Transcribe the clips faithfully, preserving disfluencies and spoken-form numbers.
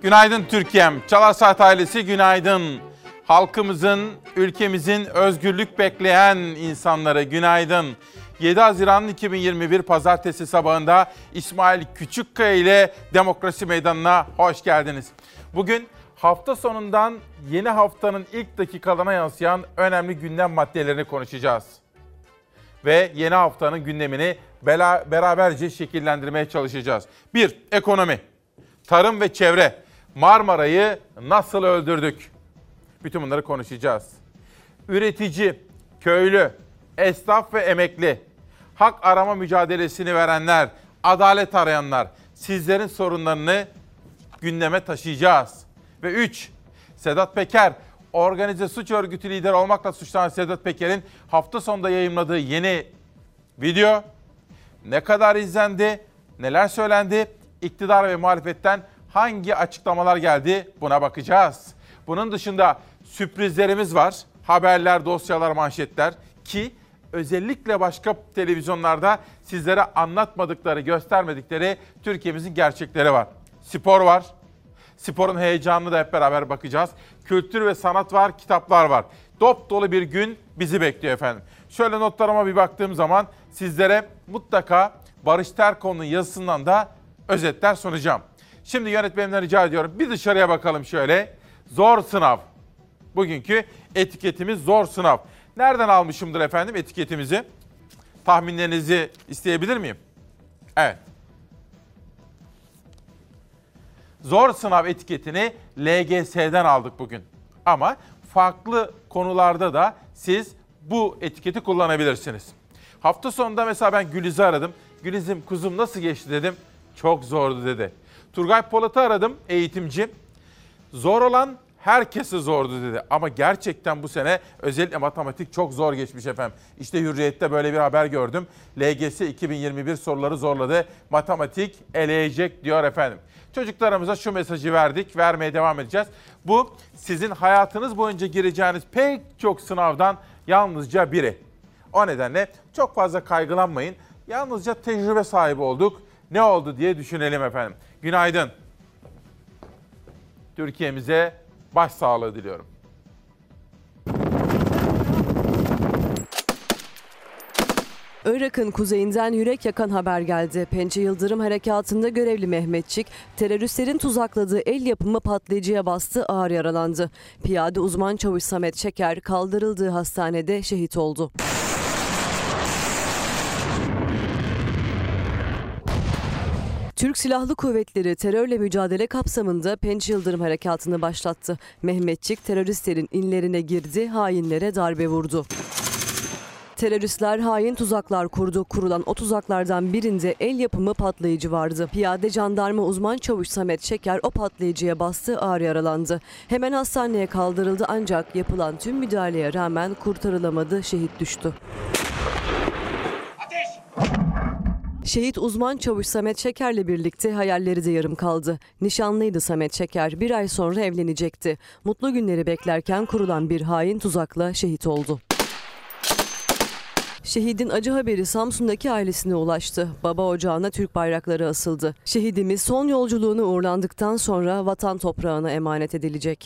Günaydın Türkiye'm, Çalar Saat ailesi günaydın. Halkımızın, ülkemizin özgürlük bekleyen insanları günaydın. yedi Haziran iki bin yirmi bir Pazartesi sabahında İsmail Küçükkaya ile Demokrasi Meydanı'na hoş geldiniz. Bugün hafta sonundan yeni haftanın ilk dakikalarına yansıyan önemli gündem maddelerini konuşacağız. Ve yeni haftanın gündemini beraberce şekillendirmeye çalışacağız. bir. Ekonomi, tarım ve çevre. Marmara'yı nasıl öldürdük? Bütün bunları konuşacağız. Üretici, köylü, esnaf ve emekli, hak arama mücadelesini verenler, adalet arayanlar, sizlerin sorunlarını gündeme taşıyacağız. Ve üç. Sedat Peker, organize suç örgütü lideri olmakla suçlanan Sedat Peker'in hafta sonunda yayımladığı yeni video ne kadar izlendi, neler söylendi, iktidar ve muhalefetten hangi açıklamalar geldi buna bakacağız. Bunun dışında sürprizlerimiz var. Haberler, dosyalar, manşetler ki özellikle başka televizyonlarda sizlere anlatmadıkları, göstermedikleri Türkiye'mizin gerçekleri var. Spor var. Sporun heyecanını da hep beraber bakacağız. Kültür ve sanat var, kitaplar var. Dop dolu bir gün bizi bekliyor efendim. Şöyle notlarıma bir baktığım zaman sizlere mutlaka Barış Terkoğlu'nun yazısından da özetler sunacağım. Şimdi yönetmenimden rica ediyorum bir dışarıya bakalım şöyle. Zor sınav. Bugünkü etiketimiz zor sınav. Nereden almışımdır efendim etiketimizi? Tahminlerinizi isteyebilir miyim? Evet. Zor sınav etiketini L G S'den aldık bugün. Ama farklı konularda da siz bu etiketi kullanabilirsiniz. Hafta sonunda mesela ben Güliz'i aradım. Güliz'im kuzum nasıl geçti dedim. Çok zordu dedi. Turgay Polat'ı aradım, eğitimci. Zor olan herkese zordu dedi. Ama gerçekten bu sene özellikle matematik çok zor geçmiş efendim. İşte Hürriyet'te böyle bir haber gördüm. L G S iki bin yirmi bir soruları zorladı. Matematik eleyecek diyor efendim. Çocuklarımıza şu mesajı verdik, vermeye devam edeceğiz. Bu sizin hayatınız boyunca gireceğiniz pek çok sınavdan yalnızca biri. O nedenle çok fazla kaygılanmayın. Yalnızca tecrübe sahibi olduk. Ne oldu diye düşünelim efendim. Günaydın. Türkiye'mize başsağlığı diliyorum. Irak'ın kuzeyinden yürek yakan haber geldi. Pençe Yıldırım Harekatı'nda görevli Mehmetçik, teröristlerin tuzakladığı el yapımı patlayıcıya bastı, ağır yaralandı. Piyade uzman çavuş Samet Çeker kaldırıldığı hastanede şehit oldu. Türk Silahlı Kuvvetleri terörle mücadele kapsamında Pençe Yıldırım Harekatı'nı başlattı. Mehmetçik teröristlerin inlerine girdi, hainlere darbe vurdu. Teröristler hain tuzaklar kurdu. Kurulan o tuzaklardan birinde el yapımı patlayıcı vardı. Piyade jandarma uzman çavuş Samet Şeker o patlayıcıya bastı, ağır yaralandı. Hemen hastaneye kaldırıldı ancak yapılan tüm müdahaleye rağmen kurtarılamadı, şehit düştü. Şehit uzman çavuş Samet Şeker'le birlikte hayalleri de yarım kaldı. Nişanlıydı Samet Şeker, bir ay sonra evlenecekti. Mutlu günleri beklerken kurulan bir hain tuzakla şehit oldu. Şehidin acı haberi Samsun'daki ailesine ulaştı. Baba ocağına Türk bayrakları asıldı. Şehidimiz son yolculuğunu uğurlandıktan sonra vatan toprağına emanet edilecek.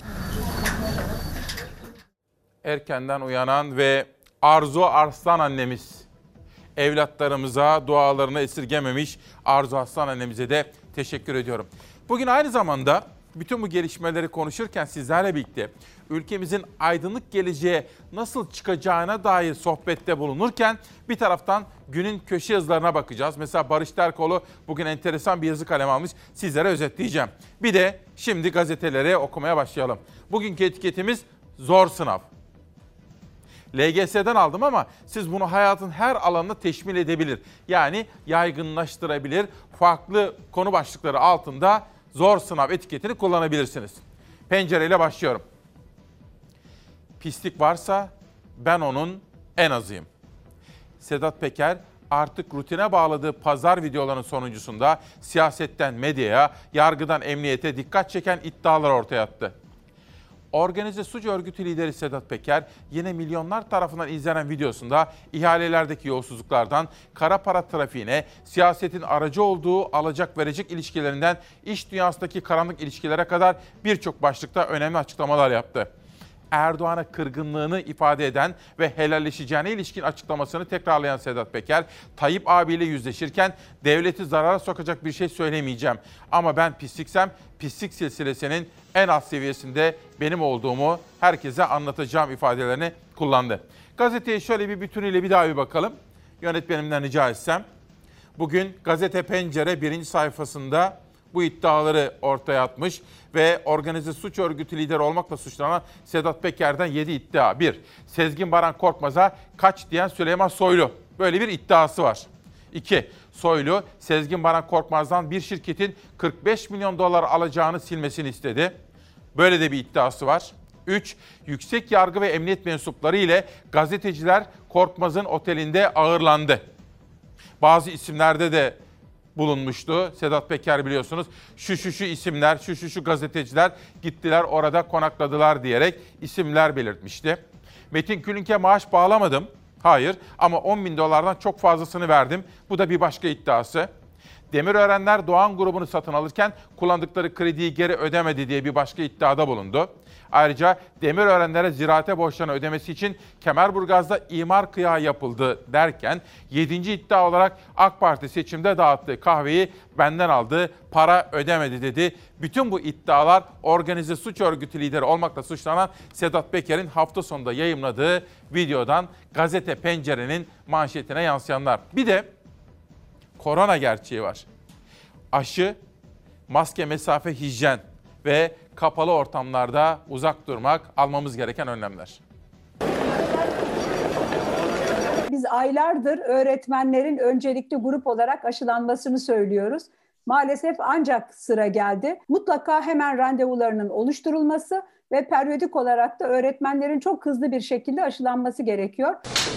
Erkenden uyanan ve Arzu Arslan annemiz, evlatlarımıza dualarını esirgememiş Arzu Arslan annemize de teşekkür ediyorum. Bugün aynı zamanda bütün bu gelişmeleri konuşurken sizlerle birlikte ülkemizin aydınlık geleceğe nasıl çıkacağına dair sohbette bulunurken bir taraftan günün köşe yazılarına bakacağız. Mesela Barış Terkoğlu bugün enteresan bir yazı kaleme almış. Sizlere özetleyeceğim. Bir de şimdi gazeteleri okumaya başlayalım. Bugünkü etiketimiz zor sınav. L G S'den aldım ama siz bunu hayatın her alanına teşmil edebilir. Yani yaygınlaştırabilir. Farklı konu başlıkları altında zor sınav etiketini kullanabilirsiniz. Pencereyle başlıyorum. Pislik varsa ben onun en azıyım. Sedat Peker artık rutine bağladığı pazar videolarının sonuncusunda siyasetten medyaya, yargıdan emniyete dikkat çeken iddialar ortaya attı. Organize suç örgütü lideri Sedat Peker yine milyonlar tarafından izlenen videosunda ihalelerdeki yolsuzluklardan kara para trafiğine, siyasetin aracı olduğu alacak verecek ilişkilerinden iş dünyasındaki karanlık ilişkilere kadar birçok başlıkta önemli açıklamalar yaptı. Erdoğan'a kırgınlığını ifade eden ve helalleşeceğine ilişkin açıklamasını tekrarlayan Sedat Peker, Tayyip abiyle yüzleşirken devleti zarara sokacak bir şey söylemeyeceğim. Ama ben pisliksem pislik silsilesinin en alt seviyesinde benim olduğumu herkese anlatacağım ifadelerini kullandı. Gazeteye şöyle bir bütünüyle bir daha bir bakalım. Yönetmenimden rica etsem. Bugün Gazete Pencere birinci sayfasında bu iddiaları ortaya atmış ve organize suç örgütü lideri olmakla suçlanan Sedat Peker'den yedi iddia. bir. Sezgin Baran Korkmaz'a kaç diyen Süleyman Soylu. Böyle bir iddiası var. iki. Soylu, Sezgin Baran Korkmaz'dan bir şirketin kırk beş milyon dolar alacağını silmesini istedi. Böyle de bir iddiası var. üç. Yüksek yargı ve emniyet mensupları ile gazeteciler Korkmaz'ın otelinde ağırlandı. Bazı isimlerde de bulunmuştu. Sedat Peker biliyorsunuz şu şu şu isimler, şu şu şu gazeteciler gittiler orada konakladılar diyerek isimler belirtmişti. Metin Külünk'e maaş bağlamadım. Hayır ama on bin dolardan çok fazlasını verdim. Bu da bir başka iddiası. Demirörenler Doğan grubunu satın alırken kullandıkları krediyi geri ödemedi diye bir başka iddiada bulundu. Ayrıca Demirörenlere ziraate borçlarını ödemesi için Kemerburgaz'da imar kıyağı yapıldı derken yedinci iddia olarak AK Parti seçimde dağıttığı kahveyi benden aldı, para ödemedi dedi. Bütün bu iddialar organize suç örgütü lideri olmakla suçlanan Sedat Peker'in hafta sonunda yayımladığı videodan Gazete Pencere'nin manşetine yansıyanlar. Bir de korona gerçeği var. Aşı, maske, mesafe, hijyen ve kapalı ortamlarda uzak durmak almamız gereken önlemler. Biz aylardır öğretmenlerin öncelikli grup olarak aşılanmasını söylüyoruz. Maalesef ancak sıra geldi. Mutlaka hemen randevularının oluşturulması ve periyodik olarak da öğretmenlerin çok hızlı bir şekilde aşılanması gerekiyor.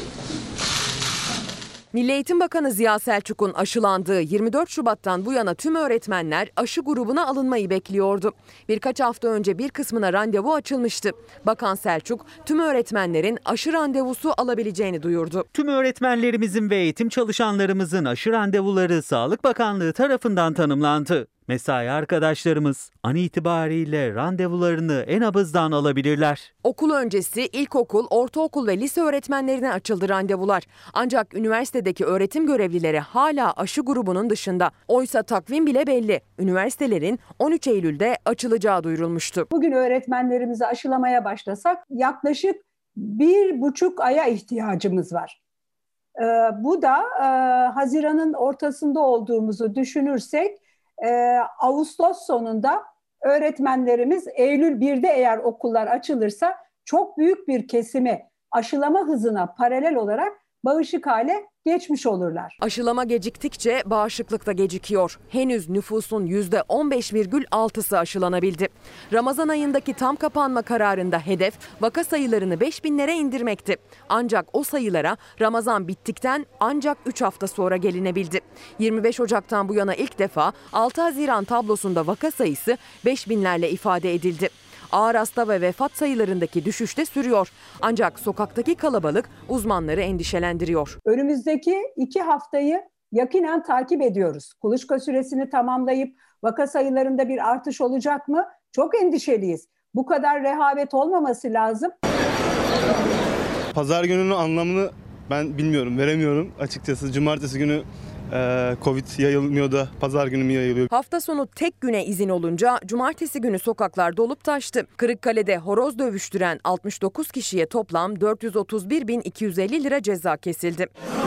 Milli Eğitim Bakanı Ziya Selçuk'un aşılandığı yirmi dört Şubat'tan bu yana tüm öğretmenler aşı grubuna alınmayı bekliyordu. Birkaç hafta önce bir kısmına randevu açılmıştı. Bakan Selçuk tüm öğretmenlerin aşı randevusu alabileceğini duyurdu. Tüm öğretmenlerimizin ve eğitim çalışanlarımızın aşı randevuları Sağlık Bakanlığı tarafından tanımlandı. Mesai arkadaşlarımız an itibariyle randevularını e-nabızdan alabilirler. Okul öncesi ilkokul, ortaokul ve lise öğretmenlerine açıldı randevular. Ancak üniversitedeki öğretim görevlileri hala aşı grubunun dışında. Oysa takvim bile belli. Üniversitelerin on üç Eylül'de açılacağı duyurulmuştu. Bugün öğretmenlerimizi aşılamaya başlasak yaklaşık bir buçuk aya ihtiyacımız var. Ee, bu da e, Haziran'ın ortasında olduğumuzu düşünürsek Ee, Ağustos sonunda öğretmenlerimiz Eylül birde eğer okullar açılırsa çok büyük bir kesimi aşılama hızına paralel olarak bağışık hale geçmiş olurlar. Aşılama geciktikçe bağışıklık da gecikiyor. Henüz nüfusun yüzde on beş virgül altısı aşılanabildi. Ramazan ayındaki tam kapanma kararında hedef vaka sayılarını beş binlere indirmekti. Ancak o sayılara Ramazan bittikten ancak üç hafta sonra gelinebildi. yirmi beş Ocak'tan bu yana ilk defa altı Haziran tablosunda vaka sayısı beş binlerle ifade edildi. Ağır hasta ve vefat sayılarındaki düşüş de sürüyor. Ancak sokaktaki kalabalık uzmanları endişelendiriyor. Önümüzdeki iki haftayı yakinen takip ediyoruz. Kuluçka süresini tamamlayıp vaka sayılarında bir artış olacak mı? Çok endişeliyiz. Bu kadar rehavet olmaması lazım. Pazar gününün anlamını ben bilmiyorum, veremiyorum açıkçası. Cumartesi günü Ee, Covid yayılmıyor da pazar günü mü yayılıyor? Hafta sonu tek güne izin olunca cumartesi günü sokaklar dolup taştı. Kırıkkale'de horoz dövüştüren altmış dokuz kişiye toplam dört yüz otuz bir bin iki yüz elli lira ceza kesildi.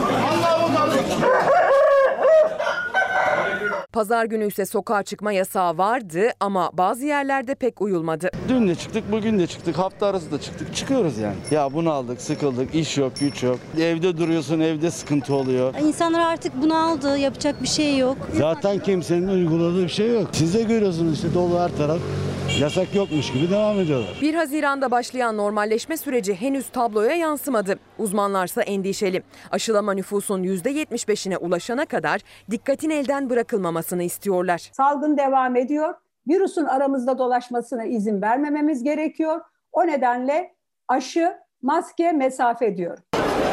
Pazar günü ise sokağa çıkma yasağı vardı ama bazı yerlerde pek uyulmadı. Dün de çıktık, bugün de çıktık, hafta arası da çıktık, çıkıyoruz yani. Ya bunu aldık, sıkıldık, iş yok, güç yok. Evde duruyorsun, evde sıkıntı oluyor. İnsanlar artık bunaldı, yapacak bir şey yok. Zaten kimsenin uyguladığı bir şey yok. Siz de görüyorsunuz işte dolu her taraf. Yasak yokmuş gibi devam ediyorlar. bir Haziran'da başlayan normalleşme süreci henüz tabloya yansımadı. Uzmanlarsa endişeli. Aşılama nüfusun yüzde yetmiş beşine ulaşana kadar dikkatin elden bırakılmamasını istiyorlar. Salgın devam ediyor. Virüsün aramızda dolaşmasına izin vermememiz gerekiyor. O nedenle aşı, maske, mesafe diyorum.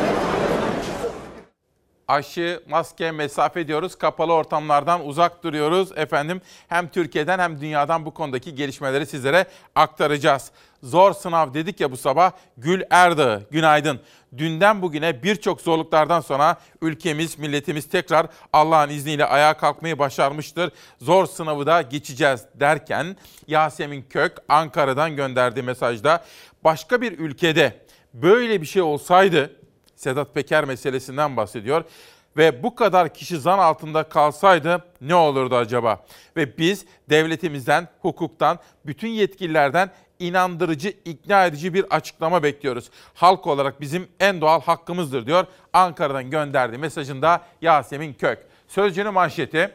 Aşı, maske, mesafe diyoruz. Kapalı ortamlardan uzak duruyoruz. Efendim hem Türkiye'den hem dünyadan bu konudaki gelişmeleri sizlere aktaracağız. Zor sınav dedik ya bu sabah. Gül Erdağı, günaydın. Dünden bugüne birçok zorluklardan sonra ülkemiz, milletimiz tekrar Allah'ın izniyle ayağa kalkmayı başarmıştır. Zor sınavı da geçeceğiz derken Yasemin Kök Ankara'dan gönderdiği mesajda başka bir ülkede böyle bir şey olsaydı, Sedat Peker meselesinden bahsediyor ve bu kadar kişi zan altında kalsaydı ne olurdu acaba? Ve biz devletimizden, hukuktan, bütün yetkililerden inandırıcı, ikna edici bir açıklama bekliyoruz. Halk olarak bizim en doğal hakkımızdır diyor Ankara'dan gönderdiği mesajında Yasemin Kök. Sözcü'nün manşeti,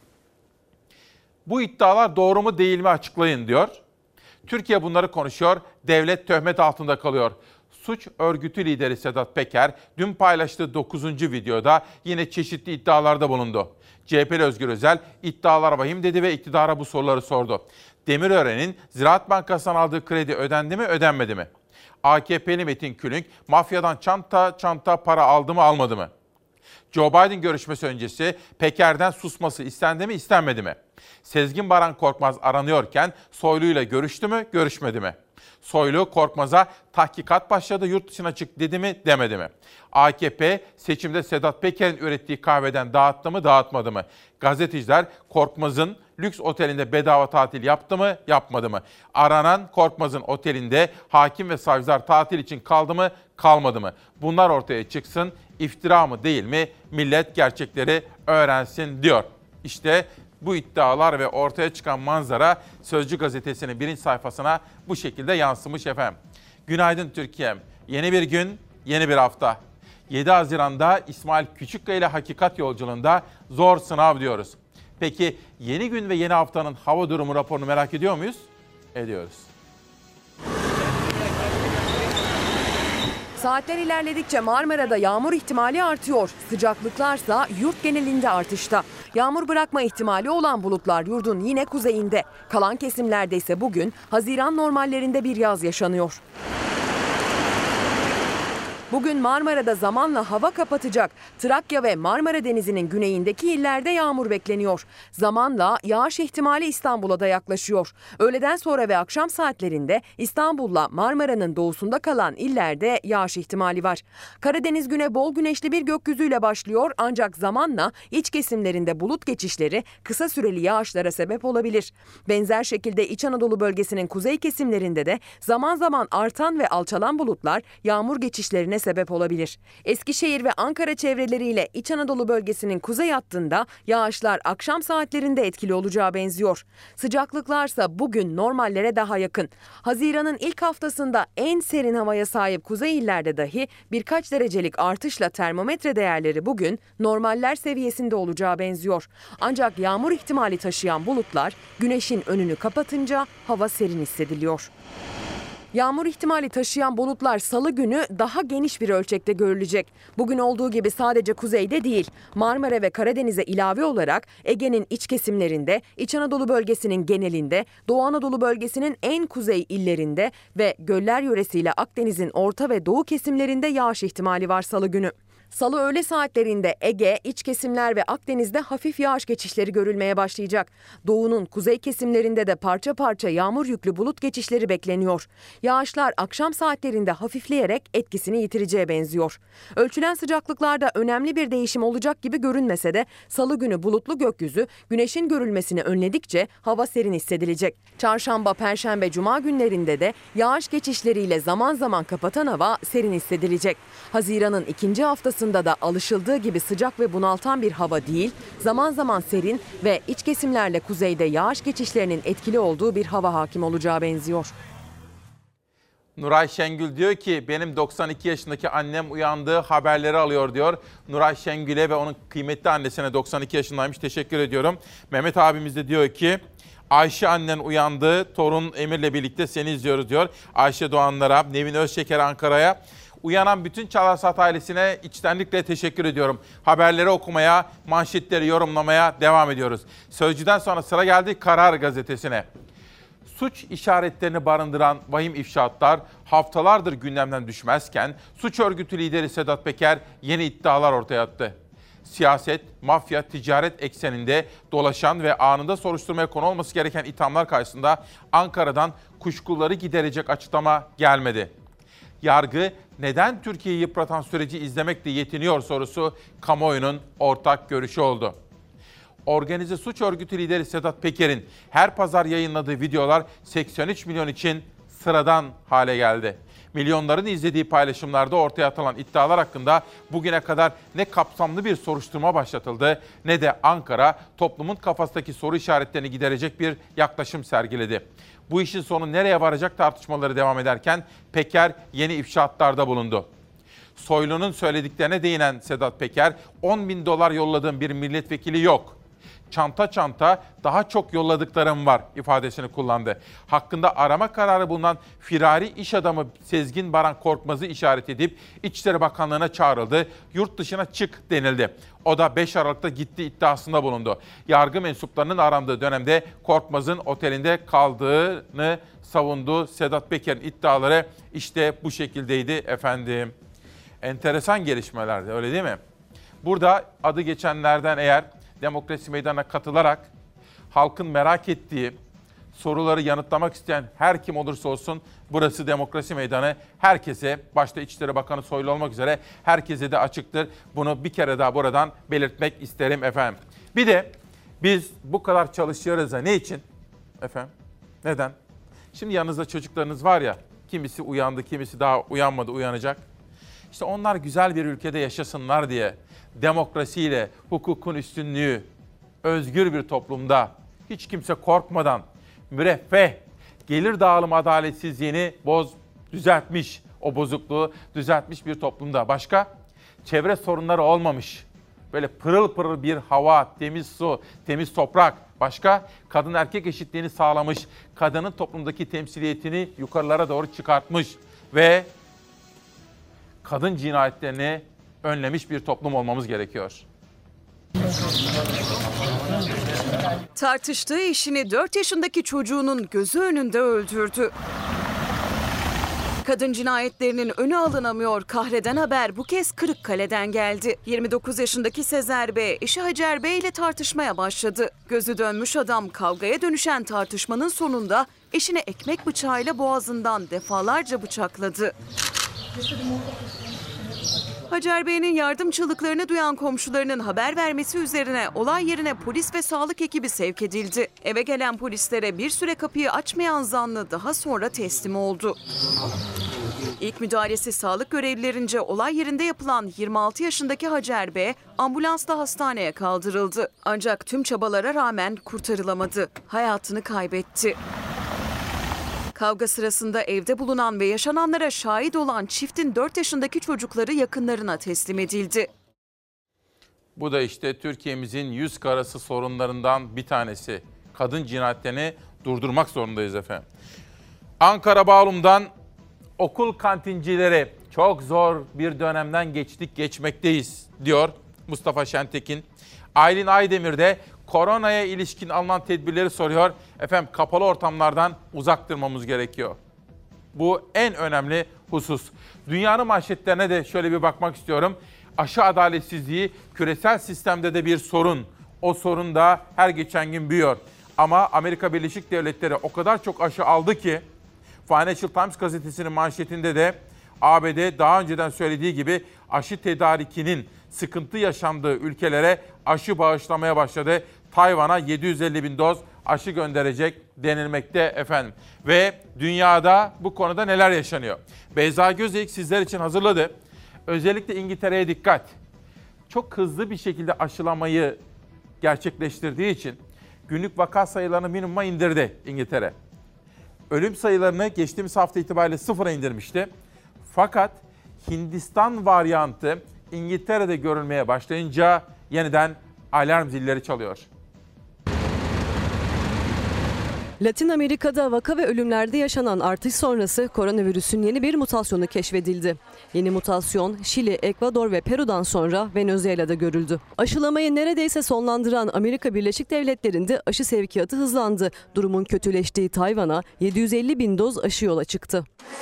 bu iddialar doğru mu değil mi açıklayın diyor. Türkiye bunları konuşuyor, devlet töhmet altında kalıyor. Suç örgütü lideri Sedat Peker dün paylaştığı dokuzuncu videoda yine çeşitli iddialarda bulundu. C H P'li Özgür Özel iddialar vahim dedi ve iktidara bu soruları sordu. Demirören'in Ziraat Bankası'ndan aldığı kredi ödendi mi ödenmedi mi? A K P'li Metin Külünk mafyadan çanta çanta para aldı mı almadı mı? Joe Biden görüşmesi öncesi Peker'den susması istendi mi istenmedi mi? Sezgin Baran Korkmaz aranıyorken Soylu'yla görüştü mü görüşmedi mi? Soylu Korkmaz'a tahkikat başladı, yurt dışına çık dedi mi demedi mi? A K P seçimde Sedat Peker'in ürettiği kahveden dağıttı mı dağıtmadı mı? Gazeteciler Korkmaz'ın lüks otelinde bedava tatil yaptı mı yapmadı mı? Aranan Korkmaz'ın otelinde hakim ve savcılar tatil için kaldı mı kalmadı mı? Bunlar ortaya çıksın, iftira mı değil mi? Millet gerçekleri öğrensin diyor. İşte bu iddialar ve ortaya çıkan manzara Sözcü gazetesinin birinci sayfasına bu şekilde yansımış efendim. Günaydın Türkiye'm. Yeni bir gün, yeni bir hafta. yedi Haziran'da İsmail Küçükkaya ile Hakikat Yolculuğunda zor sınav diyoruz. Peki yeni gün ve yeni haftanın hava durumu raporunu merak ediyor muyuz? Ediyoruz. Saatler ilerledikçe Marmara'da yağmur ihtimali artıyor. Sıcaklıklarsa yurt genelinde artışta. Yağmur bırakma ihtimali olan bulutlar yurdun yine kuzeyinde. Kalan kesimlerde ise bugün Haziran normallerinde bir yaz yaşanıyor. Bugün Marmara'da zamanla hava kapatacak. Trakya ve Marmara Denizi'nin güneyindeki illerde yağmur bekleniyor. Zamanla yağış ihtimali İstanbul'a da yaklaşıyor. Öğleden sonra ve akşam saatlerinde İstanbul'la Marmara'nın doğusunda kalan illerde yağış ihtimali var. Karadeniz güne bol güneşli bir gökyüzüyle başlıyor ancak zamanla iç kesimlerinde bulut geçişleri kısa süreli yağışlara sebep olabilir. Benzer şekilde İç Anadolu bölgesinin kuzey kesimlerinde de zaman zaman artan ve alçalan bulutlar yağmur geçişlerine sebep olabilir. Eskişehir ve Ankara çevreleriyle İç Anadolu bölgesinin kuzey hattında yağışlar akşam saatlerinde etkili olacağı benziyor. Sıcaklıklarsa bugün normallere daha yakın. Haziran'ın ilk haftasında en serin havaya sahip kuzey illerde dahi birkaç derecelik artışla termometre değerleri bugün normaller seviyesinde olacağı benziyor. Ancak yağmur ihtimali taşıyan bulutlar güneşin önünü kapatınca hava serin hissediliyor. Yağmur ihtimali taşıyan bulutlar salı günü daha geniş bir ölçekte görülecek. Bugün olduğu gibi sadece kuzeyde değil, Marmara ve Karadeniz'e ilave olarak Ege'nin iç kesimlerinde, İç Anadolu bölgesinin genelinde, Doğu Anadolu bölgesinin en kuzey illerinde ve göller yöresiyle Akdeniz'in orta ve doğu kesimlerinde yağış ihtimali var salı günü. Salı öğle saatlerinde Ege, iç kesimler ve Akdeniz'de hafif yağış geçişleri görülmeye başlayacak. Doğu'nun kuzey kesimlerinde de parça parça yağmur yüklü bulut geçişleri bekleniyor. Yağışlar akşam saatlerinde hafifleyerek etkisini yitireceğe benziyor. Ölçülen sıcaklıklarda önemli bir değişim olacak gibi görünmese de salı günü bulutlu gökyüzü güneşin görülmesini önledikçe hava serin hissedilecek. Çarşamba, Perşembe, Cuma günlerinde de yağış geçişleriyle zaman zaman kapatan hava serin hissedilecek. Haziran'ın ikinci haftası da alışıldığı gibi sıcak ve bunaltan bir hava değil, zaman zaman serin ve iç kesimlerle kuzeyde yağış geçişlerinin etkili olduğu bir hava hakim olacağı benziyor. Nuray Şengül diyor ki benim doksan iki yaşındaki annem uyandığı haberleri alıyor diyor. Nuray Şengül'e ve onun kıymetli annesine doksan iki yaşındaymış teşekkür ediyorum. Mehmet abimiz de diyor ki Ayşe annen uyandı, torun Emir'le birlikte seni izliyoruz diyor. Ayşe Doğanlara, Nevin Özşeker Ankara'ya. Uyanan bütün Çalarsat ailesine içtenlikle teşekkür ediyorum. Haberleri okumaya, manşetleri yorumlamaya devam ediyoruz. Sözcüden sonra sıra geldi Karar Gazetesi'ne. Suç işaretlerini barındıran vahim ifşaatlar haftalardır gündemden düşmezken suç örgütü lideri Sedat Peker yeni iddialar ortaya attı. Siyaset, mafya, ticaret ekseninde dolaşan ve anında soruşturmaya konu olması gereken ithamlar karşısında Ankara'dan kuşkuları giderecek açıklama gelmedi. Yargı neden Türkiye'yi yıpratan süreci izlemekle yetiniyor sorusu kamuoyunun ortak görüşü oldu. Organize suç örgütü lideri Sedat Peker'in her pazar yayınladığı videolar seksen üç milyon için sıradan hale geldi. Milyonların izlediği paylaşımlarda ortaya atılan iddialar hakkında bugüne kadar ne kapsamlı bir soruşturma başlatıldı ne de Ankara toplumun kafasındaki soru işaretlerini giderecek bir yaklaşım sergiledi. Bu işin sonu nereye varacak tartışmaları devam ederken Peker yeni ifşaatlarda bulundu. Soylu'nun söylediklerine değinen Sedat Peker, on bin dolar yolladığım bir milletvekili yok. Çanta çanta daha çok yolladıklarım var ifadesini kullandı. Hakkında arama kararı bulunan firari iş adamı Sezgin Baran Korkmaz'ı işaret edip İçişleri Bakanlığı'na çağrıldı. Yurt dışına çık denildi. O da beş Aralık'ta gitti iddiasında bulundu. Yargı mensuplarının arandığı dönemde Korkmaz'ın otelinde kaldığını savundu. Sedat Peker'in iddiaları işte bu şekildeydi efendim. Enteresan gelişmelerdi, öyle değil mi? Burada adı geçenlerden eğer Demokrasi Meydanı'na katılarak halkın merak ettiği soruları yanıtlamak isteyen her kim olursa olsun burası Demokrasi Meydanı. Herkese, başta İçişleri Bakanı Soylu olmak üzere herkese de açıktır. Bunu bir kere daha buradan belirtmek isterim efendim. Bir de biz bu kadar çalışıyoruz da ne için efendim? Neden? Şimdi yanınızda çocuklarınız var ya, kimisi uyandı, kimisi daha uyanmadı, uyanacak. İşte onlar güzel bir ülkede yaşasınlar diye demokrasiyle, hukukun üstünlüğü, özgür bir toplumda hiç kimse korkmadan, müreffeh, gelir dağılımı adaletsizliğini boz, düzeltmiş, o bozukluğu düzeltmiş bir toplumda. Başka? Çevre sorunları olmamış. Böyle pırıl pırıl bir hava, temiz su, temiz toprak. Başka? Kadın erkek eşitliğini sağlamış, kadının toplumdaki temsiliyetini yukarılara doğru çıkartmış ve kadın cinayetlerini önlemiş bir toplum olmamız gerekiyor. Tartıştığı eşini dört yaşındaki çocuğunun gözü önünde öldürdü. Kadın cinayetlerinin önü alınamıyor. Kahreden haber bu kez Kırıkkale'den geldi. yirmi dokuz yaşındaki Sezer B, eşi Hacer B ile tartışmaya başladı. Gözü dönmüş adam kavgaya dönüşen tartışmanın sonunda eşini ekmek bıçağıyla boğazından defalarca bıçakladı. Hacer Bey'in yardım çığlıklarını duyan komşularının haber vermesi üzerine olay yerine polis ve sağlık ekibi sevk edildi. Eve gelen polislere bir süre kapıyı açmayan zanlı daha sonra teslim oldu. İlk müdahalesi sağlık görevlilerince olay yerinde yapılan yirmi altı yaşındaki Hacer Bey ambulansla hastaneye kaldırıldı. Ancak tüm çabalara rağmen kurtarılamadı. Hayatını kaybetti. Kavga sırasında evde bulunan ve yaşananlara şahit olan çiftin dört yaşındaki çocukları yakınlarına teslim edildi. Bu da işte Türkiye'mizin yüz karası sorunlarından bir tanesi. Kadın cinayetlerini durdurmak zorundayız efendim. Ankara Bağlum'dan okul kantincileri çok zor bir dönemden geçtik, geçmekteyiz diyor Mustafa Şentekin. Aylin Aydemir de koronaya ilişkin alınan tedbirleri soruyor. Efendim kapalı ortamlardan uzak durmamız gerekiyor. Bu en önemli husus. Dünyanın manşetlerine de şöyle bir bakmak istiyorum. Aşı adaletsizliği küresel sistemde de bir sorun. O sorun da her geçen gün büyüyor. Ama Amerika Birleşik Devletleri o kadar çok aşı aldı ki Financial Times gazetesinin manşetinde de A B D daha önceden söylediği gibi aşı tedarikinin sıkıntı yaşandığı ülkelere aşı bağışlamaya başladı. Tayvan'a yedi yüz elli bin doz aşı gönderecek denilmekte efendim. Ve dünyada bu konuda neler yaşanıyor? Beyza Gözeyik sizler için hazırladı. Özellikle İngiltere'ye dikkat. Çok hızlı bir şekilde aşılamayı gerçekleştirdiği için günlük vaka sayılarını minimuma indirdi İngiltere. Ölüm sayılarını geçtiğimiz hafta itibariyle sıfıra indirmişti. Fakat Hindistan varyantı İngiltere'de görülmeye başlayınca yeniden alarm zilleri çalıyor. Latin Amerika'da vaka ve ölümlerde yaşanan artış sonrası koronavirüsün yeni bir mutasyonu keşfedildi. Yeni mutasyon Şili, Ekvador ve Peru'dan sonra Venezuela'da görüldü. Aşılamayı neredeyse sonlandıran Amerika Birleşik Devletleri'nde aşı sevkiyatı hızlandı. Durumun kötüleştiği Tayvan'a yedi yüz elli bin doz aşı yola çıktı.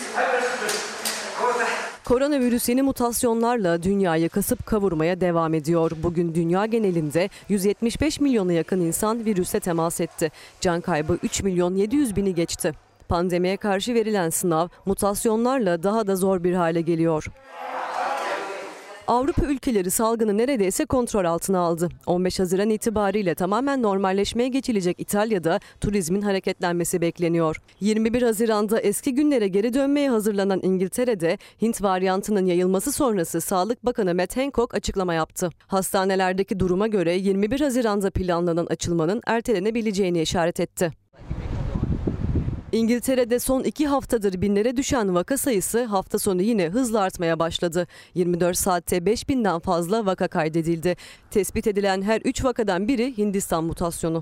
Koronavirüs yeni mutasyonlarla dünyayı kasıp kavurmaya devam ediyor. Bugün dünya genelinde yüz yetmiş beş milyona yakın insan virüse temas etti. Can kaybı üç milyon yedi yüz bini geçti. Pandemiye karşı verilen sınav mutasyonlarla daha da zor bir hale geliyor. Avrupa ülkeleri salgını neredeyse kontrol altına aldı. on beş Haziran itibariyle tamamen normalleşmeye geçilecek İtalya'da turizmin hareketlenmesi bekleniyor. yirmi bir Haziran'da eski günlere geri dönmeye hazırlanan İngiltere'de Hint varyantının yayılması sonrası Sağlık Bakanı Matt Hancock açıklama yaptı. Hastanelerdeki duruma göre yirmi bir Haziran'da planlanan açılmanın ertelenebileceğini işaret etti. İngiltere'de son iki haftadır binlere düşen vaka sayısı hafta sonu yine hızla artmaya başladı. yirmi dört saatte beş binden fazla vaka kaydedildi. Tespit edilen her üç vakadan biri Hindistan mutasyonu.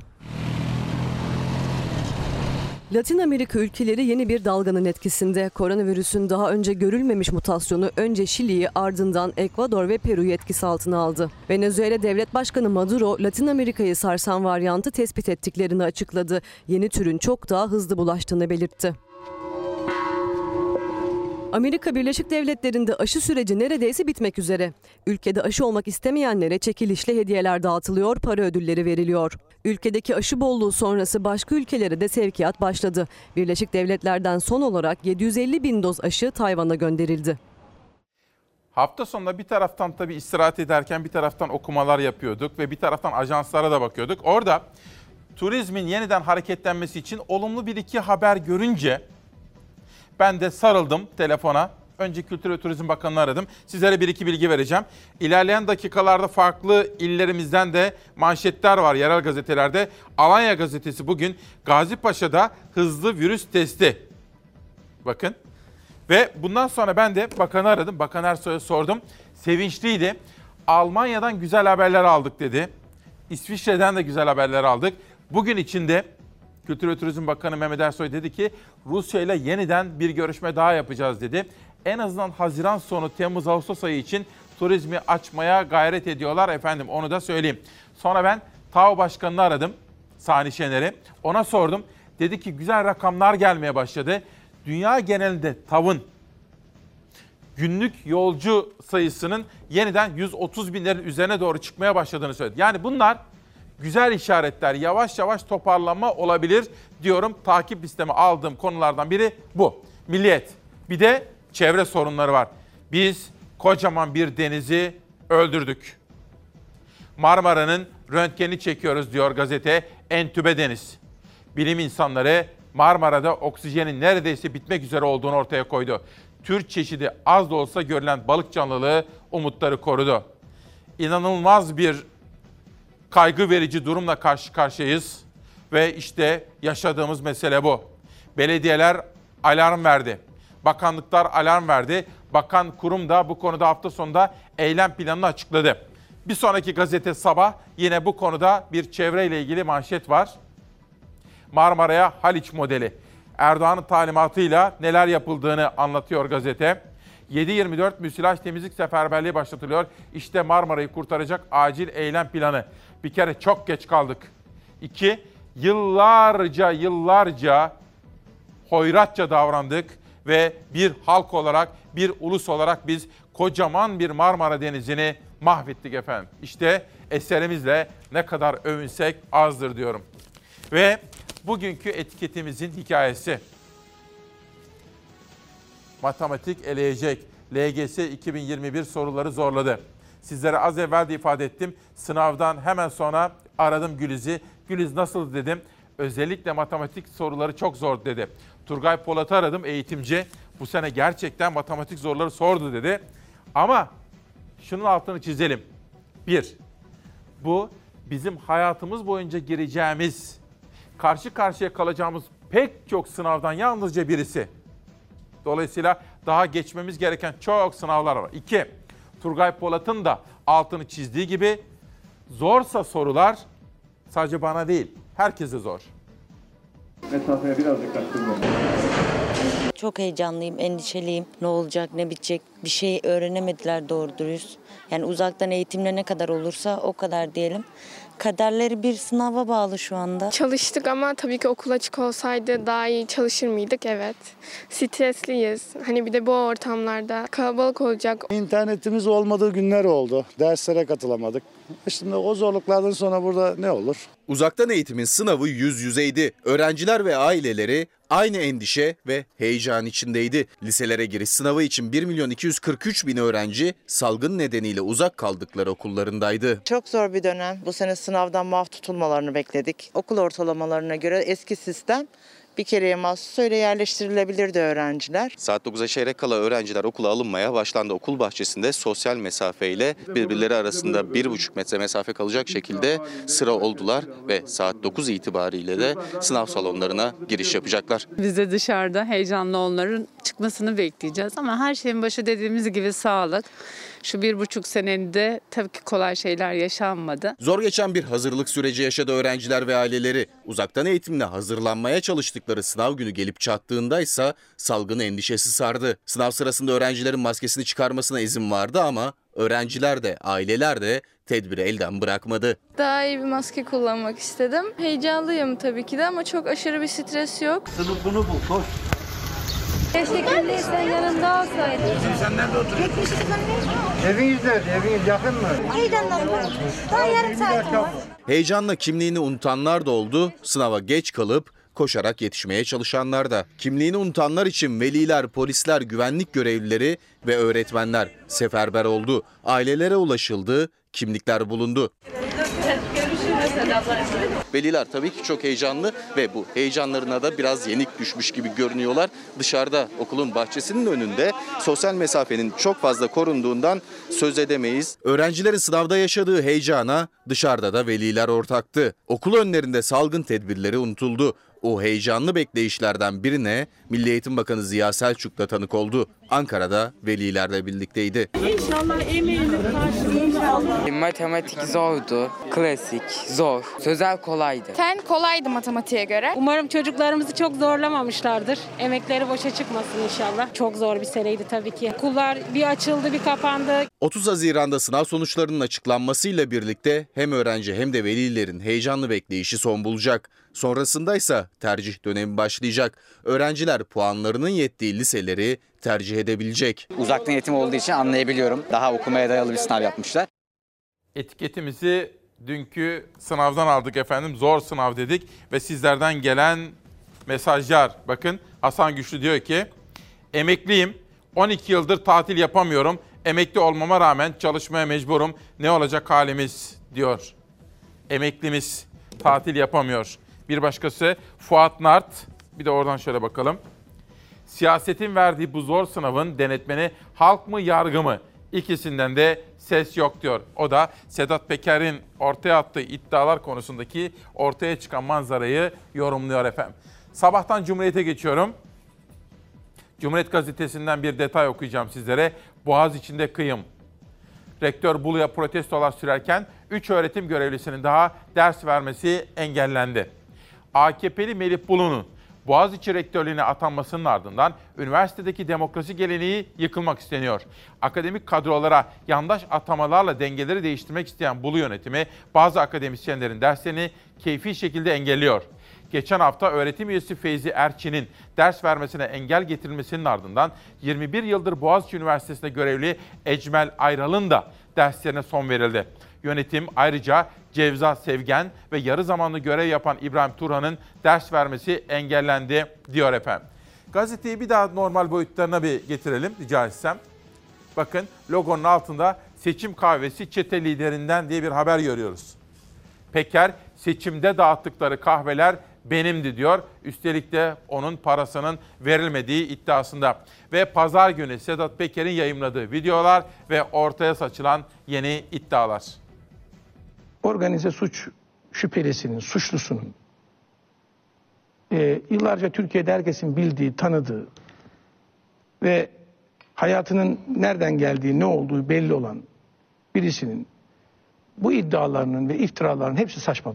Latin Amerika ülkeleri yeni bir dalganın etkisinde. Koronavirüsün daha önce görülmemiş mutasyonu önce Şili'yi ardından Ekvador ve Peru'yu etkisi altına aldı. Venezuela Devlet Başkanı Maduro, Latin Amerika'yı sarsan varyantı tespit ettiklerini açıkladı. Yeni türün çok daha hızlı bulaştığını belirtti. Amerika Birleşik Devletleri'nde aşı süreci neredeyse bitmek üzere. Ülkede aşı olmak istemeyenlere çekilişle hediyeler dağıtılıyor, para ödülleri veriliyor. Ülkedeki aşı bolluğu sonrası başka ülkelere de sevkiyat başladı. Birleşik Devletler'den son olarak yedi yüz elli bin doz aşı Tayvan'a gönderildi. Hafta sonunda bir taraftan tabii istirahat ederken bir taraftan okumalar yapıyorduk ve bir taraftan ajanslara da bakıyorduk. Orada turizmin yeniden hareketlenmesi için olumlu bir iki haber görünce ben de sarıldım telefona. Önce Kültür ve Turizm Bakanı'nı aradım. Sizlere bir iki bilgi vereceğim. İlerleyen dakikalarda farklı illerimizden de manşetler var yerel gazetelerde. Alanya gazetesi bugün Gazipaşa'da hızlı virüs testi. Bakın. Ve bundan sonra ben de bakanı aradım. Bakan Ersoy'a sordum. Sevinçliydi. Almanya'dan güzel haberler aldık dedi. İsviçre'den de güzel haberler aldık. Bugün içinde Kültür ve Turizm Bakanı Mehmet Ersoy dedi ki Rusya ile yeniden bir görüşme daha yapacağız dedi. En azından Haziran sonu Temmuz-Ağustos ayı için turizmi açmaya gayret ediyorlar efendim, onu da söyleyeyim. Sonra ben TAV Başkanı'nı aradım, Sani Şener'i. Ona sordum. Dedi ki güzel rakamlar gelmeye başladı. Dünya genelinde TAV'ın günlük yolcu sayısının yeniden yüz otuz binlerin üzerine doğru çıkmaya başladığını söyledi. Yani bunlar güzel işaretler, yavaş yavaş toparlanma olabilir diyorum. Takip listeme aldığım konulardan biri bu. Milliyet. Bir de çevre sorunları var. Biz kocaman bir denizi öldürdük. Marmara'nın röntgenini çekiyoruz diyor gazete. Entübe deniz. Bilim insanları Marmara'da oksijenin neredeyse bitmek üzere olduğunu ortaya koydu. Tür çeşidi az da olsa görülen balık canlılığı umutları korudu. İnanılmaz bir kaygı verici durumla karşı karşıyayız ve işte yaşadığımız mesele bu. Belediyeler alarm verdi. Bakanlıklar alarm verdi. Bakan kurum da bu konuda hafta sonunda eylem planını açıkladı. Bir sonraki gazete Sabah yine bu konuda bir çevreyle ilgili manşet var. Marmara'ya Haliç modeli. Erdoğan'ın talimatıyla neler yapıldığını anlatıyor gazete. yedi yirmi dört müsilaj temizlik seferberliği başlatılıyor. İşte Marmara'yı kurtaracak acil eylem planı. Bir kere çok geç kaldık. İki, yıllarca yıllarca hoyratça davrandık ve bir halk olarak, bir ulus olarak biz kocaman bir Marmara Denizi'ni mahvettik efendim. İşte eserimizle ne kadar övünsek azdır diyorum. Ve bugünkü etiketimizin hikayesi. Matematik eleyecek. L G S iki bin yirmi bir soruları zorladı. Sizlere az evvel de ifade ettim. Sınavdan hemen sonra aradım Güliz'i. Güliz nasıl dedim. Özellikle matematik soruları çok zor dedi. Turgay Polat'ı aradım, eğitimci. Bu sene gerçekten matematik soruları sordu dedi. Ama şunun altını çizelim. Bir, bu bizim hayatımız boyunca gireceğimiz, karşı karşıya kalacağımız pek çok sınavdan yalnızca birisi. Dolayısıyla daha geçmemiz gereken çok sınavlar var. İki, Turgay Polat'ın da altını çizdiği gibi zorsa sorular sadece bana değil, herkese zor. mesafeye biraz dikkatli olun. Çok heyecanlıyım, endişeliyim. Ne olacak, ne bitecek? Bir şey öğrenemediler doğru dürüst. Yani uzaktan eğitimle ne kadar olursa o kadar diyelim. Kaderleri bir sınava bağlı şu anda. Çalıştık ama tabii ki okul açık olsaydı daha iyi çalışır mıydık? Evet. Stresliyiz. Hani bir de bu ortamlarda kalabalık olacak. İnternetimiz olmadığı günler oldu. Derslere katılamadık. Şimdi o zorluklardan sonra burada ne olur? Uzaktan eğitimin sınavı yüz yüzeydi. Öğrenciler ve aileleri aynı endişe ve heyecan içindeydi. Liselere giriş sınavı için bir milyon iki yüz kırk üç bin öğrenci salgın nedeniyle uzak kaldıkları okullarındaydı. Çok zor bir dönem. Bu sene sınavdan muaf tutulmalarını bekledik. Okul ortalamalarına göre eski sistem bir kereye mahsus öyle yerleştirilebilirdi öğrenciler. Saat dokuza çeyrek kala öğrenciler okula alınmaya başlandı. Okul bahçesinde sosyal mesafeyle birbirleri arasında bir buçuk metre mesafe kalacak şekilde sıra oldular ve saat dokuz itibariyle de sınav salonlarına giriş yapacaklar. Biz de dışarıda heyecanlı onların çıkmasını bekleyeceğiz ama her şeyin başı dediğimiz gibi sağlık. Şu bir buçuk senede tabii ki kolay şeyler yaşanmadı. Zor geçen bir hazırlık süreci yaşadı öğrenciler ve aileleri. Uzaktan eğitimle hazırlanmaya çalıştıkları sınav günü gelip çattığında ise salgın endişesi sardı. Sınav sırasında öğrencilerin maskesini çıkarmasına izin vardı ama öğrenciler de aileler de tedbiri elden bırakmadı. Daha iyi bir maske kullanmak istedim. Heyecanlıyım tabii ki de ama çok aşırı bir stres yok. Sınıfını bul, koş. Keşke kimdeysen yanımda olsaydın. Sen nerede oturuyorsun? Eviniz nerede? Eviniz yakın mı? Heyecanlandım. Daha yarım saatim var. Heyecanla kimliğini unutanlar da oldu, sınava geç kalıp koşarak yetişmeye çalışanlar da. Kimliğini unutanlar için veliler, polisler, güvenlik görevlileri ve öğretmenler seferber oldu. Ailelere ulaşıldı, kimlikler bulundu. Veliler tabii ki çok heyecanlı ve bu heyecanlarına da biraz yenik düşmüş gibi görünüyorlar. Dışarıda okulun bahçesinin önünde sosyal mesafenin çok fazla korunduğundan söz edemeyiz. Öğrencilerin sınavda yaşadığı heyecana dışarıda da veliler ortaktı. Okul önlerinde salgın tedbirleri unutuldu. O heyecanlı bekleyişlerden birine Milli Eğitim Bakanı Ziya Selçuk da tanık oldu. Ankara'da velilerle birlikteydi. İnşallah emeğinin karşılığını alır. Matematik zordu, klasik, zor. Sözel kolaydı. Fen kolaydı matematiğe göre. Umarım çocuklarımızı çok zorlamamışlardır. Emekleri boşa çıkmasın inşallah. Çok zor bir seneydi tabii ki. Okullar bir açıldı, bir kapandı. otuz Haziran'da sınav sonuçlarının açıklanmasıyla birlikte hem öğrenci hem de velilerin heyecanlı bekleyişi son bulacak. Sonrasında ise tercih dönemi başlayacak. Öğrenciler puanlarının yettiği liseleri tercih edebilecek. Uzaktan eğitim olduğu için anlayabiliyorum. Daha okumaya dayalı bir sınav yapmışlar. Etiketimizi dünkü sınavdan aldık efendim. Zor sınav dedik ve sizlerden gelen mesajlar. Bakın Hasan Güçlü diyor ki, emekliyim, on iki yıldır tatil yapamıyorum. Emekli olmama rağmen çalışmaya mecburum. Ne olacak halimiz diyor. Emeklimiz tatil yapamıyor. Bir başkası Fuat Nart. Bir de oradan şöyle bakalım. Siyasetin verdiği bu zor sınavın denetmeni halk mı yargı mı? İkisinden de ses yok diyor. O da Sedat Peker'in ortaya attığı iddialar konusundaki ortaya çıkan manzarayı yorumluyor efendim. Sabahtan Cumhuriyet'e geçiyorum. Cumhuriyet Gazetesi'nden bir detay okuyacağım sizlere. Boğaziçi'nde kıyım. Rektör Bolu'ya protestolar sürerken üç öğretim görevlisinin daha ders vermesi engellendi. A K P'li Melih Bulu'nun Boğaziçi rektörlüğüne atanmasının ardından üniversitedeki demokrasi geleneği yıkılmak isteniyor. Akademik kadrolara yandaş atamalarla dengeleri değiştirmek isteyen Bulu yönetimi bazı akademisyenlerin derslerini keyfi şekilde engelliyor. Geçen hafta öğretim üyesi Feyzi Erçin'in ders vermesine engel getirilmesinin ardından yirmi bir yıldır Boğaziçi Üniversitesi'nde görevli Ecmel Ayral'ın da derslerine son verildi. Yönetim ayrıca Cevza Sevgen ve yarı zamanlı görev yapan İbrahim Turhan'ın ders vermesi engellendi diyor efendim. Gazeteyi bir daha normal boyutlarına bir getirelim rica etsem. Bakın logonun altında seçim kahvesi çete liderinden diye bir haber görüyoruz. Peker seçimde dağıttıkları kahveler benimdi diyor. Üstelik de onun parasının verilmediği iddiasında. Ve pazar günü Sedat Peker'in yayımladığı videolar ve ortaya saçılan yeni iddialar. Organize suç şüphelisinin, suçlusunun, e, yıllarca Türkiye'de herkesin bildiği, tanıdığı ve hayatının nereden geldiği, ne olduğu belli olan birisinin bu iddialarının ve iftiraların hepsi saçmadır.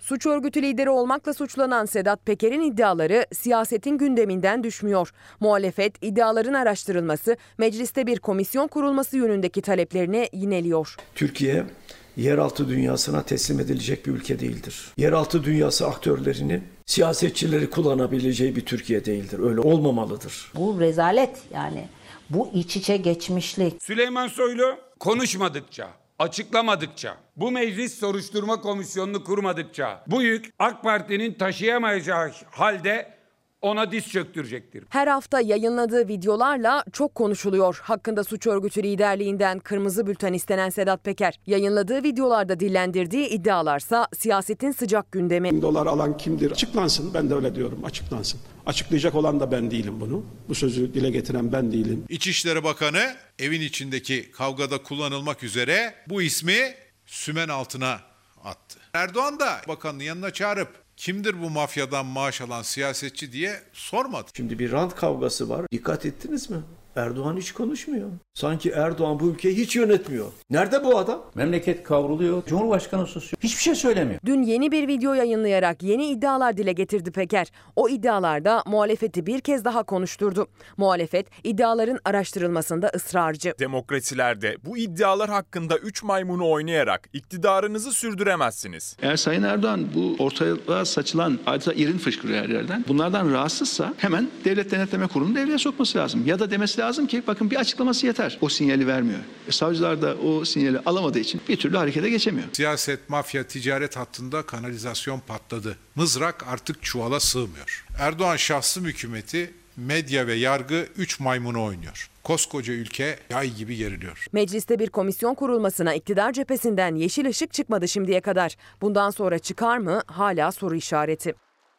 Suç örgütü lideri olmakla suçlanan Sedat Peker'in iddiaları siyasetin gündeminden düşmüyor. Muhalefet iddiaların araştırılması, mecliste bir komisyon kurulması yönündeki taleplerini yineliyor. Türkiye yeraltı dünyasına teslim edilecek bir ülke değildir. Yeraltı dünyası aktörlerini siyasetçileri kullanabileceği bir Türkiye değildir. Öyle olmamalıdır. Bu rezalet yani. Bu iç içe geçmişlik. Süleyman Soylu konuşmadıkça, açıklamadıkça, bu meclis soruşturma komisyonunu kurmadıkça bu yük AK Parti'nin taşıyamayacağı halde ona diz çöktürecektir. Her hafta yayınladığı videolarla çok konuşuluyor. Hakkında suç örgütü liderliğinden kırmızı bülten istenen Sedat Peker, yayınladığı videolarda dillendirdiği iddialarsa siyasetin sıcak gündemi. Dolar alan kimdir? Açıklansın. Ben de öyle diyorum. Açıklansın. Açıklayacak olan da ben değilim bunu. Bu sözü dile getiren ben değilim. İçişleri Bakanı evin içindeki kavgada kullanılmak üzere bu ismi sümen altına attı. Erdoğan da bakanın yanına çağırıp kimdir bu mafyadan maaş alan siyasetçi diye sormadı. Şimdi bir rant kavgası var. Dikkat ettiniz mi? Erdoğan hiç konuşmuyor. Sanki Erdoğan bu ülkeyi hiç yönetmiyor. Nerede bu adam? Memleket kavruluyor. Cumhurbaşkanı susuyor. Hiçbir şey söylemiyor. Dün yeni bir video yayınlayarak yeni iddialar dile getirdi Peker. O iddialarda muhalefeti bir kez daha konuşturdu. Muhalefet iddiaların araştırılmasında ısrarcı. Demokrasilerde bu iddialar hakkında üç maymunu oynayarak iktidarınızı sürdüremezsiniz. Eğer Sayın Erdoğan bu ortaya saçılan adeta irin fışkırıyor her yerden. Bunlardan rahatsızsa hemen Devlet Denetleme Kurulu'nu devreye sokması lazım. Ya da demesi lazım ki bakın bir açıklaması yeter. O sinyali vermiyor. E, savcılar da o sinyali alamadığı için bir türlü harekete geçemiyor. Siyaset, mafya, ticaret hattında kanalizasyon patladı. Mızrak artık çuvala sığmıyor. Erdoğan şahsım hükümeti, medya ve yargı üç maymunu oynuyor. Koskoca ülke yay gibi geriliyor. Mecliste bir komisyon kurulmasına iktidar cephesinden yeşil ışık çıkmadı şimdiye kadar. Bundan sonra çıkar mı hala soru işareti.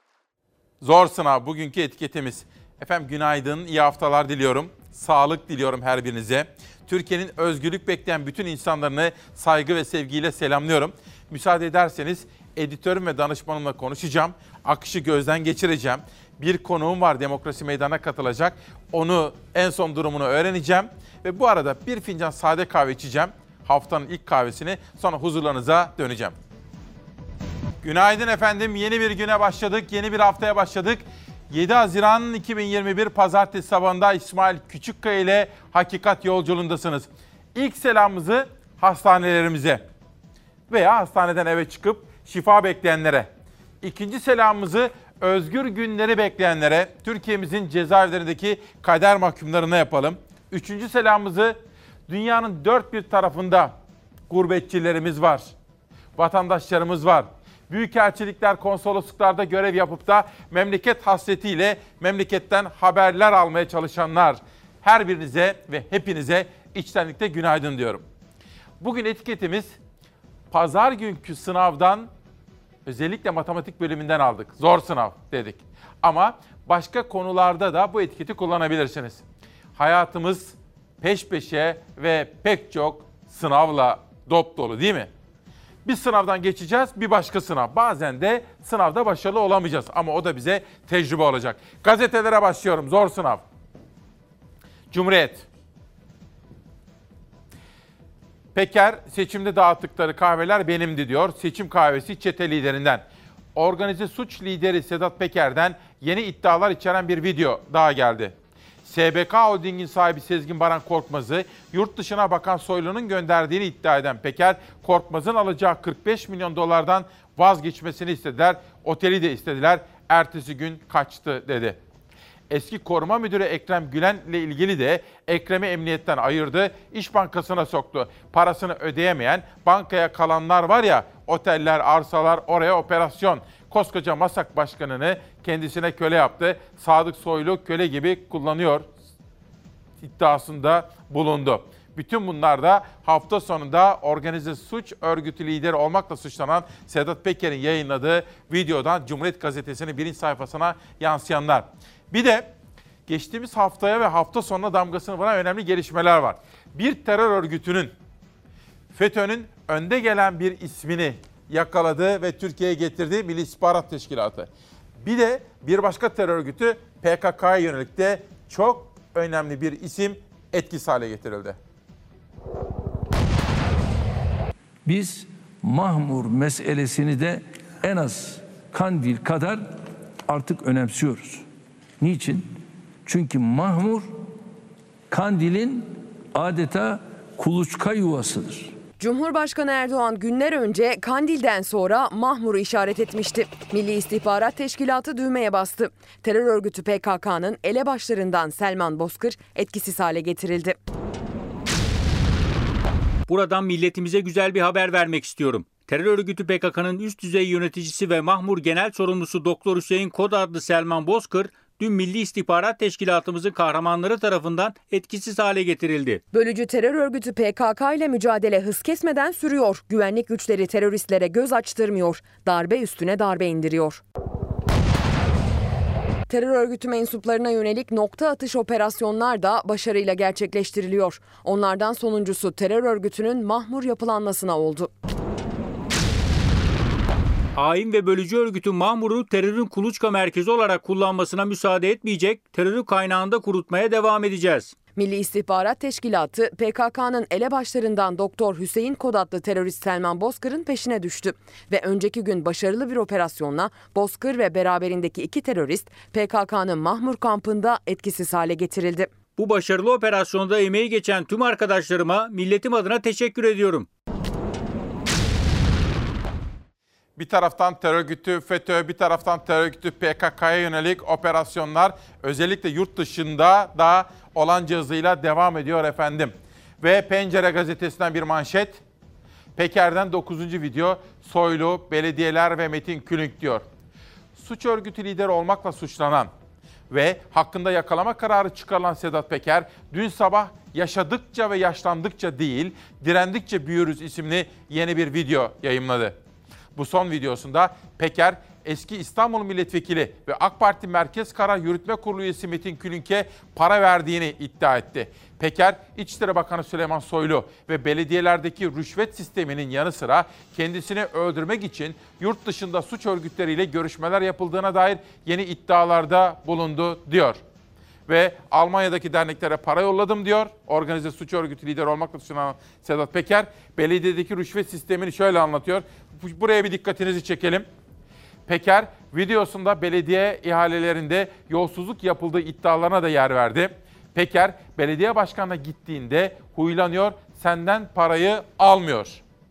Zor sınav bugünkü etiketimiz. Efendim günaydın, iyi haftalar diliyorum. Sağlık diliyorum her birinize. Türkiye'nin özgürlük bekleyen bütün insanlarını saygı ve sevgiyle selamlıyorum. Müsaade ederseniz editörüm ve danışmanımla konuşacağım. Akışı gözden geçireceğim. Bir konuğum var Demokrasi Meydanı'na katılacak. Onu en son durumunu öğreneceğim. Ve bu arada bir fincan sade kahve içeceğim. Haftanın ilk kahvesini, sonra huzurlarınıza döneceğim. Günaydın efendim. Yeni bir güne başladık. Yeni bir haftaya başladık. yedi Haziran iki bin yirmi bir Pazartesi sabahında İsmail Küçükkaya ile Hakikat Yolculuğundasınız. İlk selamımızı hastanelerimize veya hastaneden eve çıkıp şifa bekleyenlere. İkinci selamımızı özgür günleri bekleyenlere, Türkiye'mizin cezaevlerindeki kader mahkumlarına yapalım. Üçüncü selamımızı dünyanın dört bir tarafında gurbetçilerimiz var, vatandaşlarımız var. Büyükelçilikler, konsolosluklarda görev yapıp da memleket hasretiyle memleketten haberler almaya çalışanlar. Her birinize ve hepinize içtenlikle günaydın diyorum. Bugün etiketimiz pazar günkü sınavdan, özellikle matematik bölümünden aldık. Zor sınav dedik. Ama başka konularda da bu etiketi kullanabilirsiniz. Hayatımız peş peşe ve pek çok sınavla dop dolu değil mi? Bir sınavdan geçeceğiz, bir başka sınav. Bazen de sınavda başarılı olamayacağız ama o da bize tecrübe olacak. Gazetelere başlıyorum, zor sınav. Cumhuriyet. Peker, seçimde dağıttıkları kahveler benimdi diyor. Seçim kahvesi çete liderinden. Organize suç lideri Sedat Peker'den yeni iddialar içeren bir video daha geldi. S B K Holding'in sahibi Sezgin Baran Korkmaz'ı yurt dışına bakan Soylu'nun gönderdiğini iddia eden Peker, Korkmaz'ın alacağı kırk beş milyon dolardan vazgeçmesini istediler. Oteli de istediler. Ertesi gün kaçtı dedi. Eski koruma müdürü Ekrem Gülen ile ilgili de Ekrem'i emniyetten ayırdı, İş Bankası'na soktu. Parasını ödeyemeyen, bankaya kalanlar var ya, oteller, arsalar, oraya operasyon. Koskoca MASAK Başkanı'nı kendisine köle yaptı. Sadık Soylu köle gibi kullanıyor iddiasında bulundu. Bütün bunlar da hafta sonunda organize suç örgütü lideri olmakla suçlanan Sedat Peker'in yayınladığı videodan Cumhuriyet Gazetesi'nin birinci sayfasına yansıyanlar. Bir de geçtiğimiz haftaya ve hafta sonuna damgasını vuran önemli gelişmeler var. Bir terör örgütünün, FETÖ'nün önde gelen bir ismini yakaladı ve Türkiye'ye getirdiği Milli İstihbarat Teşkilatı. Bir de bir başka terör örgütü P K K'ya yönelik de çok önemli bir isim etkisiz hale getirildi. Biz Mahmur meselesini de en az Kandil kadar artık önemsiyoruz. Niçin? Çünkü Mahmur Kandil'in adeta kuluçka yuvasıdır. Cumhurbaşkanı Erdoğan günler önce Kandil'den sonra Mahmur'u işaret etmişti. Milli İstihbarat Teşkilatı düğmeye bastı. Terör örgütü P K K'nın elebaşlarından Selman Bozkır etkisiz hale getirildi. Buradan milletimize güzel bir haber vermek istiyorum. Terör örgütü P K K'nın üst düzey yöneticisi ve Mahmur Genel Sorumlusu Doktor Hüseyin Kod adlı Selman Bozkır, dün Milli İstihbarat Teşkilatımızın kahramanları tarafından etkisiz hale getirildi. Bölücü terör örgütü P K K ile mücadele hız kesmeden sürüyor. Güvenlik güçleri teröristlere göz açtırmıyor. Darbe üstüne darbe indiriyor. Terör örgütü mensuplarına yönelik nokta atış operasyonlar da başarıyla gerçekleştiriliyor. Onlardan sonuncusu terör örgütünün Mahmur yapılanmasına oldu. Hain ve bölücü örgütün Mahmur'u terörün kuluçka merkezi olarak kullanmasına müsaade etmeyecek, terörü kaynağında kurutmaya devam edeceğiz. Milli İstihbarat Teşkilatı P K K'nın elebaşlarından Doktor Hüseyin Kod adlı terörist Selman Bozkır'ın peşine düştü. Ve önceki gün başarılı bir operasyonla Bozkır ve beraberindeki iki terörist P K K'nın Mahmur kampında etkisiz hale getirildi. Bu başarılı operasyonda emeği geçen tüm arkadaşlarıma milletim adına teşekkür ediyorum. Bir taraftan terör örgütü FETÖ, bir taraftan terör örgütü P K K'ya yönelik operasyonlar özellikle yurt dışında da olanca hızıyla devam ediyor efendim. Ve Pencere gazetesinden bir manşet. Peker'den dokuzuncu video, Soylu, belediyeler ve Metin Külünk diyor. Suç örgütü lideri olmakla suçlanan ve hakkında yakalama kararı çıkarılan Sedat Peker, dün sabah yaşadıkça ve yaşlandıkça değil, direndikçe büyürüz isimli yeni bir video yayımladı. Bu son videosunda Peker, eski İstanbul Milletvekili ve AK Parti Merkez Karar Yürütme Kurulu üyesi Metin Külünk'e para verdiğini iddia etti. Peker, İçişleri Bakanı Süleyman Soylu ve belediyelerdeki rüşvet sisteminin yanı sıra kendisini öldürmek için yurt dışında suç örgütleriyle görüşmeler yapıldığına dair yeni iddialarda bulundu diyor. Ve Almanya'daki derneklere para yolladım diyor. Organize suç örgütü lideri olmakla suçlanan Sedat Peker, belediyedeki rüşvet sistemini şöyle anlatıyor. Buraya bir dikkatinizi çekelim. Peker, videosunda belediye ihalelerinde yolsuzluk yapıldığı iddialarına da yer verdi. Peker, belediye başkanına gittiğinde huylanıyor, senden parayı almıyor.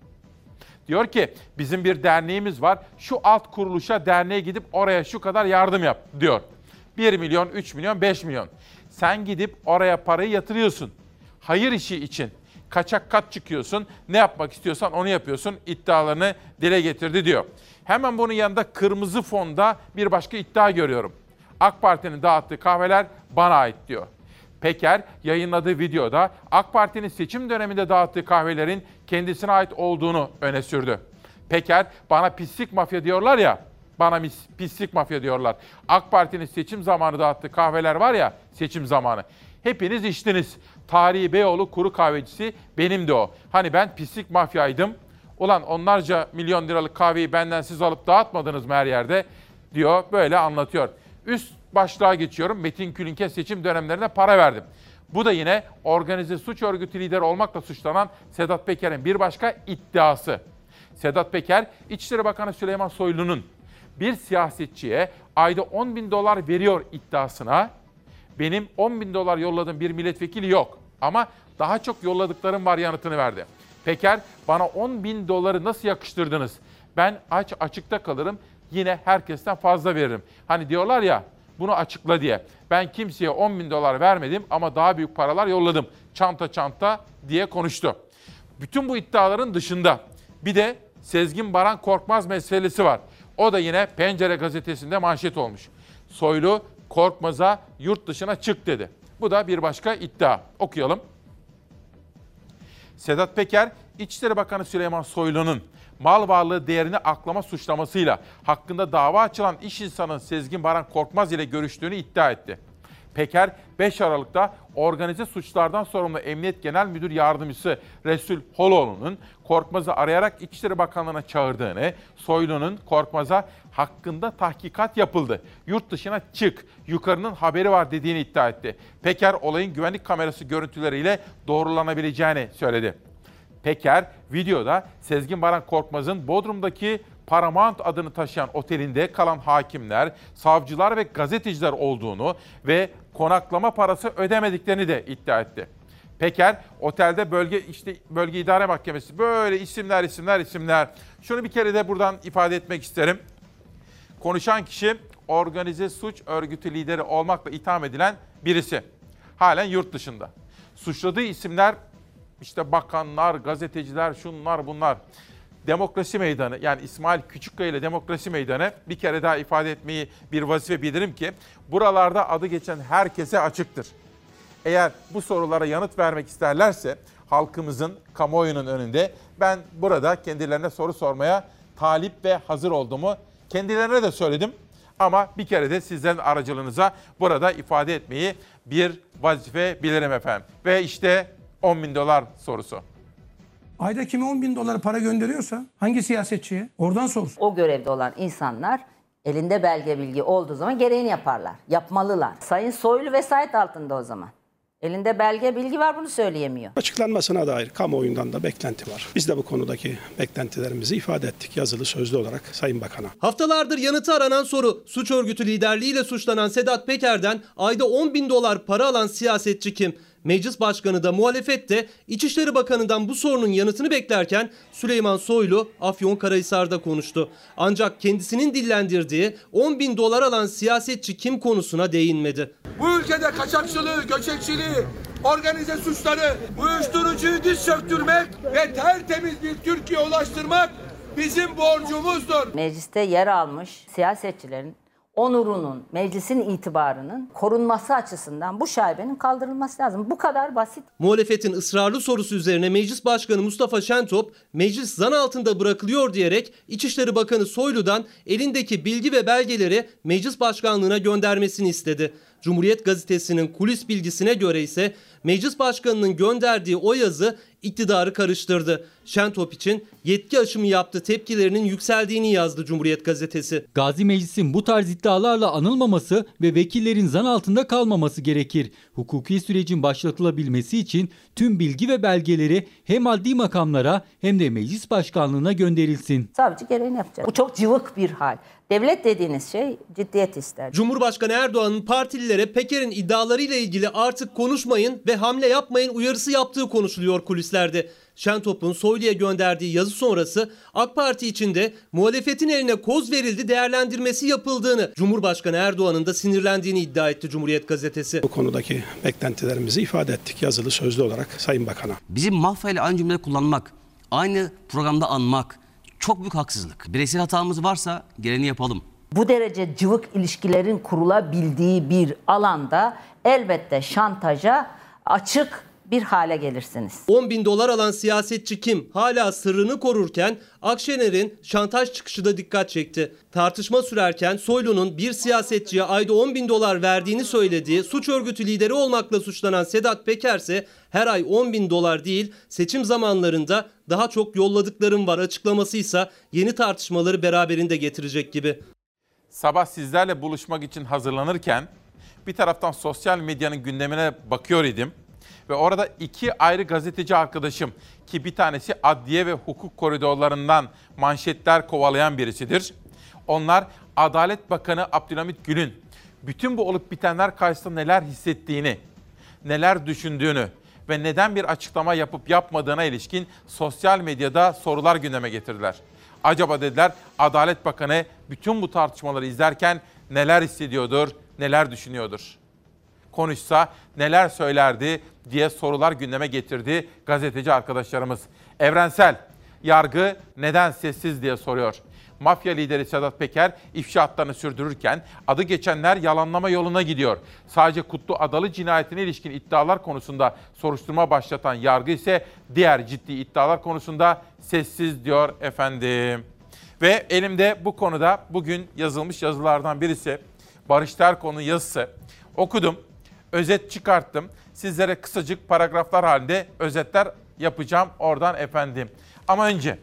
Diyor ki, bizim bir derneğimiz var, şu alt kuruluşa, derneğe gidip oraya şu kadar yardım yap diyor. bir milyon, üç milyon, beş milyon. Sen gidip oraya parayı yatırıyorsun. Hayır işi için. Kaçak kat çıkıyorsun. Ne yapmak istiyorsan onu yapıyorsun. İddialarını dile getirdi diyor. Hemen bunun yanında kırmızı fonda bir başka iddia görüyorum. AK Parti'nin dağıttığı kahveler bana ait diyor. Peker yayınladığı videoda AK Parti'nin seçim döneminde dağıttığı kahvelerin kendisine ait olduğunu öne sürdü. Peker, bana pislik mafya diyorlar ya, bana pislik mafya diyorlar. AK Parti'nin seçim zamanı dağıttığı kahveler var ya, seçim zamanı. Hepiniz içtiniz. Tarihi Beyoğlu kuru kahvecisi benim de o. Hani ben pislik mafyaydım. Ulan onlarca milyon liralık kahveyi benden siz alıp dağıtmadınız mı her yerde diyor. Böyle anlatıyor. Üst başlığa geçiyorum. Metin Külünk'e seçim dönemlerinde para verdim. Bu da yine organize suç örgütü lideri olmakla suçlanan Sedat Peker'in bir başka iddiası. Sedat Peker, İçişleri Bakanı Süleyman Soylu'nun bir siyasetçiye ayda on bin dolar veriyor iddiasına, benim on bin dolar yolladığım bir milletvekili yok ama daha çok yolladıklarım var yanıtını verdi. Peker, bana on bin doları nasıl yakıştırdınız? Ben aç açıkta kalırım, yine herkesten fazla veririm. Hani diyorlar ya, bunu açıkla diye. Ben kimseye on bin dolar vermedim ama daha büyük paralar yolladım. Çanta çanta diye konuştu. Bütün bu iddiaların dışında bir de Sezgin Baran Korkmaz meselesi var. O da yine Pencere gazetesinde manşet olmuş. Soylu, Korkmaz'a yurt dışına çık dedi. Bu da bir başka iddia. Okuyalım. Sedat Peker, İçişleri Bakanı Süleyman Soylu'nun mal varlığı değerini aklama suçlamasıyla hakkında dava açılan iş insanı Sezgin Baran Korkmaz ile görüştüğünü iddia etti. Peker, beş Aralık'ta organize suçlardan sorumlu Emniyet Genel Müdür Yardımcısı Resul Holoğlu'nun Korkmaz'ı arayarak İçişleri Bakanlığı'na çağırdığını, Soylu'nun Korkmaz'a hakkında tahkikat yapıldı, yurt dışına çık, yukarının haberi var dediğini iddia etti. Peker, olayın güvenlik kamerası görüntüleriyle doğrulanabileceğini söyledi. Peker, videoda Sezgin Baran Korkmaz'ın Bodrum'daki Paramount adını taşıyan otelinde kalan hakimler, savcılar ve gazeteciler olduğunu ve konaklama parası ödemediklerini de iddia etti. Peker, otelde bölge işte bölge idare mahkemesi böyle isimler isimler isimler. Şunu bir kere de buradan ifade etmek isterim. Konuşan kişi organize suç örgütü lideri olmakla itham edilen birisi. Halen yurt dışında. Suçladığı isimler işte bakanlar, gazeteciler, şunlar bunlar. Demokrasi Meydanı, yani İsmail Küçükkaya ile Demokrasi Meydanı, bir kere daha ifade etmeyi bir vazife bilirim ki buralarda adı geçen herkese açıktır. Eğer bu sorulara yanıt vermek isterlerse halkımızın, kamuoyunun önünde ben burada kendilerine soru sormaya talip ve hazır olduğumu kendilerine de söyledim. Ama bir kere de sizlerin aracılığınıza burada ifade etmeyi bir vazife bilirim efendim. Ve işte on bin dolar sorusu. Ayda kime on bin dolar para gönderiyorsa hangi siyasetçiye oradan sorsun. O görevde olan insanlar elinde belge bilgi olduğu zaman gereğini yaparlar. Yapmalılar. Sayın Soylu vesayet altında o zaman. Elinde belge bilgi var, bunu söyleyemiyor. Açıklanmasına dair kamuoyundan da beklenti var. Biz de bu konudaki beklentilerimizi ifade ettik yazılı sözlü olarak Sayın Bakan'a. Haftalardır yanıtı aranan soru, suç örgütü liderliğiyle suçlanan Sedat Peker'den ayda on bin dolar para alan siyasetçi kim? Meclis Başkanı da muhalefet de İçişleri Bakanı'ndan bu sorunun yanıtını beklerken Süleyman Soylu Afyonkarahisar'da konuştu. Ancak kendisinin dillendirdiği on bin dolar alan siyasetçi kim konusuna değinmedi. Bu ülkede kaçakçılığı, göçekçiliği, organize suçları, uyuşturucuyu diz söktürmek ve tertemiz bir Türkiye ulaştırmak bizim borcumuzdur. Mecliste yer almış siyasetçilerin onurunun, meclisin itibarının korunması açısından bu şaibenin kaldırılması lazım. Bu kadar basit. Muhalefetin ısrarlı sorusu üzerine Meclis Başkanı Mustafa Şentop, meclis zan altında bırakılıyor diyerek İçişleri Bakanı Soylu'dan elindeki bilgi ve belgeleri meclis başkanlığına göndermesini istedi. Cumhuriyet Gazetesi'nin kulis bilgisine göre ise Meclis Başkanı'nın gönderdiği o yazı iktidarı karıştırdı. Şentop için yetki aşımı yaptı tepkilerinin yükseldiğini yazdı Cumhuriyet Gazetesi. Gazi Meclis'in bu tarz iddialarla anılmaması ve vekillerin zan altında kalmaması gerekir. Hukuki sürecin başlatılabilmesi için tüm bilgi ve belgeleri hem adli makamlara hem de meclis başkanlığına gönderilsin. Savcı gereğini yapacak. Bu çok cıvık bir hal. Devlet dediğiniz şey ciddiyet ister. Cumhurbaşkanı Erdoğan'ın partililere Peker'in iddialarıyla ilgili artık konuşmayın ve hamle yapmayın uyarısı yaptığı konuşuluyor kulislerde. Şentop'un Soylu'ya gönderdiği yazı sonrası AK Parti içinde muhalefetin eline koz verildi değerlendirmesi yapıldığını, Cumhurbaşkanı Erdoğan'ın da sinirlendiğini iddia etti Cumhuriyet Gazetesi. Bu konudaki beklentilerimizi ifade ettik yazılı sözlü olarak Sayın Bakan'a. Bizim mafyayla aynı cümle kullanmak, aynı programda anmak çok büyük haksızlık. Bireysel hatamız varsa gereğini yapalım. Bu derece cıvık ilişkilerin kurulabildiği bir alanda elbette şantaja açık bir hale gelirsiniz. on bin dolar alan siyasetçi kim? Hala sırrını korurken Akşener'in şantaj çıkışı da dikkat çekti. Tartışma sürerken Soylu'nun bir siyasetçiye ayda on bin dolar verdiğini söylediği suç örgütü lideri olmakla suçlanan Sedat Peker ise her ay on bin dolar değil seçim zamanlarında daha çok yolladıklarım var açıklamasıysa yeni tartışmaları beraberinde getirecek gibi. Sabah sizlerle buluşmak için hazırlanırken bir taraftan sosyal medyanın gündemine bakıyor idim. Ve orada iki ayrı gazeteci arkadaşım ki bir tanesi adliye ve hukuk koridorlarından manşetler kovalayan birisidir. Onlar Adalet Bakanı Abdülhamit Gül'ün bütün bu olup bitenler karşısında neler hissettiğini, neler düşündüğünü ve neden bir açıklama yapıp yapmadığına ilişkin sosyal medyada sorular gündeme getirdiler. Acaba dediler Adalet Bakanı bütün bu tartışmaları izlerken neler hissediyordur, neler düşünüyordur? Konuşsa neler söylerdi diye sorular gündeme getirdi gazeteci arkadaşlarımız. Evrensel, yargı neden sessiz diye soruyor. Mafya lideri Sedat Peker ifşaatlarını sürdürürken adı geçenler yalanlama yoluna gidiyor. Sadece Kutlu Adalı cinayetine ilişkin iddialar konusunda soruşturma başlatan yargı ise diğer ciddi iddialar konusunda sessiz diyor efendim. Ve elimde bu konuda bugün yazılmış yazılardan birisi Barış Terkoğlu'nun yazısı. Okudum, özet çıkarttım. Sizlere kısacık paragraflar halinde özetler yapacağım oradan efendim. Ama önce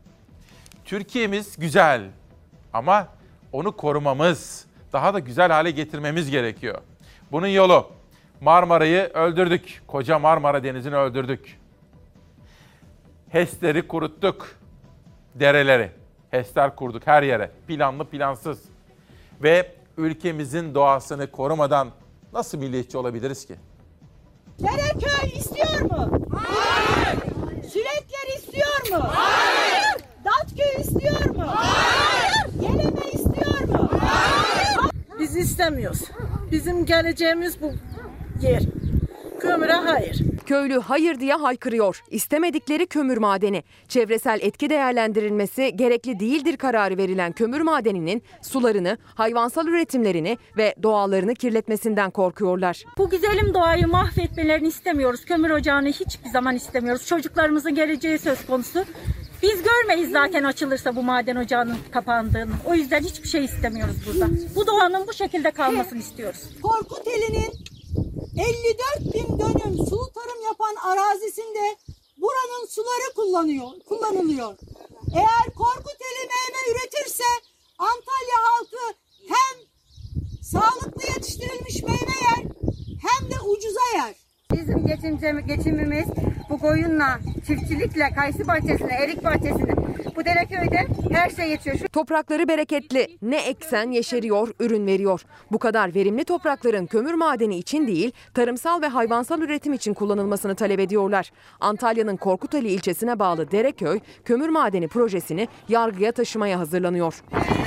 Türkiye'miz güzel ama onu korumamız, daha da güzel hale getirmemiz gerekiyor. Bunun yolu Marmara'yı öldürdük, koca Marmara Denizi'ni öldürdük. HES'leri kuruttuk, dereleri. HES'ler kurduk her yere. Planlı plansız. Ve ülkemizin doğasını korumadan nasıl milliyetçi olabiliriz ki? Dereköy istiyor mu? Hayır. Sürekler istiyor mu? Hayır. Datköy istiyor mu? Hayır. Geleme istiyor mu? Hayır. Biz istemiyoruz. Bizim geleceğimiz bu yer. Kömüre hayır. Köylü hayır diye haykırıyor. İstemedikleri kömür madeni. Çevresel etki değerlendirilmesi gerekli değildir kararı verilen kömür madeninin sularını, hayvansal üretimlerini ve doğalarını kirletmesinden korkuyorlar. Bu güzelim doğayı mahvetmelerini istemiyoruz. Kömür ocağını hiçbir zaman istemiyoruz. Çocuklarımızın geleceği söz konusu. Biz görmeyiz zaten açılırsa bu maden ocağının kapandığını. O yüzden hiçbir şey istemiyoruz burada. Bu doğanın bu şekilde kalmasını istiyoruz. Korkuteli'nin elli dört bin dönüm sulu tarım yapan arazisinde buranın suları kullanıyor, kullanılıyor. Eğer Korkuteli meyve üretirse Antalya halkı hem sağlıklı yetiştirilmiş meyve yer hem de ucuza yer. Bizim geçimimiz, geçimimiz bu koyunla, çiftçilikle, kayısı bahçesine, erik bahçesine, bu Dereköy'de her şey yetişiyor. Şu... Toprakları bereketli. Ne eksen yeşeriyor, ürün veriyor. Bu kadar verimli toprakların kömür madeni için değil, tarımsal ve hayvansal üretim için kullanılmasını talep ediyorlar. Antalya'nın Korkuteli ilçesine bağlı Dereköy, kömür madeni projesini yargıya taşımaya hazırlanıyor.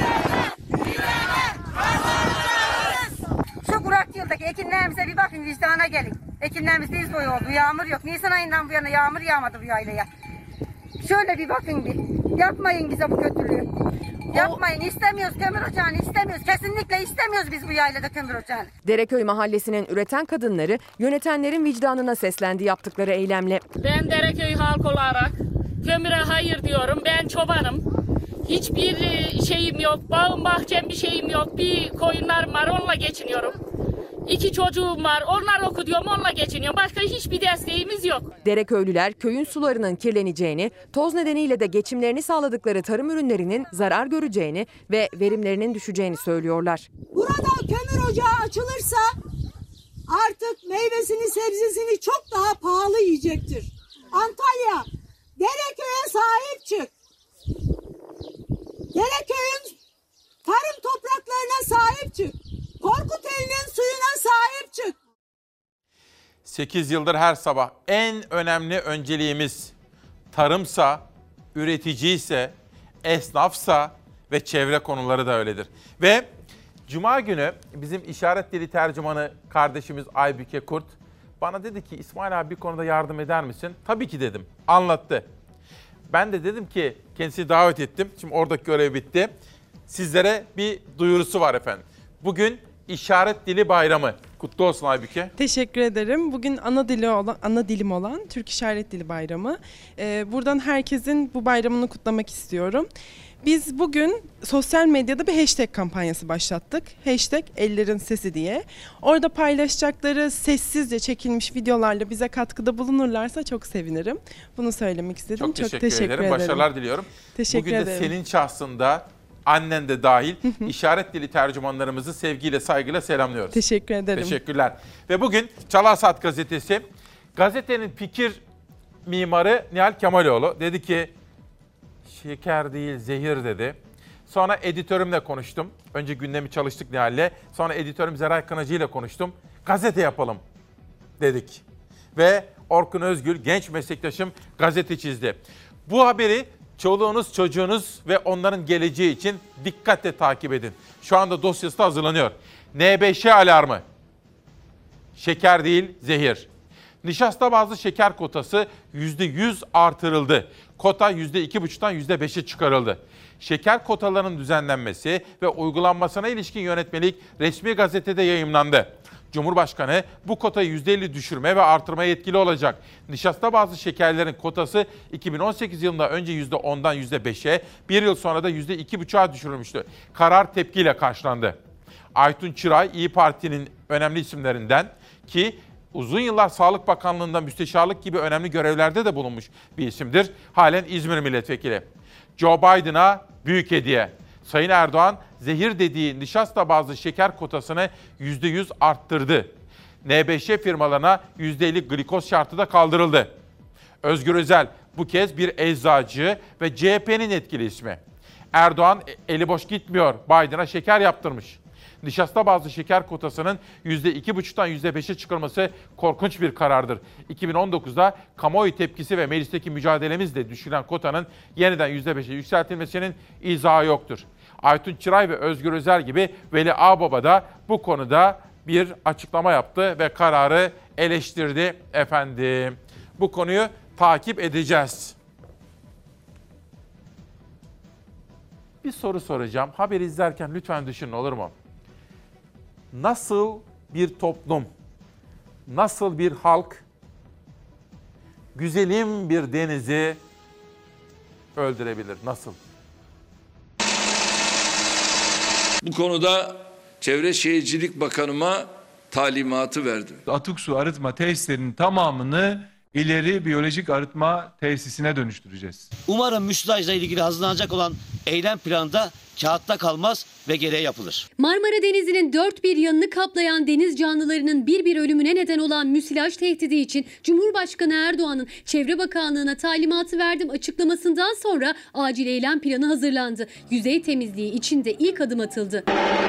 Şu kurak yıldaki ekinlerimize bir bakın, vicdana gelin. Ekinlerimiz diz boyu oldu, yağmur yok. Nisan ayından bu yana yağmur yağmadı bu yaylaya. Şöyle bir bakın bir. Yapmayın bize bu kötülüğü. Yapmayın, istemiyoruz kömür ocağını, istemiyoruz. Kesinlikle istemiyoruz biz bu yaylada kömür ocağını. Dereköy mahallesinin üreten kadınları yönetenlerin vicdanına seslendi yaptıkları eylemle. Ben Dereköy halk olarak kömüre hayır diyorum. Ben çobanım. Hiçbir şeyim yok. Bağım bahçem bir şeyim yok. Bir koyunlarım var, onunla geçiniyorum. İki çocuğum var. Onlar okutuyorum, onunla geçiniyorum. Başka hiçbir desteğimiz yok. Dereköylüler köyün sularının kirleneceğini, toz nedeniyle de geçimlerini sağladıkları tarım ürünlerinin zarar göreceğini ve verimlerinin düşeceğini söylüyorlar. Burada kömür ocağı açılırsa artık meyvesini, sebzesini çok daha pahalı yiyecektir. Antalya, Dereköy'e sahip çık. Dereköy'ün tarım topraklarına sahip çık. Korkuteli'nin suyuna sahip çık. sekiz yıldır her sabah en önemli önceliğimiz tarımsa, üreticiyse, esnafsa ve çevre konuları da öyledir. Ve Cuma günü bizim işaret dili tercümanı kardeşimiz Aybüke Kurt bana dedi ki İsmail abi bir konuda yardım eder misin? Tabii ki dedim. Anlattı. Ben de dedim ki kendisini davet ettim. Şimdi oradaki görev bitti. Sizlere bir duyurusu var efendim. Bugün İşaret Dili Bayramı. Kutlu olsun Aybüke. Teşekkür ederim. Bugün ana dili olan, ana dilim olan Türk İşaret Dili Bayramı. Ee, buradan herkesin bu bayramını kutlamak istiyorum. Biz bugün sosyal medyada bir hashtag kampanyası başlattık. Hashtag Ellerin Sesi diye. Orada paylaşacakları sessizce çekilmiş videolarla bize katkıda bulunurlarsa çok sevinirim. Bunu söylemek istedim. Çok teşekkür, çok teşekkür ederim. ederim. Başarılar diliyorum. Teşekkür Bugün de ederim. senin şahsında annen de dahil işaret dili tercümanlarımızı sevgiyle, saygıyla selamlıyoruz. Teşekkür ederim. Teşekkürler. Ve bugün Çalar Saat gazetesi, gazetenin fikir mimarı Nihal Kemaloğlu dedi ki şeker değil zehir dedi. Sonra editörümle konuştum. Önce gündemi çalıştık Nihal'le. Sonra editörüm Zeray Kınacı ile konuştum. Gazete yapalım dedik. Ve Orkun Özgül genç meslektaşım gazete çizdi. Bu haberi çoluğunuz, çocuğunuz ve onların geleceği için dikkatle takip edin. Şu anda dosyası da hazırlanıyor. N B Ş alarmı. Şeker değil, zehir. Nişasta bazlı şeker kotası yüzde yüz artırıldı. Kota yüzde iki buçuktan yüzde beşe çıkarıldı. Şeker kotalarının düzenlenmesi ve uygulanmasına ilişkin yönetmelik resmi gazetede yayımlandı. Cumhurbaşkanı bu kotayı yüzde elli düşürme ve artırmaya yetkili olacak. Nişasta bazlı şekerlerin kotası iki bin on sekiz yılında önce yüzde ondan yüzde beşe, bir yıl sonra da yüzde iki buçuğa düşürülmüştü. Karar tepkiyle karşılandı. Aytun Çıray, İYİ Parti'nin önemli isimlerinden ki uzun yıllar Sağlık Bakanlığı'nda müsteşarlık gibi önemli görevlerde de bulunmuş bir isimdir. Halen İzmir milletvekili. Joe Biden'a büyük hediye. Sayın Erdoğan zehir dediği nişasta bazlı şeker kotasını yüzde yüz arttırdı. N B Ş firmalarına yüzde elli glikoz şartı da kaldırıldı. Özgür Özel bu kez bir eczacı ve C H P'nin etkili ismi. Erdoğan eli boş gitmiyor. Biden'a şeker yaptırmış. Nişasta bazlı şeker kotasının yüzde iki buçuktan yüzde beşe çıkarılması korkunç bir karardır. iki bin on dokuzda kamuoyu tepkisi ve meclisteki mücadelemizle düşülen kotanın yeniden yüzde beşe yükseltilmesinin izahı yoktur. Aytun Çıray ve Özgür Özel gibi Veli Ağbaba da bu konuda bir açıklama yaptı ve kararı eleştirdi efendim. Bu konuyu takip edeceğiz. Bir soru soracağım. Haberi izlerken lütfen düşünün, olur mu? Nasıl bir toplum, nasıl bir halk güzelim bir denizi öldürebilir? Nasıl? Bu konuda Çevre Şehircilik Bakanıma talimatı verdim. Atık su arıtma tesislerinin tamamını ileri biyolojik arıtma tesisine dönüştüreceğiz. Umarım müsilajla ilgili hazırlanacak olan eylem planı da kağıtta kalmaz ve gereği yapılır. Marmara Denizi'nin dört bir yanını kaplayan deniz canlılarının bir bir ölümüne neden olan müsilaj tehdidi için Cumhurbaşkanı Erdoğan'ın Çevre Bakanlığı'na talimatı verdim açıklamasından sonra acil eylem planı hazırlandı. Yüzey temizliği için de ilk adım atıldı.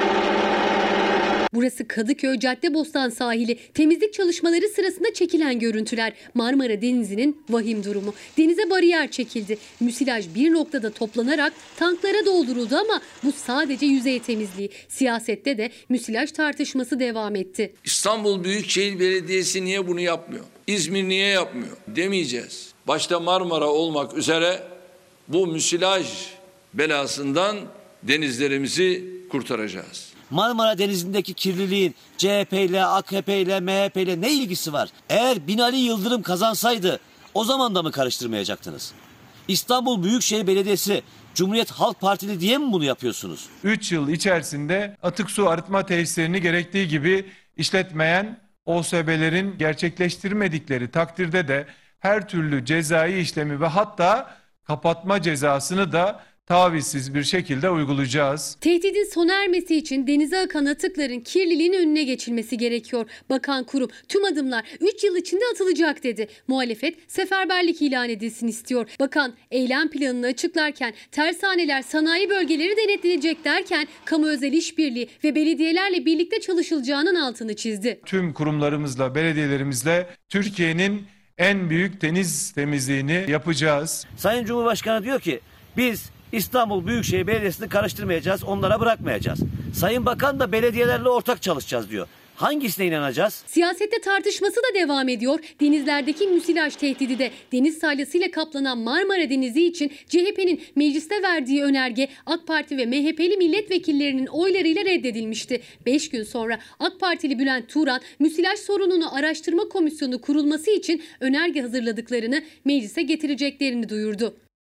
Burası Kadıköy Caddebostan sahili. Temizlik çalışmaları sırasında çekilen görüntüler. Marmara Denizi'nin vahim durumu. Denize bariyer çekildi. Müsilaj bir noktada toplanarak tanklara dolduruldu ama bu sadece yüzey temizliği. Siyasette de müsilaj tartışması devam etti. İstanbul Büyükşehir Belediyesi niye bunu yapmıyor? İzmir niye yapmıyor? Demeyeceğiz. Başta Marmara olmak üzere bu müsilaj belasından denizlerimizi kurtaracağız. Marmara Denizi'ndeki kirliliğin C H P ile, A K P ile, M H P ile ne ilgisi var? Eğer Binali Yıldırım kazansaydı o zaman da mı karıştırmayacaktınız? İstanbul Büyükşehir Belediyesi Cumhuriyet Halk Partili diye mi bunu yapıyorsunuz? üç yıl içerisinde atık su arıtma tesislerini gerektiği gibi işletmeyen O S B'lerin gerçekleştirmedikleri takdirde de her türlü cezai işlemi ve hatta kapatma cezasını da tavizsiz bir şekilde uygulayacağız. Tehdidin sona ermesi için denize akan atıkların kirliliğin önüne geçilmesi gerekiyor. Bakan kurum tüm adımlar üç yıl içinde atılacak dedi. Muhalefet seferberlik ilan edilsin istiyor. Bakan eylem planını açıklarken tersaneler, sanayi bölgeleri denetlenecek derken kamu özel işbirliği ve belediyelerle birlikte çalışılacağının altını çizdi. Tüm kurumlarımızla, belediyelerimizle Türkiye'nin en büyük deniz temizliğini yapacağız. Sayın Cumhurbaşkanı diyor ki biz İstanbul Büyükşehir Belediyesi'ni karıştırmayacağız, onlara bırakmayacağız. Sayın Bakan da belediyelerle ortak çalışacağız diyor. Hangisine inanacağız? Siyasette tartışması da devam ediyor. Denizlerdeki müsilaj tehdidi de deniz salyasıyla kaplanan Marmara Denizi için C H P'nin mecliste verdiği önerge AK Parti ve M H P'li milletvekillerinin oylarıyla reddedilmişti. beş gün sonra AK Partili Bülent Turan müsilaj sorununu araştırma komisyonu kurulması için önerge hazırladıklarını meclise getireceklerini duyurdu.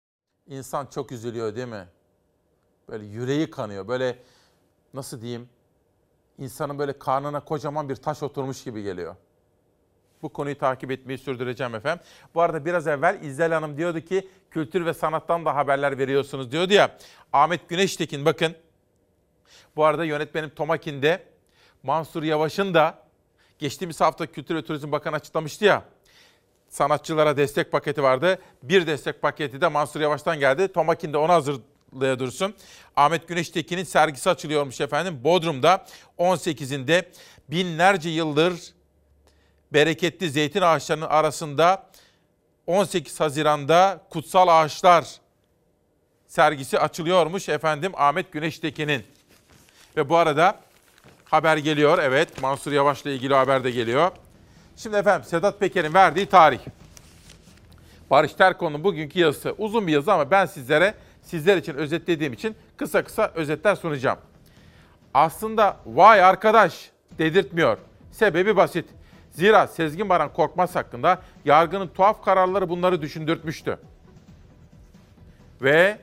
İnsan çok üzülüyor değil mi? Böyle yüreği kanıyor. Böyle nasıl diyeyim? İnsanın böyle karnına kocaman bir taş oturmuş gibi geliyor. Bu konuyu takip etmeyi sürdüreceğim efendim. Bu arada biraz evvel İzel Hanım diyordu ki kültür ve sanattan da haberler veriyorsunuz diyordu ya. Ahmet Güneştekin bakın. Bu arada yönetmenim Tomakin'de Mansur Yavaş'ın da geçtiğimiz hafta Kültür ve Turizm Bakanı açıklamıştı ya. Sanatçılara destek paketi vardı. Bir destek paketi de Mansur Yavaş'tan geldi. Tomakin de onu hazırlaya dursun. Ahmet Güneştekin'in sergisi açılıyormuş efendim. Bodrum'da on sekizinde binlerce yıldır bereketli zeytin ağaçlarının arasında on sekiz Haziran'da Kutsal Ağaçlar sergisi açılıyormuş efendim Ahmet Güneştekin'in. Ve bu arada haber geliyor. Evet, Mansur Yavaş'la ilgili haber de geliyor. Şimdi efendim Sedat Peker'in verdiği tarih. Barış Terkoğlu'nun bugünkü yazısı. Uzun bir yazı ama ben sizlere, sizler için özetlediğim için kısa kısa özetler sunacağım. Aslında vay arkadaş dedirtmiyor. Sebebi basit. Zira Sezgin Baran Korkmaz hakkında yargının tuhaf kararları bunları düşündürtmüştü. Ve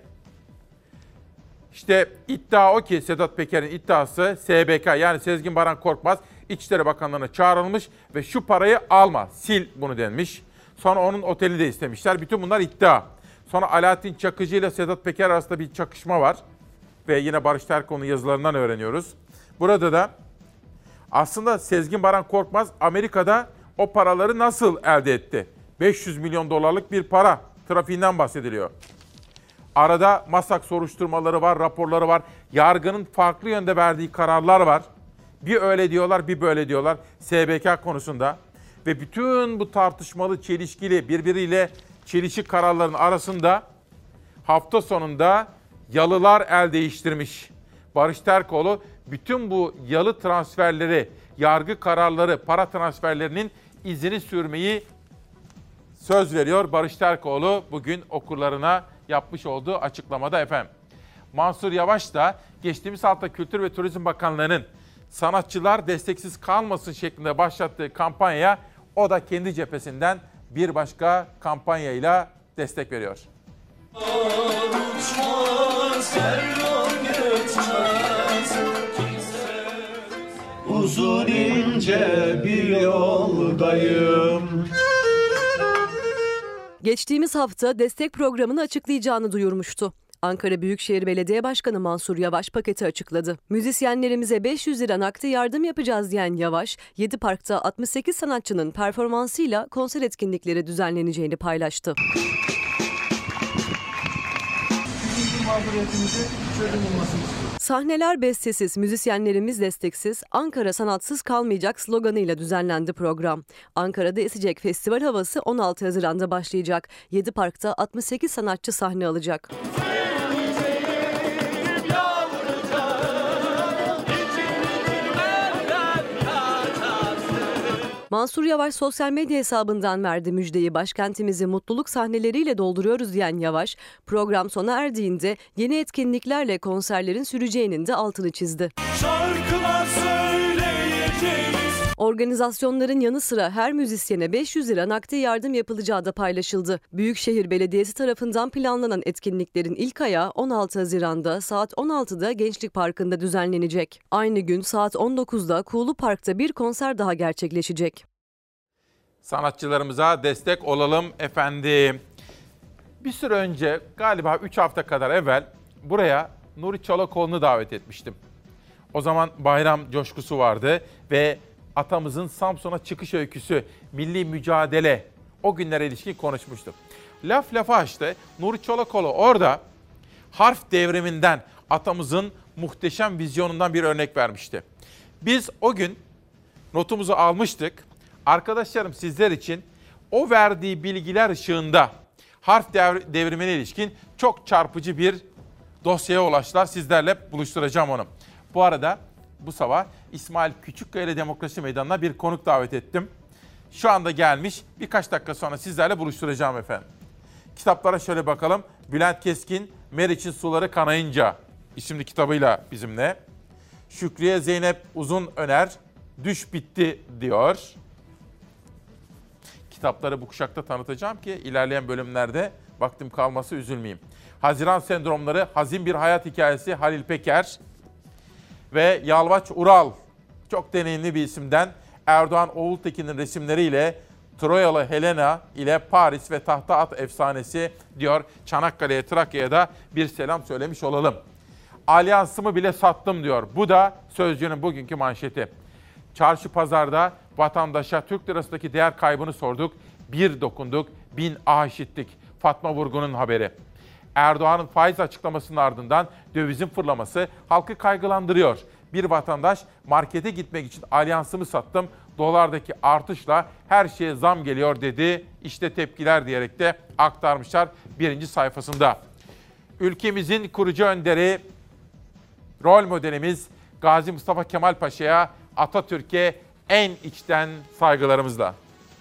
işte iddia o ki Sedat Peker'in iddiası S B K yani Sezgin Baran Korkmaz İçişleri Bakanlığı'na çağrılmış ve şu parayı alma, sil bunu denmiş. Sonra onun oteli de istemişler. Bütün bunlar iddia. Sonra Alaaddin Çakıcı ile Sedat Peker arasında bir çakışma var. Ve yine Barış Terkoğlu'nun yazılarından öğreniyoruz. Burada da aslında Sezgin Baran Korkmaz Amerika'da o paraları nasıl elde etti? beş yüz milyon dolarlık bir para trafiğinden bahsediliyor. Arada MASAK soruşturmaları var, raporları var. Yargının farklı yönde verdiği kararlar var. Bir öyle diyorlar, bir böyle diyorlar S B K konusunda. Ve bütün bu tartışmalı, çelişkili, birbiriyle çelişik kararların arasında hafta sonunda yalılar el değiştirmiş. Barış Terkoğlu bütün bu yalı transferleri, yargı kararları, para transferlerinin izini sürmeyi söz veriyor. Barış Terkoğlu bugün okurlarına yapmış olduğu açıklamada efendim. Mansur Yavaş da geçtiğimiz hafta Kültür ve Turizm Bakanlığı'nın sanatçılar desteksiz kalmasın şeklinde başlattığı kampanyaya o da kendi cephesinden bir başka kampanyayla destek veriyor. Uzun ince bir yoldayım. Geçtiğimiz hafta destek programını açıklayacağını duyurmuştu. Ankara Büyükşehir Belediye Başkanı Mansur Yavaş paketi açıkladı. Müzisyenlerimize beş yüz lira nakdi yardım yapacağız diyen Yavaş, yedi parkta altmış sekiz sanatçının performansıyla konser etkinlikleri düzenleneceğini paylaştı. Sahneler bestesiz, müzisyenlerimiz desteksiz, Ankara sanatsız kalmayacak sloganıyla düzenlendi program. Ankara'da esecek festival havası on altı Haziran'da başlayacak. yedi parkta altmış sekiz sanatçı sahne alacak. Mansur Yavaş sosyal medya hesabından verdi müjdeyi. Başkentimizi mutluluk sahneleriyle dolduruyoruz diyen Yavaş, program sona erdiğinde yeni etkinliklerle konserlerin süreceğinin de altını çizdi. Şarkılar söyleyeceğiz. Organizasyonların yanı sıra her müzisyene beş yüz lira nakdi yardım yapılacağı da paylaşıldı. Büyükşehir Belediyesi tarafından planlanan etkinliklerin ilk ayağı on altı Haziran'da saat on altıda Gençlik Parkı'nda düzenlenecek. Aynı gün saat on dokuzda Kuğulu Park'ta bir konser daha gerçekleşecek. Sanatçılarımıza destek olalım efendim. Bir süre önce galiba üç hafta kadar evvel buraya Nuri Çolakoğlu'nu davet etmiştim. O zaman bayram coşkusu vardı ve atamızın Samsun'a çıkış öyküsü, milli mücadele, o günlere ilişkin konuşmuştuk. Laf lafa açtı. Nuri Çolakoğlu orada harf devriminden, atamızın muhteşem vizyonundan bir örnek vermişti. Biz o gün notumuzu almıştık. Arkadaşlarım sizler için o verdiği bilgiler ışığında harf devr- devrimine ilişkin çok çarpıcı bir dosyaya ulaştılar. Sizlerle buluşturacağım onu. Bu arada bu sabah İsmail Küçükkaya Demokrasi Meydanı'na bir konuk davet ettim. Şu anda gelmiş, birkaç dakika sonra sizlerle buluşturacağım efendim. Kitaplara şöyle bakalım. Bülent Keskin, Meriç'in Suları Kanayınca isimli kitabıyla bizimle. Şükriye Zeynep Uzun Öner, Düş Bitti diyor. Kitapları bu kuşakta tanıtacağım ki ilerleyen bölümlerde vaktim kalması üzülmeyeyim. Haziran Sendromları, Hazin Bir Hayat Hikayesi Halil Peker ve Yalvaç Ural, çok deneyimli bir isimden Erdoğan Oğultekin'in resimleriyle Troyalı Helena ile Paris ve Tahta At Efsanesi diyor. Çanakkale'ye, Trakya'ya da bir selam söylemiş olalım. Alyansımı bile sattım diyor. Bu da Sözcü'nün bugünkü manşeti. Çarşı pazarda vatandaşa Türk lirasındaki değer kaybını sorduk. Bir dokunduk, bin ah işittik. Fatma Vurgun'un haberi. Erdoğan'ın faiz açıklamasının ardından dövizin fırlaması halkı kaygılandırıyor. Bir vatandaş markete gitmek için alyansımı sattım, dolardaki artışla her şeye zam geliyor dedi. İşte tepkiler diyerek de aktarmışlar birinci sayfasında. Ülkemizin kurucu önderi, rol modelimiz Gazi Mustafa Kemal Paşa'ya, Atatürk'e en içten saygılarımızla.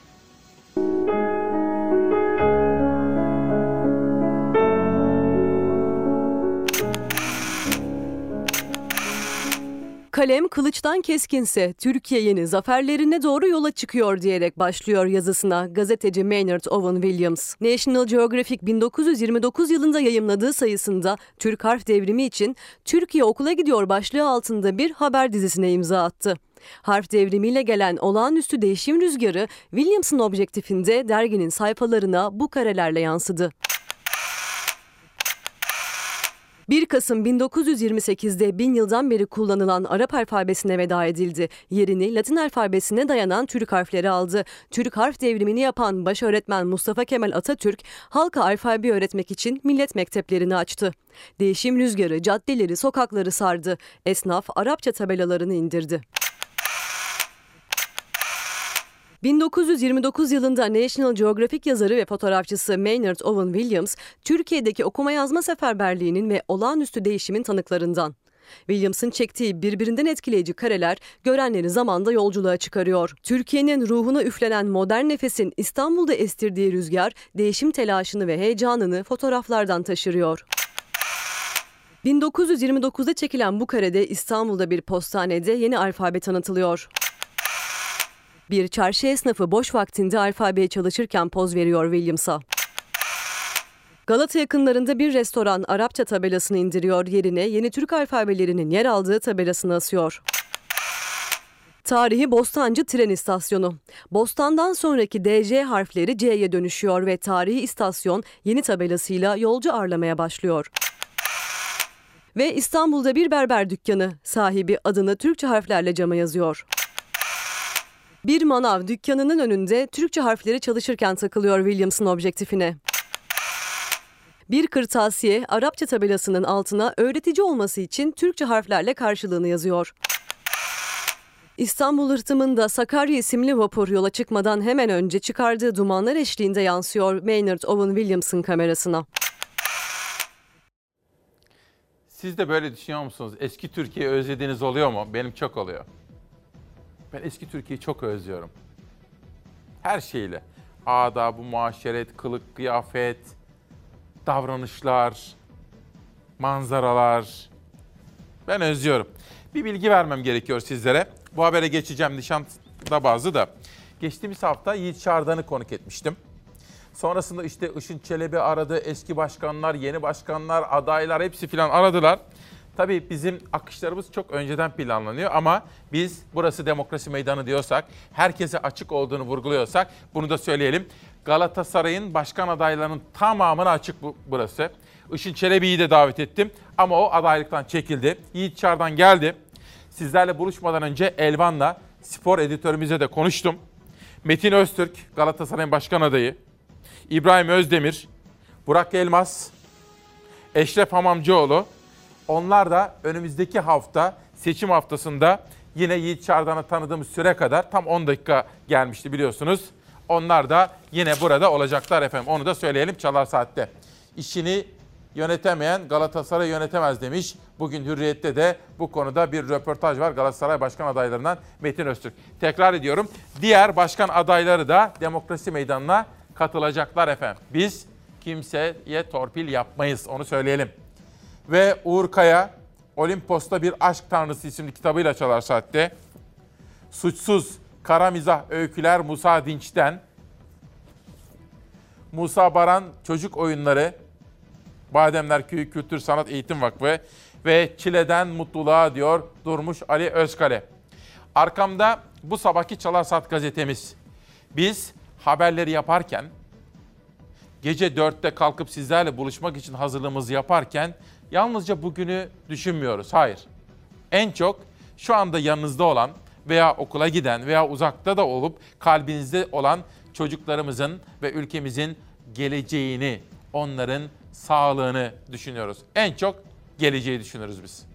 Kalem kılıçtan keskinse Türkiye yeni zaferlerine doğru yola çıkıyor diyerek başlıyor yazısına gazeteci Maynard Owen Williams. National Geographic bin dokuz yüz yirmi dokuz yılında yayımladığı sayısında Türk harf devrimi için Türkiye okula gidiyor başlığı altında bir haber dizisine imza attı. Harf devrimiyle gelen olağanüstü değişim rüzgarı Williams'ın objektifinde derginin sayfalarına bu karelerle yansıdı. bir Kasım bin dokuz yüz yirmi sekizde bin yıldan beri kullanılan Arap alfabesine veda edildi. Yerini Latin alfabesine dayanan Türk harfleri aldı. Türk harf devrimini yapan baş öğretmen Mustafa Kemal Atatürk, halka alfabe öğretmek için millet mekteplerini açtı. Değişim rüzgarı caddeleri, sokakları sardı. Esnaf Arapça tabelalarını indirdi. bin dokuz yüz yirmi dokuz yılında National Geographic yazarı ve fotoğrafçısı Maynard Owen Williams, Türkiye'deki okuma yazma seferberliğinin ve olağanüstü değişimin tanıklarından. Williams'ın çektiği birbirinden etkileyici kareler görenleri zamanda yolculuğa çıkarıyor. Türkiye'nin ruhuna üflenen modern nefesin İstanbul'da estirdiği rüzgar, değişim telaşını ve heyecanını fotoğraflardan taşırıyor. bin dokuz yüz yirmi dokuzda çekilen bu karede İstanbul'da bir postanede yeni alfabe tanıtılıyor. Bir çarşı esnafı boş vaktinde alfabeye çalışırken poz veriyor Williams'a. Galata yakınlarında bir restoran Arapça tabelasını indiriyor, yerine yeni Türk alfabelerinin yer aldığı tabelasını asıyor. Tarihi Bostancı tren istasyonu. Bostan'dan sonraki D J harfleri C'ye dönüşüyor ve tarihi istasyon yeni tabelasıyla yolcu ağırlamaya başlıyor. Ve İstanbul'da bir berber dükkanı, sahibi adını Türkçe harflerle cama yazıyor. Bir manav dükkanının önünde Türkçe harfleri çalışırken takılıyor Williams'ın objektifine. Bir kırtasiye Arapça tabelasının altına öğretici olması için Türkçe harflerle karşılığını yazıyor. İstanbul rıhtımında Sakarya isimli vapur yola çıkmadan hemen önce çıkardığı dumanlar eşliğinde yansıyor Maynard Owen Williams'ın kamerasına. Siz de böyle düşünüyor musunuz? Eski Türkiye'yi özlediğiniz oluyor mu? Benim çok oluyor. Ben eski Türkiye'yi çok özlüyorum. Her şeyle. Adab-ı muaşeret, kılık, kıyafet, davranışlar, manzaralar. Ben özlüyorum. Bir bilgi vermem gerekiyor sizlere. Bu habere geçeceğim Nişantaşı bazı da. Geçtiğimiz hafta Yiğit Çağrı'danı konuk etmiştim. Sonrasında işte Işın Çelebi aradı, eski başkanlar, yeni başkanlar, adaylar hepsi filan aradılar. Tabii bizim akışlarımız çok önceden planlanıyor ama biz burası demokrasi meydanı diyorsak, herkese açık olduğunu vurguluyorsak bunu da söyleyelim. Galatasaray'ın başkan adaylarının tamamına açık bu, burası. Işın Çelebi'yi de davet ettim ama o adaylıktan çekildi. Yiğit Çağrı'dan geldi. Sizlerle buluşmadan önce Elvan'la spor editörümüze de konuştum. Metin Öztürk, Galatasaray'ın başkan adayı. İbrahim Özdemir, Burak Elmas, Eşref Hamamcıoğlu. Onlar da önümüzdeki hafta seçim haftasında yine Yiğit Çağrı'danı tanıdığımız süre kadar tam on dakika gelmişti biliyorsunuz. Onlar da yine burada olacaklar efendim. Onu da söyleyelim Çalar Saat'te. İşini yönetemeyen Galatasaray yönetemez demiş. Bugün Hürriyet'te de bu konuda bir röportaj var Galatasaray başkan adaylarından Metin Öztürk. Tekrar ediyorum. Diğer başkan adayları da demokrasi meydanına katılacaklar efendim. Biz kimseye torpil yapmayız, onu söyleyelim. Ve Uğur Kaya, Olimpos'ta bir Aşk Tanrısı isimli kitabıyla Çalar Saat'te. Suçsuz Kara Mizah Öyküler Musa Dinç'ten. Musa Baran Çocuk Oyunları, Bademler Köyü Kültür Sanat Eğitim Vakfı ve Çile'den Mutluluğa diyor Durmuş Ali Özkale. Arkamda bu sabahki Çalar Saat gazetemiz. Biz haberleri yaparken, gece dörtte kalkıp sizlerle buluşmak için hazırlığımızı yaparken yalnızca bugünü düşünmüyoruz. Hayır. En çok şu anda yanınızda olan veya okula giden veya uzakta da olup kalbinizde olan çocuklarımızın ve ülkemizin geleceğini, onların sağlığını düşünüyoruz. En çok geleceği düşünürüz biz.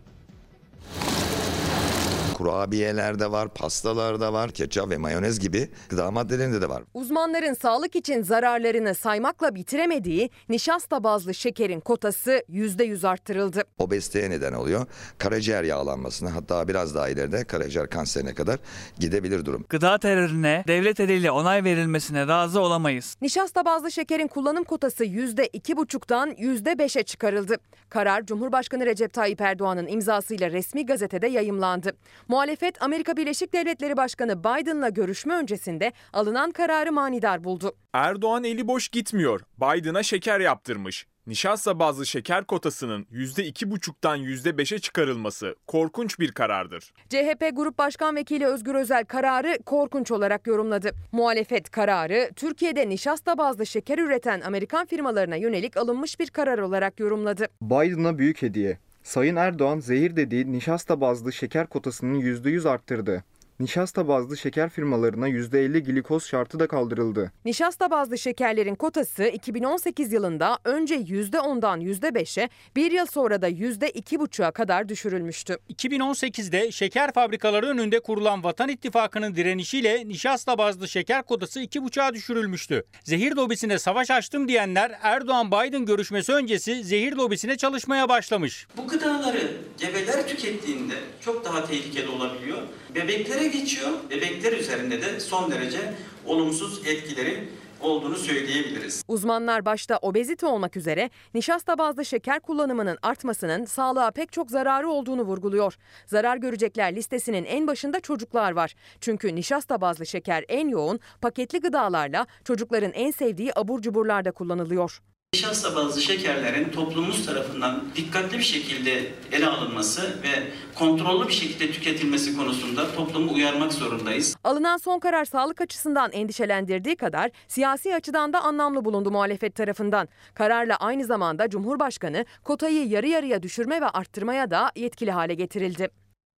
Kurabiyeler de var, pastalar da var, ketçap ve mayonez gibi gıda maddelerinde de var. Uzmanların sağlık için zararlarını saymakla bitiremediği nişasta bazlı şekerin kotası yüzde yüz arttırıldı. Obeziteye neden oluyor. Karaciğer yağlanmasına, hatta biraz daha ileride karaciğer kanserine kadar gidebilir durum. Gıda terörüne, devlet eliyle onay verilmesine razı olamayız. Nişasta bazlı şekerin kullanım kotası yüzde iki buçuktan yüzde beşe çıkarıldı. Karar Cumhurbaşkanı Recep Tayyip Erdoğan'ın imzasıyla resmi gazetede yayımlandı. Muhalefet Amerika Birleşik Devletleri Başkanı Biden'la görüşme öncesinde alınan kararı manidar buldu. Erdoğan eli boş gitmiyor. Biden'a şeker yaptırmış. Nişasta bazlı şeker kotasının yüzde iki buçuktan yüzde beşe çıkarılması korkunç bir karardır. C H P Grup Başkan Vekili Özgür Özel kararı korkunç olarak yorumladı. Muhalefet kararı Türkiye'de nişasta bazlı şeker üreten Amerikan firmalarına yönelik alınmış bir karar olarak yorumladı. Biden'a büyük hediye. Sayın Erdoğan zehir dediği nişasta bazlı şeker kotasını yüzde yüz arttırdı. Nişasta bazlı şeker firmalarına yüzde elli glikoz şartı da kaldırıldı. Nişasta bazlı şekerlerin kotası iki bin on sekiz yılında önce yüzde ondan yüzde beşe, bir yıl sonra da yüzde iki buçuğa kadar düşürülmüştü. iki bin on sekizde şeker fabrikaları önünde kurulan Vatan İttifakı'nın direnişiyle nişasta bazlı şeker kotası iki buçuğa düşürülmüştü. Zehir lobisine savaş açtım diyenler Erdoğan-Biden görüşmesi öncesi zehir lobisine çalışmaya başlamış. Bu gıdaları gebeler tükettiğinde çok daha tehlikeli olabiliyor. Bebeklere geçiyor. Bebekler üzerinde de son derece olumsuz etkileri olduğunu söyleyebiliriz. Uzmanlar başta obezite olmak üzere nişasta bazlı şeker kullanımının artmasının sağlığa pek çok zararı olduğunu vurguluyor. Zarar görecekler listesinin en başında çocuklar var. Çünkü nişasta bazlı şeker en yoğun paketli gıdalarla çocukların en sevdiği abur cuburlarda kullanılıyor. Nişasta bazlı şekerlerin toplumumuz tarafından dikkatli bir şekilde ele alınması ve kontrollü bir şekilde tüketilmesi konusunda toplumu uyarmak zorundayız. Alınan son karar sağlık açısından endişelendirdiği kadar siyasi açıdan da anlamlı bulundu muhalefet tarafından. Kararla aynı zamanda Cumhurbaşkanı kotayı yarı yarıya düşürme ve arttırmaya da yetkili hale getirildi.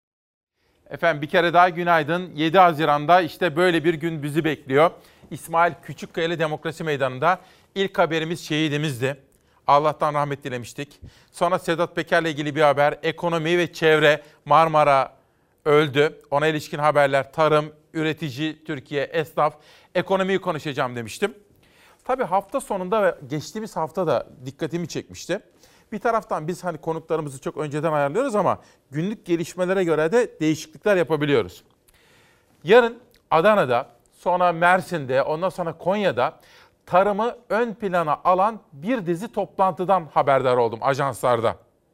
Efendim bir kere daha günaydın. yedi Haziran'da işte böyle bir gün bizi bekliyor. İsmail Küçükkaya'lı Demokrasi Meydanı'nda ilk haberimiz şehidimizdi. Allah'tan rahmet dilemiştik. Sonra Sedat Peker'le ilgili bir haber. Ekonomi ve çevre, Marmara öldü. Ona ilişkin haberler, tarım, üretici, Türkiye, esnaf, ekonomiyi konuşacağım demiştim. Tabii hafta sonunda ve geçtiğimiz hafta da dikkatimi çekmişti. Bir taraftan biz hani konuklarımızı çok önceden ayarlıyoruz ama günlük gelişmelere göre de değişiklikler yapabiliyoruz. Yarın Adana'da, sonra Mersin'de, ondan sonra Konya'da tarımı ön plana alan bir dizi toplantıdan haberdar oldum ajanslarda.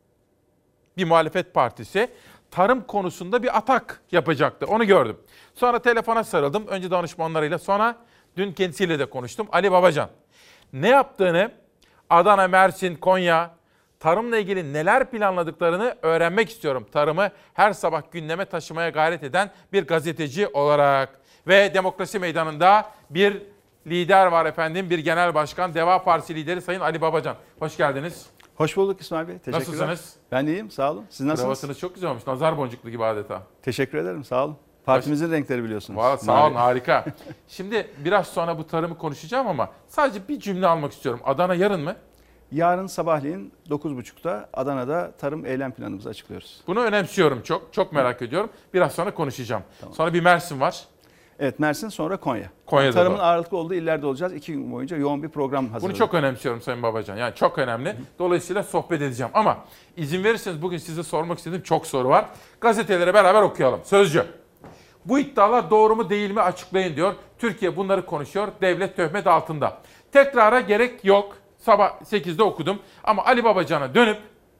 Bir muhalefet partisi tarım konusunda bir atak yapacaktı. Onu gördüm. Sonra telefona sarıldım. Önce danışmanlarıyla, sonra dün kendisiyle de konuştum. Ali Babacan. Ne yaptığını, Adana, Mersin, Konya, tarımla ilgili neler planladıklarını öğrenmek istiyorum. Tarımı her sabah gündeme taşımaya gayret eden bir gazeteci olarak. Ve Demokrasi Meydanı'nda bir lider var efendim. Bir genel başkan, Deva Partisi lideri Sayın Ali Babacan. Hoş geldiniz. Hoş bulduk İsmail Bey. Teşekkürler. Nasılsınız? Ben de iyiyim, sağ olun. Siz nasılsınız? Kravatınız çok güzel olmuş. Nazar boncuklu gibi adeta. Teşekkür ederim, sağ olun. Partimizin Hoş. renkleri biliyorsunuz. Vallahi sağ olun, harika. Şimdi biraz sonra bu tarımı konuşacağım ama sadece bir cümle almak istiyorum. Adana yarın mı? Yarın sabahleyin dokuz buçukta Adana'da tarım eylem planımızı açıklıyoruz. Bunu önemsiyorum çok. Çok merak ediyorum. Biraz sonra konuşacağım. Tamam. Sonra bir Mersin var. Evet, Mersin, sonra Konya. Konya'da Tarımın da ağırlıklı olduğu illerde olacağız. İki gün boyunca yoğun bir program hazırladık. Bunu çok önemsiyorum Sayın Babacan. Yani çok önemli. Dolayısıyla sohbet edeceğim. Ama izin verirseniz bugün size sormak istediğim çok soru var. Gazetelere beraber okuyalım. Sözcü. Bu iddialar doğru mu değil mi açıklayın diyor. Türkiye bunları konuşuyor. Devlet töhmet altında. Tekrara gerek yok. Sabah sekizde okudum. Ama Ali Babacan'a dönüp,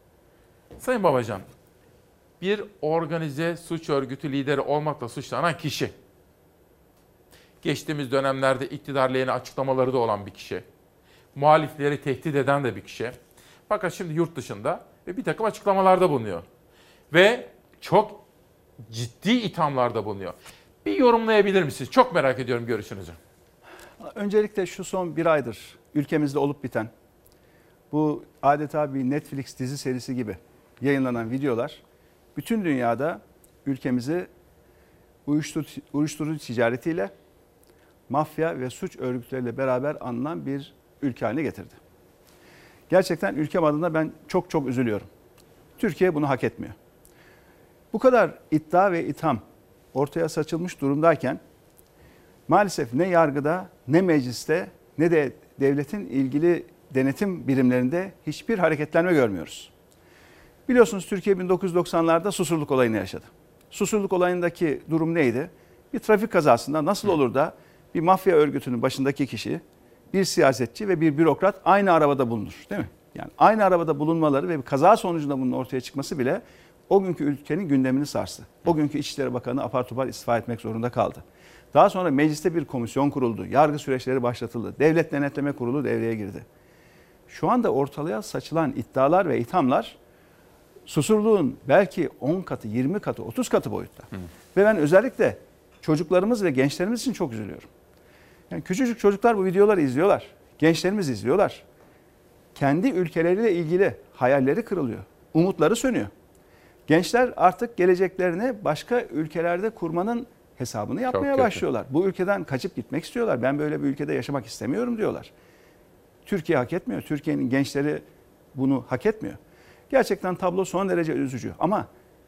Sayın Babacan, bir organize suç örgütü lideri olmakla suçlanan kişi. Geçtiğimiz dönemlerde iktidar lehine açıklamaları da olan bir kişi. Muhalifleri tehdit eden de bir kişi. Fakat şimdi yurt dışında ve bir takım açıklamalarda bulunuyor. Ve çok ciddi ithamlarda bulunuyor. Bir yorumlayabilir misiniz? Çok merak ediyorum görüşünüzü. Öncelikle şu son bir aydır ülkemizde olup biten, bu adeta bir Netflix dizi serisi gibi yayınlanan videolar bütün dünyada ülkemizi uyuşturucu, uyuşturucu ticaretiyle, mafya ve suç örgütleriyle beraber anılan bir ülke haline getirdi. Gerçekten ülkem adına ben çok çok üzülüyorum. Türkiye bunu hak etmiyor. Bu kadar iddia ve itham ortaya saçılmış durumdayken maalesef ne yargıda, ne mecliste, ne de devletin ilgili denetim birimlerinde hiçbir hareketlenme görmüyoruz. Biliyorsunuz Türkiye bin dokuz yüz doksanlarda Susurluk olayını yaşadı. Susurluk olayındaki durum neydi? Bir trafik kazasında nasıl olur da bir mafya örgütünün başındaki kişi, bir siyasetçi ve bir bürokrat aynı arabada bulunur, değil mi? Yani aynı arabada bulunmaları ve bir kaza sonucunda bunun ortaya çıkması bile o günkü ülkenin gündemini sarstı. O günkü İçişleri Bakanı apar topar istifa etmek zorunda kaldı. Daha sonra mecliste bir komisyon kuruldu, yargı süreçleri başlatıldı, Devlet Denetleme Kurulu devreye girdi. şu anda ortalığa saçılan iddialar ve ithamlar susurluğun belki on katı, yirmi katı, otuz katı boyutta. Hı. Ve ben özellikle çocuklarımız ve gençlerimiz için çok üzülüyorum. Yani küçücük çocuklar bu videoları izliyorlar. Gençlerimiz izliyorlar. Kendi ülkeleriyle ilgili hayalleri kırılıyor. Umutları sönüyor. Gençler artık geleceklerini başka ülkelerde kurmanın hesabını yapmaya başlıyorlar. Bu ülkeden kaçıp gitmek istiyorlar. Ben böyle bir ülkede yaşamak istemiyorum diyorlar. Türkiye hak etmiyor. Türkiye'nin gençleri bunu hak etmiyor. Gerçekten tablo son derece üzücü. Ama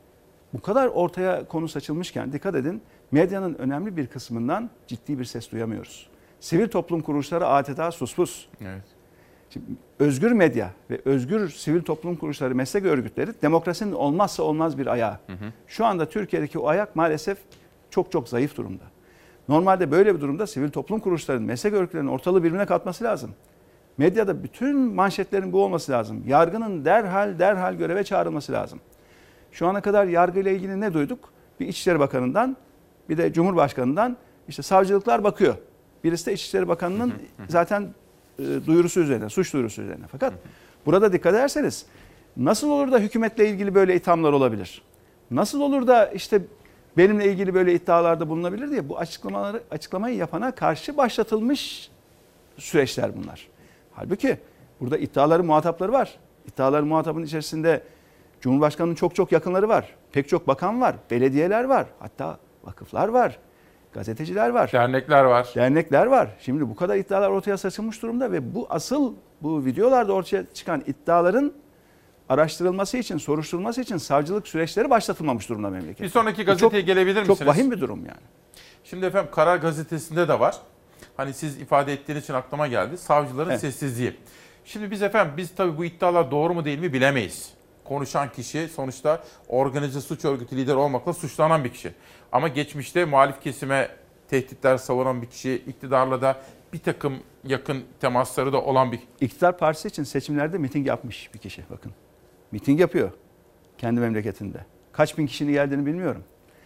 bu kadar ortaya konu saçılmışken dikkat edin, medyanın önemli bir kısmından ciddi bir ses duyamıyoruz. Sivil toplum kuruluşları adeta suspus. Evet. Şimdi, özgür medya ve özgür sivil toplum kuruluşları, meslek örgütleri demokrasinin olmazsa olmaz bir ayağı. Hı hı. Şu anda Türkiye'deki o ayak maalesef çok çok zayıf durumda. Normalde böyle bir durumda sivil toplum kuruluşlarının, meslek örgütlerinin ortalığı birbirine katması lazım. Medyada bütün manşetlerin bu olması lazım. Yargının derhal derhal göreve çağrılması lazım. Şu ana kadar yargıyla ilgili ne duyduk? Bir İçişleri Bakanı'ndan, bir de Cumhurbaşkanı'ndan işte savcılıklar bakıyor. Birisi de İçişleri Bakanı'nın zaten e, duyurusu üzerine, suç duyurusu üzerine. Fakat burada dikkat ederseniz nasıl olur da hükümetle ilgili böyle ithamlar olabilir? Nasıl olur da işte benimle ilgili böyle iddialarda bulunabilir diye bu açıklamaları açıklamayı yapana karşı başlatılmış süreçler bunlar. Halbuki burada iddiaların muhatapları var. İddiaların muhatabının içerisinde Cumhurbaşkanı'nın çok çok yakınları var. Pek çok bakan var, belediyeler var, hatta vakıflar var, gazeteciler var. Dernekler var. Dernekler var. Şimdi bu kadar iddialar ortaya saçılmış durumda ve bu asıl bu videolarda ortaya çıkan iddiaların araştırılması için, soruşturulması için savcılık süreçleri başlatılmamış durumda memlekette. Bir sonraki gazeteye çok, gelebilir misiniz? Çok vahim bir durum yani. Şimdi efendim Karar Gazetesi'nde de var. Hani siz ifade ettiğiniz için aklıma geldi. Savcıların evet. sessizliği. Şimdi biz efendim biz tabii bu iddialar doğru mu değil mi bilemeyiz. Konuşan kişi sonuçta organize suç örgütü lideri olmakla suçlanan bir kişi. Ama geçmişte muhalif kesime tehditler savuran bir kişi, iktidarla da bir takım yakın temasları da olan bir... İktidar partisi için seçimlerde miting yapmış bir kişi bakın. Miting yapıyor kendi memleketinde. Kaç bin kişinin geldiğini bilmiyorum.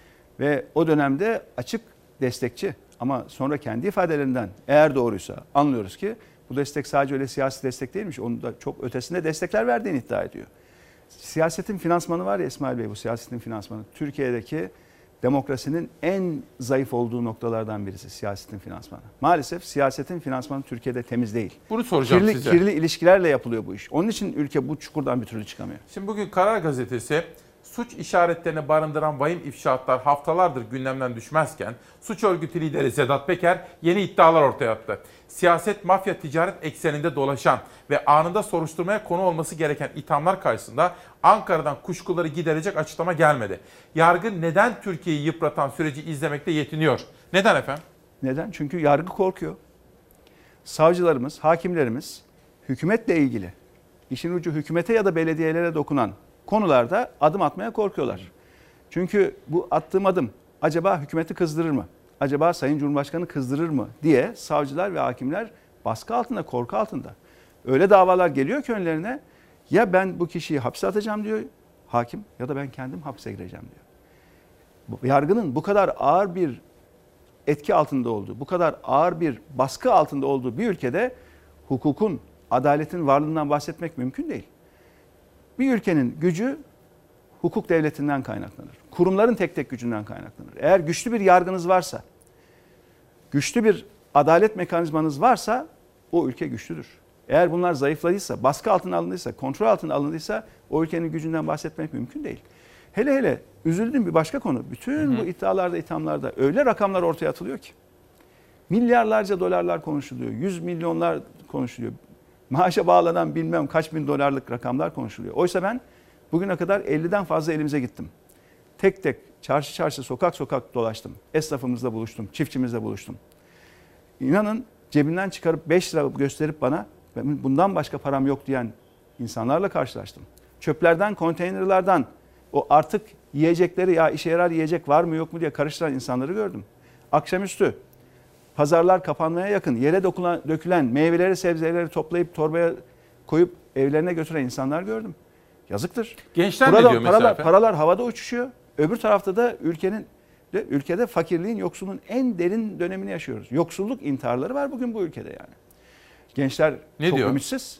Ve o dönemde açık destekçi ama sonra kendi ifadelerinden eğer doğruysa anlıyoruz ki bu destek sadece öyle siyasi destek değilmiş. Onun da çok ötesinde destekler verdiğini iddia ediyor. Siyasetin finansmanı var ya İsmail Bey, bu siyasetin finansmanı. Türkiye'deki demokrasinin en zayıf olduğu noktalardan birisi siyasetin finansmanı. Maalesef siyasetin finansmanı Türkiye'de temiz değil. Bunu soracağım kirli, size. Kirli ilişkilerle yapılıyor bu iş. Onun için ülke bu çukurdan bir türlü çıkamıyor. Şimdi bugün Karar Gazetesi suç işaretlerini barındıran vahim ifşaatlar haftalardır gündemden düşmezken suç örgütü lideri Sedat Peker yeni iddialar ortaya attı. Siyaset, mafya, ticaret ekseninde dolaşan ve anında soruşturmaya konu olması gereken ithamlar karşısında Ankara'dan kuşkuları giderecek açıklama gelmedi. Yargı neden Türkiye'yi yıpratan süreci izlemekte yetiniyor? Neden efendim? Neden? Çünkü yargı korkuyor. Savcılarımız, hakimlerimiz hükümetle ilgili, işin ucu hükümete ya da belediyelere dokunan konularda adım atmaya korkuyorlar. Çünkü bu attığım adım acaba hükümeti kızdırır mı? Acaba Sayın Cumhurbaşkanı kızdırır mı diye savcılar ve hakimler baskı altında, korku altında. Öyle davalar geliyor ki önlerine, ya ben bu kişiyi hapse atacağım diyor hakim ya da ben kendim hapse gireceğim diyor. Yargının bu kadar ağır bir etki altında olduğu, bu kadar ağır bir baskı altında olduğu bir ülkede hukukun, adaletin varlığından bahsetmek mümkün değil. Bir ülkenin gücü hukuk devletinden kaynaklanır. Kurumların tek tek gücünden kaynaklanır. Eğer güçlü bir yargınız varsa, güçlü bir adalet mekanizmanız varsa o ülke güçlüdür. Eğer bunlar zayıfladıysa, baskı altına alındıysa, kontrol altına alındıysa o ülkenin gücünden bahsetmek mümkün değil. Hele hele üzüldüğüm bir başka konu. Bütün hı hı. bu iddialarda, ithamlarda öyle rakamlar ortaya atılıyor ki. Milyarlarca dolarlar konuşuluyor. Yüz milyonlar konuşuluyor. Maaşa bağlanan bilmem kaç bin dolarlık rakamlar konuşuluyor. Oysa ben bugüne kadar elliden fazla elimize gittim. Tek tek çarşı çarşı sokak sokak dolaştım. Esnafımızla buluştum, çiftçimizle buluştum. İnanın cebinden çıkarıp beş lira gösterip bana bundan başka param yok diyen insanlarla karşılaştım. Çöplerden, konteynerlardan o artık yiyecekleri ya işe yarar yiyecek var mı yok mu diye karıştıran insanları gördüm. Akşamüstü pazarlar kapanmaya yakın yere dokulan, dökülen meyveleri, sebzeleri toplayıp torbaya koyup evlerine götüren insanlar gördüm. Yazıktır. Gençler Burada ne diyor paralar, mesela? Paralar havada uçuşuyor. Öbür tarafta da ülkenin ülkede fakirliğin, yoksulluğun en derin dönemini yaşıyoruz. Yoksulluk intiharları var bugün bu ülkede yani. Gençler ne çok diyor? ümitsiz.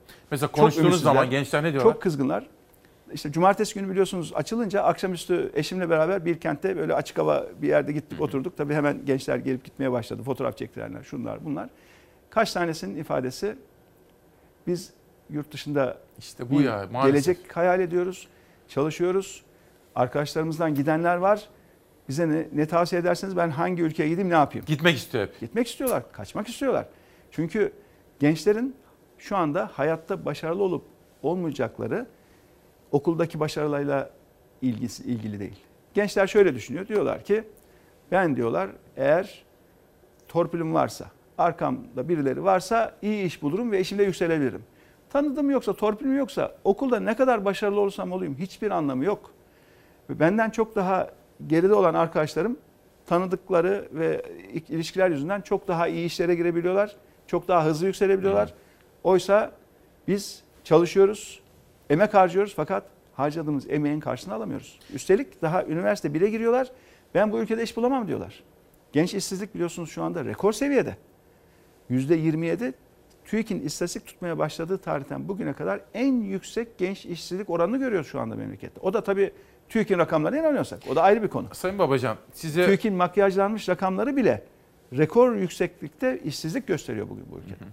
Mesela konuştuğunuz ümitsizler, zaman gençler ne diyorlar? Çok kızgınlar. İşte cumartesi günü biliyorsunuz açılınca akşamüstü eşimle beraber bir kentte böyle açık hava bir yerde gittik, hı hı. oturduk. Tabii hemen gençler gelip gitmeye başladı. Fotoğraf çektirenler, şunlar bunlar. Kaç tanesinin ifadesi biz yurt dışında işte bu ya, maalesef. Gelecek hayal ediyoruz, çalışıyoruz. Arkadaşlarımızdan gidenler var. Bize ne, ne tavsiye ederseniz ben hangi ülkeye gideyim, ne yapayım? Gitmek istiyor hep. Gitmek istiyorlar, kaçmak istiyorlar. Çünkü gençlerin şu anda hayatta başarılı olup olmayacakları okuldaki başarılarıyla ilgisi, ilgili değil. Gençler şöyle düşünüyor, diyorlar ki ben diyorlar eğer torpilim varsa, arkamda birileri varsa iyi iş bulurum ve işimde yükselebilirim. Tanıdığım yoksa, torpilim yoksa okulda ne kadar başarılı olursam olayım hiçbir anlamı yok. Ve benden çok daha geride olan arkadaşlarım tanıdıkları ve ilişkiler yüzünden çok daha iyi işlere girebiliyorlar. Çok daha hızlı yükselebiliyorlar. Hmm. Oysa biz çalışıyoruz, emek harcıyoruz fakat harcadığımız emeğin karşılığını alamıyoruz. Üstelik daha üniversite bire giriyorlar. Ben bu ülkede iş bulamam diyorlar. Genç işsizlik biliyorsunuz şu anda rekor seviyede. yüzde yirmi yedi TÜİK'in istatistik tutmaya başladığı tarihten bugüne kadar en yüksek genç işsizlik oranını görüyoruz şu anda memlekette. O da tabii TÜİK'in rakamlarına inanıyorsak. O da ayrı bir konu. Sayın Babacan size... TÜİK'in makyajlanmış rakamları bile rekor yükseklikte işsizlik gösteriyor bugün bu ülkede. Hı hı.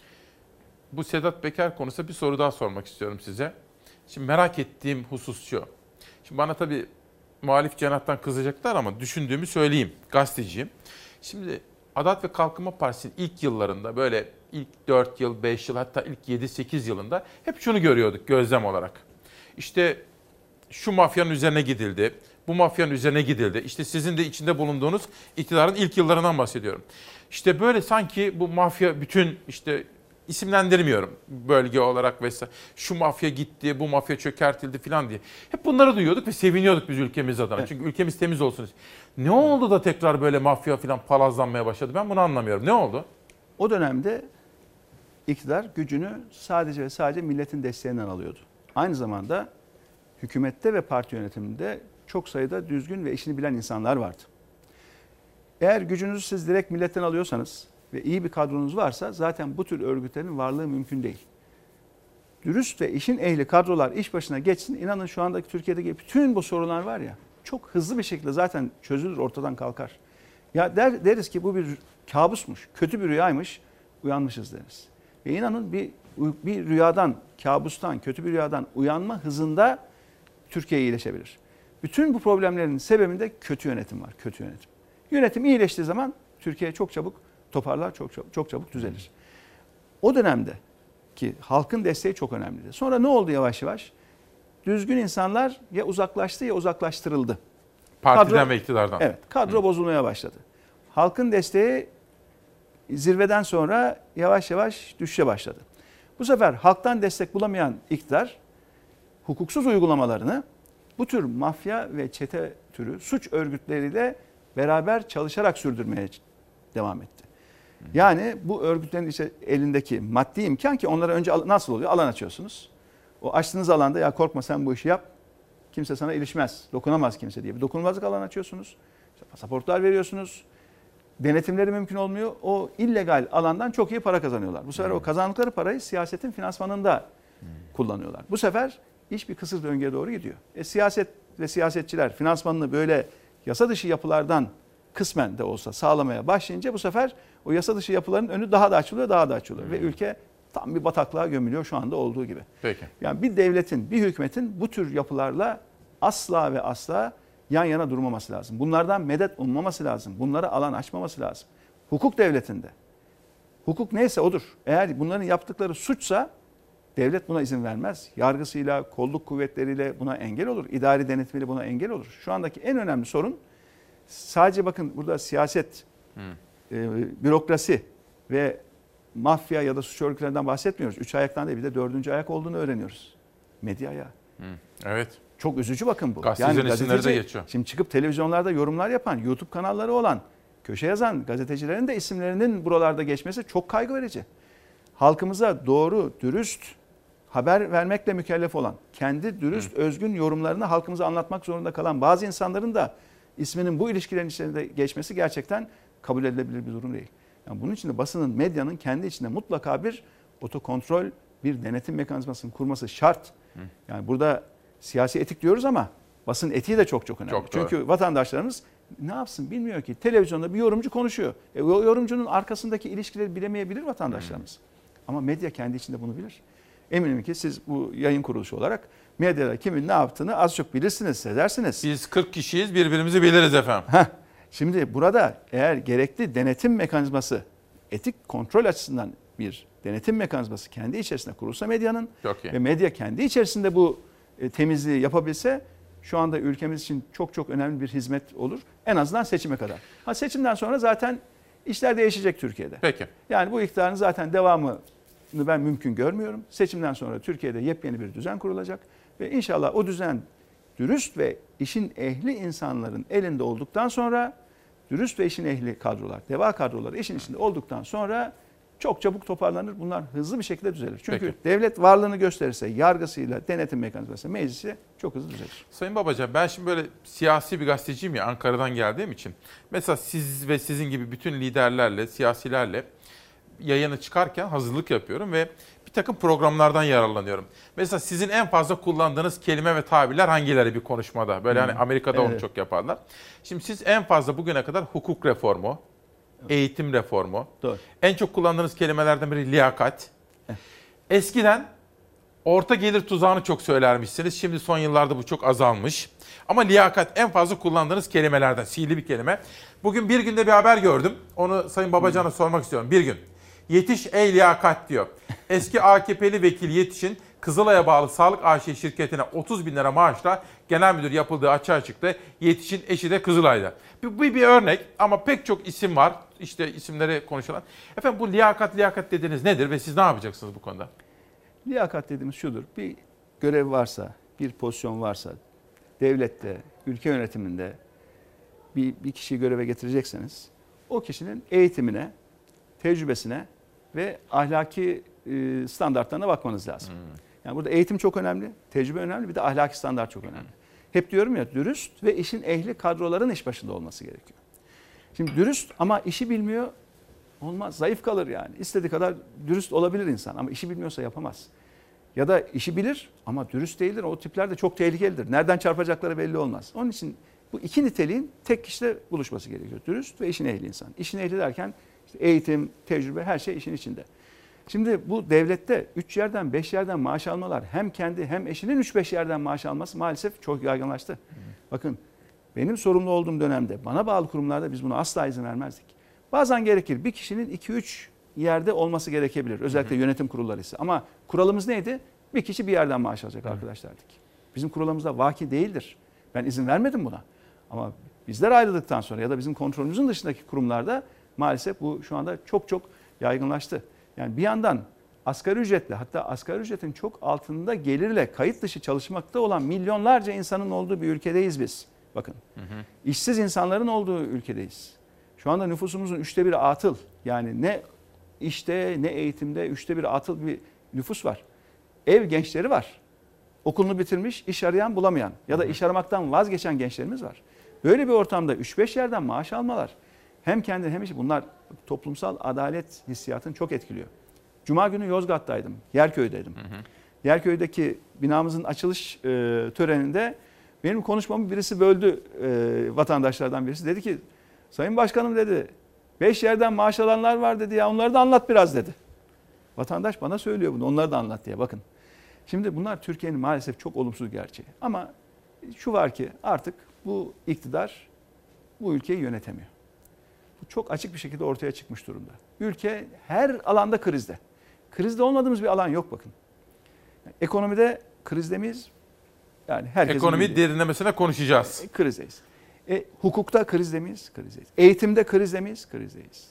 Bu Sedat Peker konusunda bir soru daha sormak istiyorum size. Şimdi merak ettiğim husus şu. Şimdi bana tabii muhalif cenahtan kızacaklar ama düşündüğümü söyleyeyim. Gazeteciyim. Şimdi Adalet ve Kalkınma Partisi'nin ilk yıllarında böyle ilk dört yıl, beş yıl hatta ilk yedi sekiz yılında hep şunu görüyorduk gözlem olarak. İşte şu mafyanın üzerine gidildi, bu mafyanın üzerine gidildi. İşte sizin de içinde bulunduğunuz iktidarın ilk yıllarından bahsediyorum. İşte böyle sanki bu mafya bütün işte isimlendirmiyorum bölge olarak vesaire. Şu mafya gitti, bu mafya çökertildi falan diye. Hep bunları duyuyorduk ve seviniyorduk biz ülkemiz adına. Evet. Çünkü ülkemiz temiz olsun. Ne oldu da tekrar böyle mafya falan palazlanmaya başladı? Ben bunu anlamıyorum. Ne oldu? O dönemde iktidar gücünü sadece ve sadece milletin desteğinden alıyordu. Aynı zamanda hükümette ve parti yönetiminde çok sayıda düzgün ve işini bilen insanlar vardı. Eğer gücünüzü siz direkt milletten alıyorsanız ve iyi bir kadronuz varsa zaten bu tür örgütlerin varlığı mümkün değil. Dürüst ve işin ehli kadrolar iş başına geçsin. İnanın şu andaki Türkiye'deki bütün bu sorunlar var ya çok hızlı bir şekilde zaten çözülür, ortadan kalkar. Ya der, deriz ki bu bir kabusmuş, kötü bir rüyaymış, uyanmışız deriz. Ve inanın bir, bir rüyadan, kabustan, kötü bir rüyadan uyanma hızında Türkiye iyileşebilir. Bütün bu problemlerin sebebinde kötü yönetim var, kötü yönetim. Yönetim iyileştiği zaman Türkiye çok çabuk toparlar, çok çok, çok çabuk düzelir. O dönemde ki halkın desteği çok önemliydi. Sonra ne oldu yavaş yavaş? Düzgün insanlar ya uzaklaştı ya uzaklaştırıldı. Partiden kadro, ve iktidardan. Evet, kadro Hı. bozulmaya başladı. Halkın desteği zirveden sonra yavaş yavaş düşüşe başladı. Bu sefer halktan destek bulamayan iktidar hukuksuz uygulamalarını bu tür mafya ve çete türü suç örgütleriyle beraber çalışarak sürdürmeye devam etti. Yani bu örgütlerin işte elindeki maddi imkan ki onlara önce nasıl oluyor? Alan açıyorsunuz. O açtığınız alanda ya korkma sen bu işi yap. Kimse sana ilişmez, dokunamaz kimse diye bir dokunulmazlık alanı açıyorsunuz. İşte pasaportlar veriyorsunuz. Denetimleri mümkün olmuyor. O illegal alandan çok iyi para kazanıyorlar. Bu sefer hmm. o kazandıkları parayı siyasetin finansmanında hmm. kullanıyorlar. Bu sefer iş bir kısır döngüye doğru gidiyor. E, siyaset ve siyasetçiler finansmanını böyle yasa dışı yapılardan kısmen de olsa sağlamaya başlayınca bu sefer o yasa dışı yapıların önü daha da açılıyor, daha da açılıyor. Hmm. Ve ülke tam bir bataklığa gömülüyor şu anda olduğu gibi. Peki. Yani bir devletin, bir hükümetin bu tür yapılarla asla ve asla yan yana durmaması lazım. Bunlardan medet ummaması lazım. Bunlara alan açmaması lazım. Hukuk devletinde. Hukuk neyse odur. Eğer bunların yaptıkları suçsa devlet buna izin vermez. Yargısıyla, kolluk kuvvetleriyle buna engel olur. İdari denetimiyle buna engel olur. Şu andaki en önemli sorun sadece bakın burada siyaset, hmm. e, bürokrasi ve mafya ya da suç örgütlerinden bahsetmiyoruz. Üç ayaktan değil bir de dördüncü ayak olduğunu öğreniyoruz. Medya ayağı. Hmm. Evet. Çok üzücü bakın bu. Gazetecilerin yani isimleri de geçiyor. Şimdi çıkıp televizyonlarda yorumlar yapan, YouTube kanalları olan, köşe yazan gazetecilerin de isimlerinin buralarda geçmesi çok kaygı verici. Halkımıza doğru, dürüst haber vermekle mükellef olan, kendi dürüst, Hı. özgün yorumlarını halkımıza anlatmak zorunda kalan bazı insanların da isminin bu ilişkilerin içinde geçmesi gerçekten kabul edilebilir bir durum değil. Yani bunun için de basının, medyanın kendi içinde mutlaka bir otokontrol bir denetim mekanizmasının kurması şart. Yani burada siyasi etik diyoruz ama basın etiği de çok çok önemli. Çok Çünkü vatandaşlarımız ne yapsın bilmiyor ki. Televizyonda bir yorumcu konuşuyor. E, o yorumcunun arkasındaki ilişkileri bilemeyebilir vatandaşlarımız. Hmm. Ama medya kendi içinde bunu bilir. Eminim ki siz bu yayın kuruluşu olarak medyada kimin ne yaptığını az çok bilirsiniz, sezersiniz. Biz kırk kişiyiz, birbirimizi biliriz efendim. Heh. Şimdi burada eğer gerekli denetim mekanizması, etik kontrol açısından bir denetim mekanizması kendi içerisinde kurulsa medyanın ve medya kendi içerisinde bu e, temizliği yapabilse şu anda ülkemiz için çok çok önemli bir hizmet olur. En azından seçime kadar. Ha seçimden sonra zaten işler değişecek Türkiye'de. Peki. Yani bu iktidarın zaten devamını ben mümkün görmüyorum. Seçimden sonra Türkiye'de yepyeni bir düzen kurulacak ve inşallah o düzen dürüst ve işin ehli insanların elinde olduktan sonra, dürüst ve işin ehli kadrolar, deva kadroları işin içinde olduktan sonra çok çabuk toparlanır. Bunlar hızlı bir şekilde düzelir. Çünkü Peki. devlet varlığını gösterirse, yargısıyla, denetim mekanizması, meclisi çok hızlı düzelir. Sayın Babacan, ben şimdi böyle siyasi bir gazeteciyim ya, Ankara'dan geldiğim için. Mesela siz ve sizin gibi bütün liderlerle, siyasilerle yayına çıkarken hazırlık yapıyorum ve bir takım programlardan yararlanıyorum. Mesela sizin en fazla kullandığınız kelime ve tabirler hangileri bir konuşmada? Böyle hmm. hani Amerika'da evet. onu çok yaparlar. Şimdi siz en fazla bugüne kadar hukuk reformu, eğitim reformu, Doğru. en çok kullandığınız kelimelerden biri liyakat. Eskiden orta gelir tuzağını çok söylermişsiniz. Şimdi son yıllarda bu çok azalmış. Ama liyakat en fazla kullandığınız kelimelerden, sihirli bir kelime. Bugün bir günde bir haber gördüm. Onu Sayın Babacan'a hmm. sormak istiyorum. Bir gün. Yetiş ey liyakat diyor. Eski A K P'li vekil Yetiş'in Kızılay'a bağlı Sağlık A Ş şirketine otuz bin lira maaşla genel müdür yapıldığı açığa çıktı. Yetiş'in eşi de Kızılay'da. Bu bir, bir örnek ama pek çok isim var. İşte isimleri konuşulan. Efendim bu liyakat liyakat dediğiniz nedir ve siz ne yapacaksınız bu konuda? Liyakat dediğimiz şudur. Bir görev varsa, bir pozisyon varsa, devlette, ülke yönetiminde bir, bir kişiyi göreve getirecekseniz o kişinin eğitimine, tecrübesine ve ahlaki e, standartlarına bakmanız lazım. Hmm. Yani burada eğitim çok önemli, tecrübe önemli, bir de ahlaki standart çok önemli. Hmm. Hep diyorum ya, dürüst ve işin ehli kadroların iş başında olması gerekiyor. Şimdi dürüst ama işi bilmiyor, olmaz, zayıf kalır yani. İstediği kadar dürüst olabilir insan ama işi bilmiyorsa yapamaz. Ya da işi bilir ama dürüst değildir, o tipler de çok tehlikelidir. Nereden çarpacakları belli olmaz. Onun için bu iki niteliğin tek kişide buluşması gerekiyor. Dürüst ve işin ehli insan. İşin ehli derken işte eğitim, tecrübe, her şey işin içinde. Şimdi bu devlette üç yerden beş yerden maaş almalar, hem kendi hem eşinin üç beş yerden maaş alması maalesef çok yaygınlaştı. Hı. Bakın benim sorumlu olduğum dönemde bana bağlı kurumlarda biz buna asla izin vermezdik. Bazen gerekir bir kişinin iki üç yerde olması gerekebilir. Özellikle hı hı. yönetim kurulları ise. Ama kuralımız neydi? Bir kişi bir yerden maaş alacak hı. arkadaşlar dedik. Bizim kuralımızda vaki değildir. Ben izin vermedim buna. Ama bizler ayrıldıktan sonra ya da bizim kontrolümüzün dışındaki kurumlarda maalesef bu şu anda çok çok yaygınlaştı. Yani bir yandan asgari ücretle, hatta asgari ücretin çok altında gelirle kayıt dışı çalışmakta olan milyonlarca insanın olduğu bir ülkedeyiz biz. Bakın, hı hı. işsiz insanların olduğu ülkedeyiz. Şu anda nüfusumuzun üçte biri atıl. Yani ne işte ne eğitimde üçte biri atıl bir nüfus var. Ev gençleri var. Okulunu bitirmiş, iş arayan bulamayan ya da iş aramaktan vazgeçen gençlerimiz var. Böyle bir ortamda üç beş yerden maaş almalar hem kendi hem işi, bunlar toplumsal adalet hissiyatını çok etkiliyor. Cuma günü Yozgat'taydım, Yerköy'deydim. Hı hı. Yerköy'deki binamızın açılış e, töreninde benim konuşmamı birisi böldü, e, vatandaşlardan birisi. Dedi ki, Sayın Başkanım dedi, beş yerden maaş alanlar var dedi ya, onları da anlat biraz dedi. Vatandaş bana söylüyor bunu, onları da anlat diye, bakın. Şimdi bunlar Türkiye'nin maalesef çok olumsuz gerçeği. Ama şu var ki artık bu iktidar bu ülkeyi yönetemiyor. Bu çok açık bir şekilde ortaya çıkmış durumda. Ülke her alanda krizde. Krizde olmadığımız bir alan yok bakın. Ekonomide krizde miyiz? Yani herkesin ekonomi bildiği. derinlemesine konuşacağız. E, krizdeyiz. E, hukukta krizde miyiz? Krizdeyiz. Eğitimde krizde miyiz? Krizdeyiz.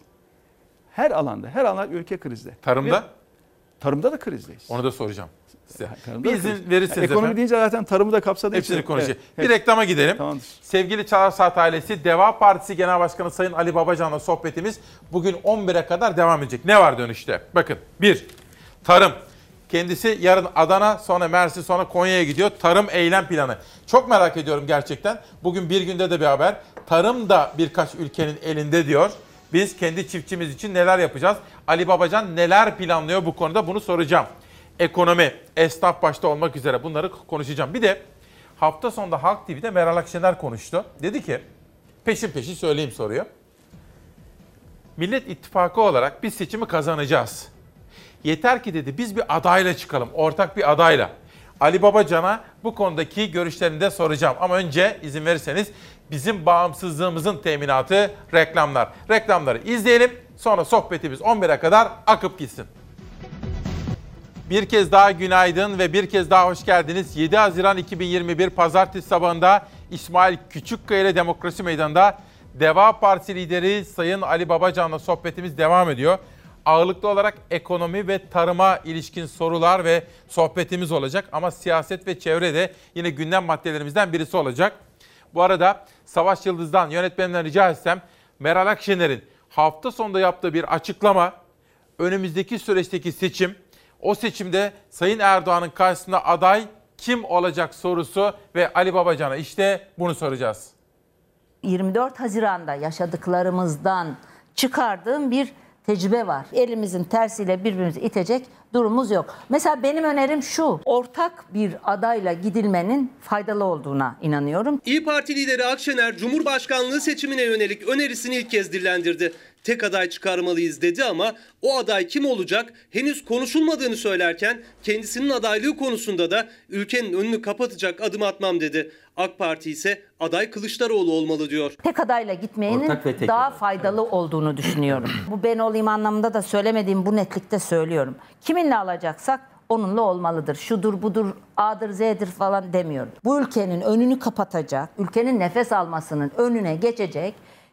Her alanda, her alanda ülke krizde. Tarımda? Ve tarımda da krizdeyiz. Onu da soracağım size. Tarımda bir izin verirseniz yani ekonomi efendim. deyince zaten tarımı da kapsadığı için. Hepsini konuşacağız. Evet, bir reklama gidelim. Tamamdır. Sevgili Çalar Saat ailesi, Deva Partisi Genel Başkanı Sayın Ali Babacan'la sohbetimiz bugün on bire kadar devam edecek. Ne var dönüşte? Bakın, bir, tarım. Kendisi yarın Adana, sonra Mersin, sonra Konya'ya gidiyor. Tarım eylem planı. Çok merak ediyorum gerçekten. Bugün bir günde de bir haber. Tarım da birkaç ülkenin elinde diyor. Biz kendi çiftçimiz için neler yapacağız? Ali Babacan neler planlıyor bu konuda, bunu soracağım. ekonomi, esnaf başta olmak üzere bunları konuşacağım. Bir de hafta sonunda Halk T V'de Meral Akşener konuştu. Dedi ki, peşin peşin söyleyeyim soruyor. Millet İttifakı olarak biz seçimi kazanacağız. Yeter ki dedi biz bir adayla çıkalım, ortak bir adayla. Ali Babacan'a bu konudaki görüşlerini de soracağım. Ama önce izin verirseniz bizim bağımsızlığımızın teminatı reklamlar. Reklamları izleyelim, sonra sohbetimiz on bire kadar akıp gitsin. Bir kez daha günaydın ve bir kez daha hoş geldiniz. yedi Haziran iki bin yirmi bir Pazartesi sabahında İsmail Küçükkaya ile Demokrasi Meydanı'nda Deva Partisi lideri Sayın Ali Babacan'la sohbetimiz devam ediyor. Ağırlıklı olarak ekonomi ve tarıma ilişkin sorular ve sohbetimiz olacak. Ama siyaset ve çevre de yine gündem maddelerimizden birisi olacak. Bu arada Savaş Yıldız'dan yönetmenimden rica etsem Meral Akşener'in hafta sonunda yaptığı bir açıklama, önümüzdeki süreçteki seçim, o seçimde Sayın Erdoğan'ın karşısında aday kim olacak sorusu ve Ali Babacan'a işte bunu soracağız. yirmi dört Haziran'da yaşadıklarımızdan çıkardığım bir tecrübe var. Elimizin tersiyle birbirimizi itecek durumumuz yok. Mesela benim önerim şu, ortak bir adayla gidilmenin faydalı olduğuna inanıyorum. İYİ Parti lideri Akşener, Cumhurbaşkanlığı seçimine yönelik önerisini ilk kez dillendirdi. Tek aday çıkarmalıyız dedi ama o aday kim olacak henüz konuşulmadığını söylerken kendisinin adaylığı konusunda da ülkenin önünü kapatacak adım atmam dedi. AK Parti ise aday Kılıçdaroğlu olmalı diyor. Tek adayla gitmenin daha faydalı olduğunu düşünüyorum. Bu ben olayım anlamında da söylemediğim bu netlikte söylüyorum. Kiminle alacaksak onunla olmalıdır. Şudur budur, A'dır Z'dir falan demiyorum. Bu ülkenin önünü kapatacak, ülkenin nefes almasının önüne geçecek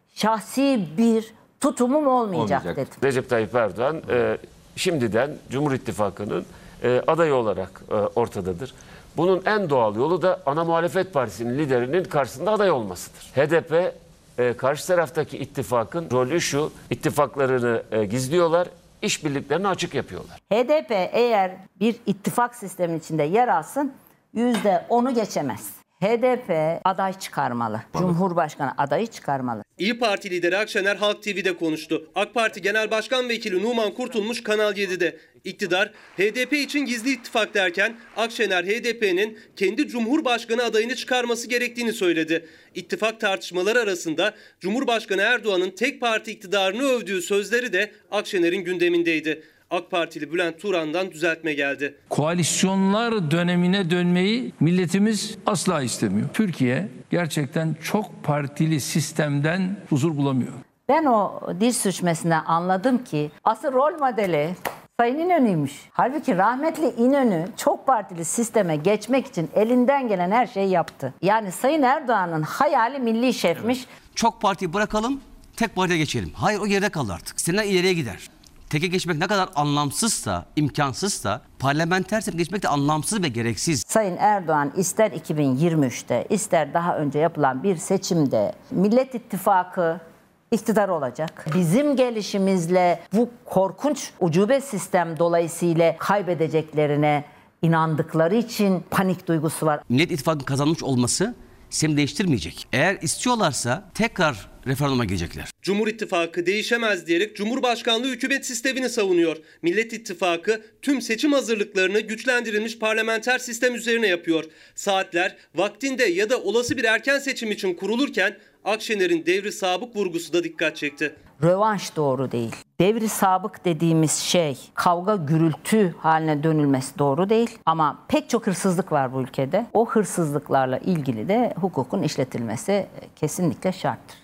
şahsi bir tutumum olmayacak, olmayacak dedim. Recep Tayyip Erdoğan e, şimdiden Cumhur İttifakı'nın e, adayı olarak e, ortadadır. Bunun en doğal yolu da ana muhalefet partisinin liderinin karşısında aday olmasıdır. H D P e, karşı taraftaki ittifakın rolü şu, ittifaklarını e, gizliyorlar, işbirliklerini açık yapıyorlar. H D P eğer bir ittifak sistemin içinde yer alsın yüzde onu geçemez. H D P aday çıkarmalı. Cumhurbaşkanı adayı çıkarmalı. İYİ Parti lideri Akşener Halk T V'de konuştu. AK Parti Genel Başkan Vekili Numan Kurtulmuş Kanal yedi'de. İktidar H D P için gizli ittifak derken Akşener H D P'nin kendi Cumhurbaşkanı adayını çıkarması gerektiğini söyledi. İttifak tartışmaları arasında Cumhurbaşkanı Erdoğan'ın tek parti iktidarını övdüğü sözleri de Akşener'in gündemindeydi. AK Partili Bülent Turan'dan düzeltme geldi. Koalisyonlar dönemine dönmeyi milletimiz asla istemiyor. Türkiye gerçekten çok partili sistemden huzur bulamıyor. Ben o dil sürçmesinden anladım ki asıl rol modeli Sayın İnönü'ymüş. Halbuki rahmetli İnönü çok partili sisteme geçmek için elinden gelen her şeyi yaptı. Yani Sayın Erdoğan'ın hayali milli şefmiş. Çok partiyi bırakalım, tek partiye geçelim. Hayır, o geride kaldı artık. Seninle ileriye gider. Teke geçmek ne kadar anlamsızsa, imkansızsa parlamenter sisteme geçmek de anlamsız ve gereksiz. Sayın Erdoğan ister iki bin yirmi üçte ister daha önce yapılan bir seçimde Millet İttifakı iktidar olacak. Bizim gelişimizle bu korkunç ucube sistem dolayısıyla kaybedeceklerine inandıkları için panik duygusu var. Millet İttifakı'nın kazanmış olması sistemi değiştirmeyecek. Eğer istiyorlarsa tekrar referanduma girecekler. Cumhur İttifakı değişemez diyerek Cumhurbaşkanlığı hükümet sistemini savunuyor. Millet İttifakı tüm seçim hazırlıklarını güçlendirilmiş parlamenter sistem üzerine yapıyor. Saatler vaktinde ya da olası bir erken seçim için kurulurken Akşener'in devri sabık vurgusu da dikkat çekti. Rövanş doğru değil. Devri sabık dediğimiz şey kavga gürültü haline dönülmesi doğru değil. Ama pek çok hırsızlık var bu ülkede. O hırsızlıklarla ilgili de hukukun işletilmesi kesinlikle şarttır.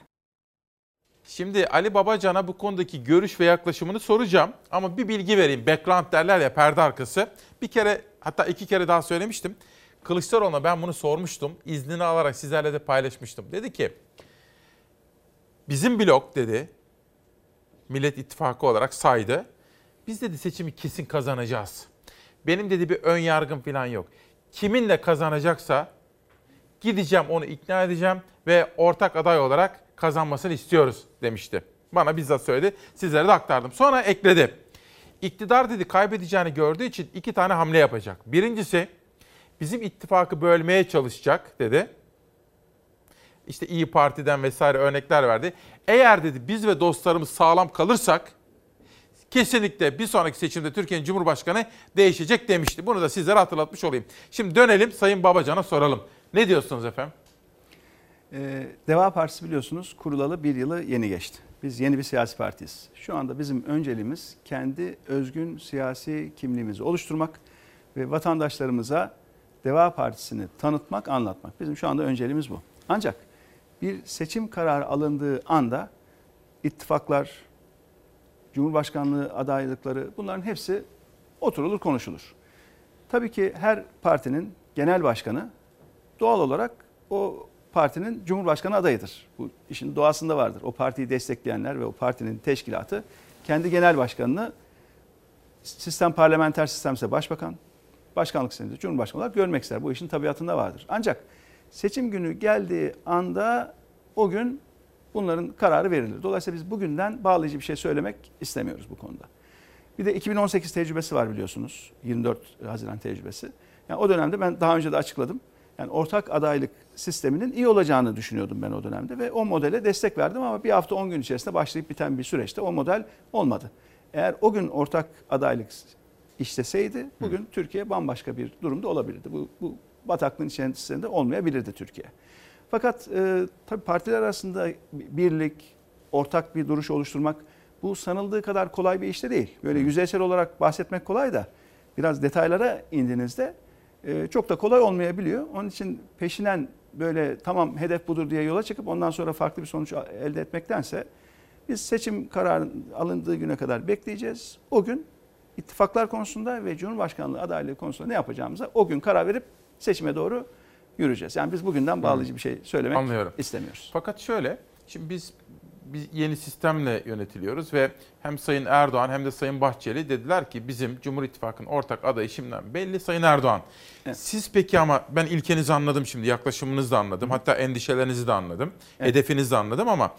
Şimdi Ali Babacan'a bu konudaki görüş ve yaklaşımını soracağım. Ama bir bilgi vereyim. Background derler ya, perde arkası. Bir kere, hatta iki kere daha söylemiştim. Kılıçdaroğlu'na ben bunu sormuştum. İznini alarak sizlerle de paylaşmıştım. Dedi ki, bizim blok dedi, Millet İttifakı olarak saydı. Biz dedi seçimi kesin kazanacağız. Benim dedi bir ön yargım falan yok. Kiminle kazanacaksa gideceğim, onu ikna edeceğim ve ortak aday olarak kazanmasını istiyoruz demişti. Bana bizzat söyledi, sizlere de aktardım. Sonra ekledi. İktidar dedi kaybedeceğini gördüğü için iki tane hamle yapacak. Birincisi bizim ittifakı bölmeye çalışacak dedi. İşte İYİ Parti'den vesaire örnekler verdi. Eğer dedi biz ve dostlarımız sağlam kalırsak kesinlikle bir sonraki seçimde Türkiye'nin Cumhurbaşkanı değişecek demişti. Bunu da sizlere hatırlatmış olayım. Şimdi dönelim Sayın Babacan'a soralım. Ne diyorsunuz efendim? Ee, Deva Partisi biliyorsunuz kurulalı bir yılı yeni geçti. Biz yeni bir siyasi partiyiz. Şu anda bizim önceliğimiz kendi özgün siyasi kimliğimizi oluşturmak ve vatandaşlarımıza Deva Partisi'ni tanıtmak, anlatmak. Bizim şu anda önceliğimiz bu. Ancak bir seçim kararı alındığı anda ittifaklar, Cumhurbaşkanlığı adaylıkları bunların hepsi oturulur, konuşulur. Tabii ki her partinin genel başkanı doğal olarak o partinin Cumhurbaşkanı adayıdır. Bu işin doğasında vardır. O partiyi destekleyenler ve o partinin teşkilatı kendi genel başkanını sistem parlamenter sistemse başbakan, başkanlık sisteminde Cumhurbaşkanı olarak görmek ister. Bu işin tabiatında vardır. Ancak seçim günü geldiği anda o gün bunların kararı verilir. Dolayısıyla biz bugünden bağlayıcı bir şey söylemek istemiyoruz bu konuda. Bir de iki bin on sekiz tecrübesi var biliyorsunuz. yirmi dört Haziran tecrübesi. Yani o dönemde ben daha önce de açıkladım. Yani ortak adaylık sisteminin iyi olacağını düşünüyordum ben o dönemde ve o modele destek verdim ama bir hafta on gün içerisinde başlayıp biten bir süreçte o model olmadı. Eğer o gün ortak adaylık işleseydi bugün Hı. Türkiye bambaşka bir durumda olabilirdi. Bu, bu bataklığın içerisinde olmayabilirdi Türkiye. Fakat e, tabii partiler arasında birlik, ortak bir duruş oluşturmak bu sanıldığı kadar kolay bir iş de değil. Böyle yüzeysel olarak bahsetmek kolay da biraz detaylara indiğinizde e, çok da kolay olmayabiliyor. Onun için peşinen böyle tamam hedef budur diye yola çıkıp ondan sonra farklı bir sonuç elde etmektense biz seçim kararı alındığı güne kadar bekleyeceğiz. O gün ittifaklar konusunda ve Cumhurbaşkanlığı adaylığı konusunda ne yapacağımıza o gün karar verip seçime doğru yürüyeceğiz. Yani biz bugünden bağlayıcı bir şey söylemek Anlıyorum. istemiyoruz. Fakat şöyle, şimdi biz, biz yeni sistemle yönetiliyoruz ve hem Sayın Erdoğan hem de Sayın Bahçeli dediler ki bizim Cumhur İttifakı'nın ortak adayı şimdiden belli Sayın Erdoğan. Evet. Siz peki ama ben ilkenizi anladım şimdi, yaklaşımınızı da anladım. Hatta endişelerinizi de anladım, evet. hedefinizi de anladım ama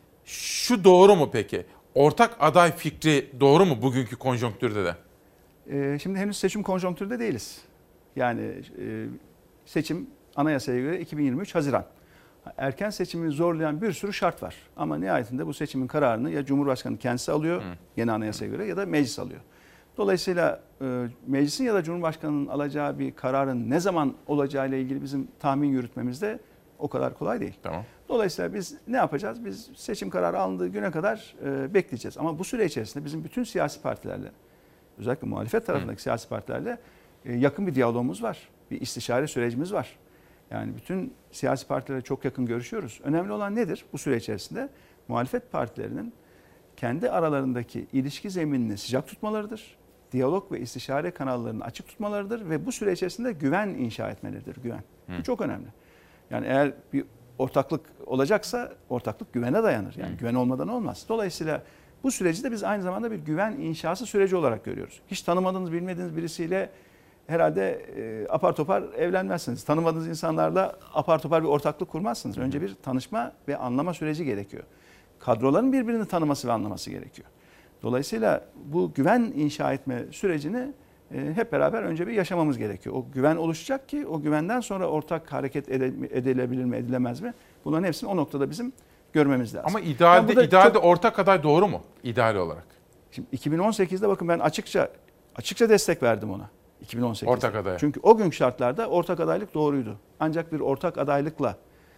şu doğru mu peki? Ortak aday fikri doğru mu bugünkü konjonktürde de? Ee, şimdi henüz seçim konjonktürde değiliz. Yani e, seçim anayasaya göre iki bin yirmi üç Haziran. Erken seçimi zorlayan bir sürü şart var. Ama nihayetinde bu seçimin kararını ya Cumhurbaşkanı kendisi alıyor Hı. yeni anayasaya göre ya da meclis alıyor. Dolayısıyla e, meclisin ya da Cumhurbaşkanı'nın alacağı bir kararın ne zaman olacağıyla ilgili bizim tahmin yürütmemiz de o kadar kolay değil. Tamam. Dolayısıyla biz ne yapacağız? Biz seçim kararı alındığı güne kadar e, bekleyeceğiz. Ama bu süre içerisinde bizim bütün siyasi partilerle, özellikle muhalefet tarafındaki Hı. siyasi partilerle e, yakın bir diyalogumuz var. Bir istişare sürecimiz var. Yani bütün siyasi partilerle çok yakın görüşüyoruz. Önemli olan nedir bu süre içerisinde? Muhalefet partilerinin kendi aralarındaki ilişki zeminini sıcak tutmalarıdır. Diyalog ve istişare kanallarını açık tutmalarıdır ve bu süre içerisinde güven inşa etmeleridir. Güven. Hı. Bu çok önemli. Yani eğer bir ortaklık olacaksa ortaklık güvene dayanır. Yani Hı. güven olmadan olmaz. Dolayısıyla bu süreci de biz aynı zamanda bir güven inşası süreci olarak görüyoruz. Hiç tanımadığınız, bilmediğiniz birisiyle herhalde e, apar topar evlenmezsiniz. Tanımadığınız insanlarla apar topar bir ortaklık kurmazsınız. Önce bir tanışma ve anlama süreci gerekiyor. Kadroların birbirini tanıması ve anlaması gerekiyor. Dolayısıyla bu güven inşa etme sürecini e, hep beraber önce bir yaşamamız gerekiyor. O güven oluşacak ki o güvenden sonra ortak hareket edilebilir mi, edilemez mi? Bunların hepsini o noktada bizim görmemiz lazım. Ama idealde, yani idealde çok... ortak aday doğru mu? İdeal olarak. Şimdi iki bin on sekizde bakın ben açıkça açıkça destek verdim ona. iki bin on sekizde. Ortak aday. Çünkü o günkü şartlarda ortak adaylık doğruydu. Ancak bir ortak adaylıkla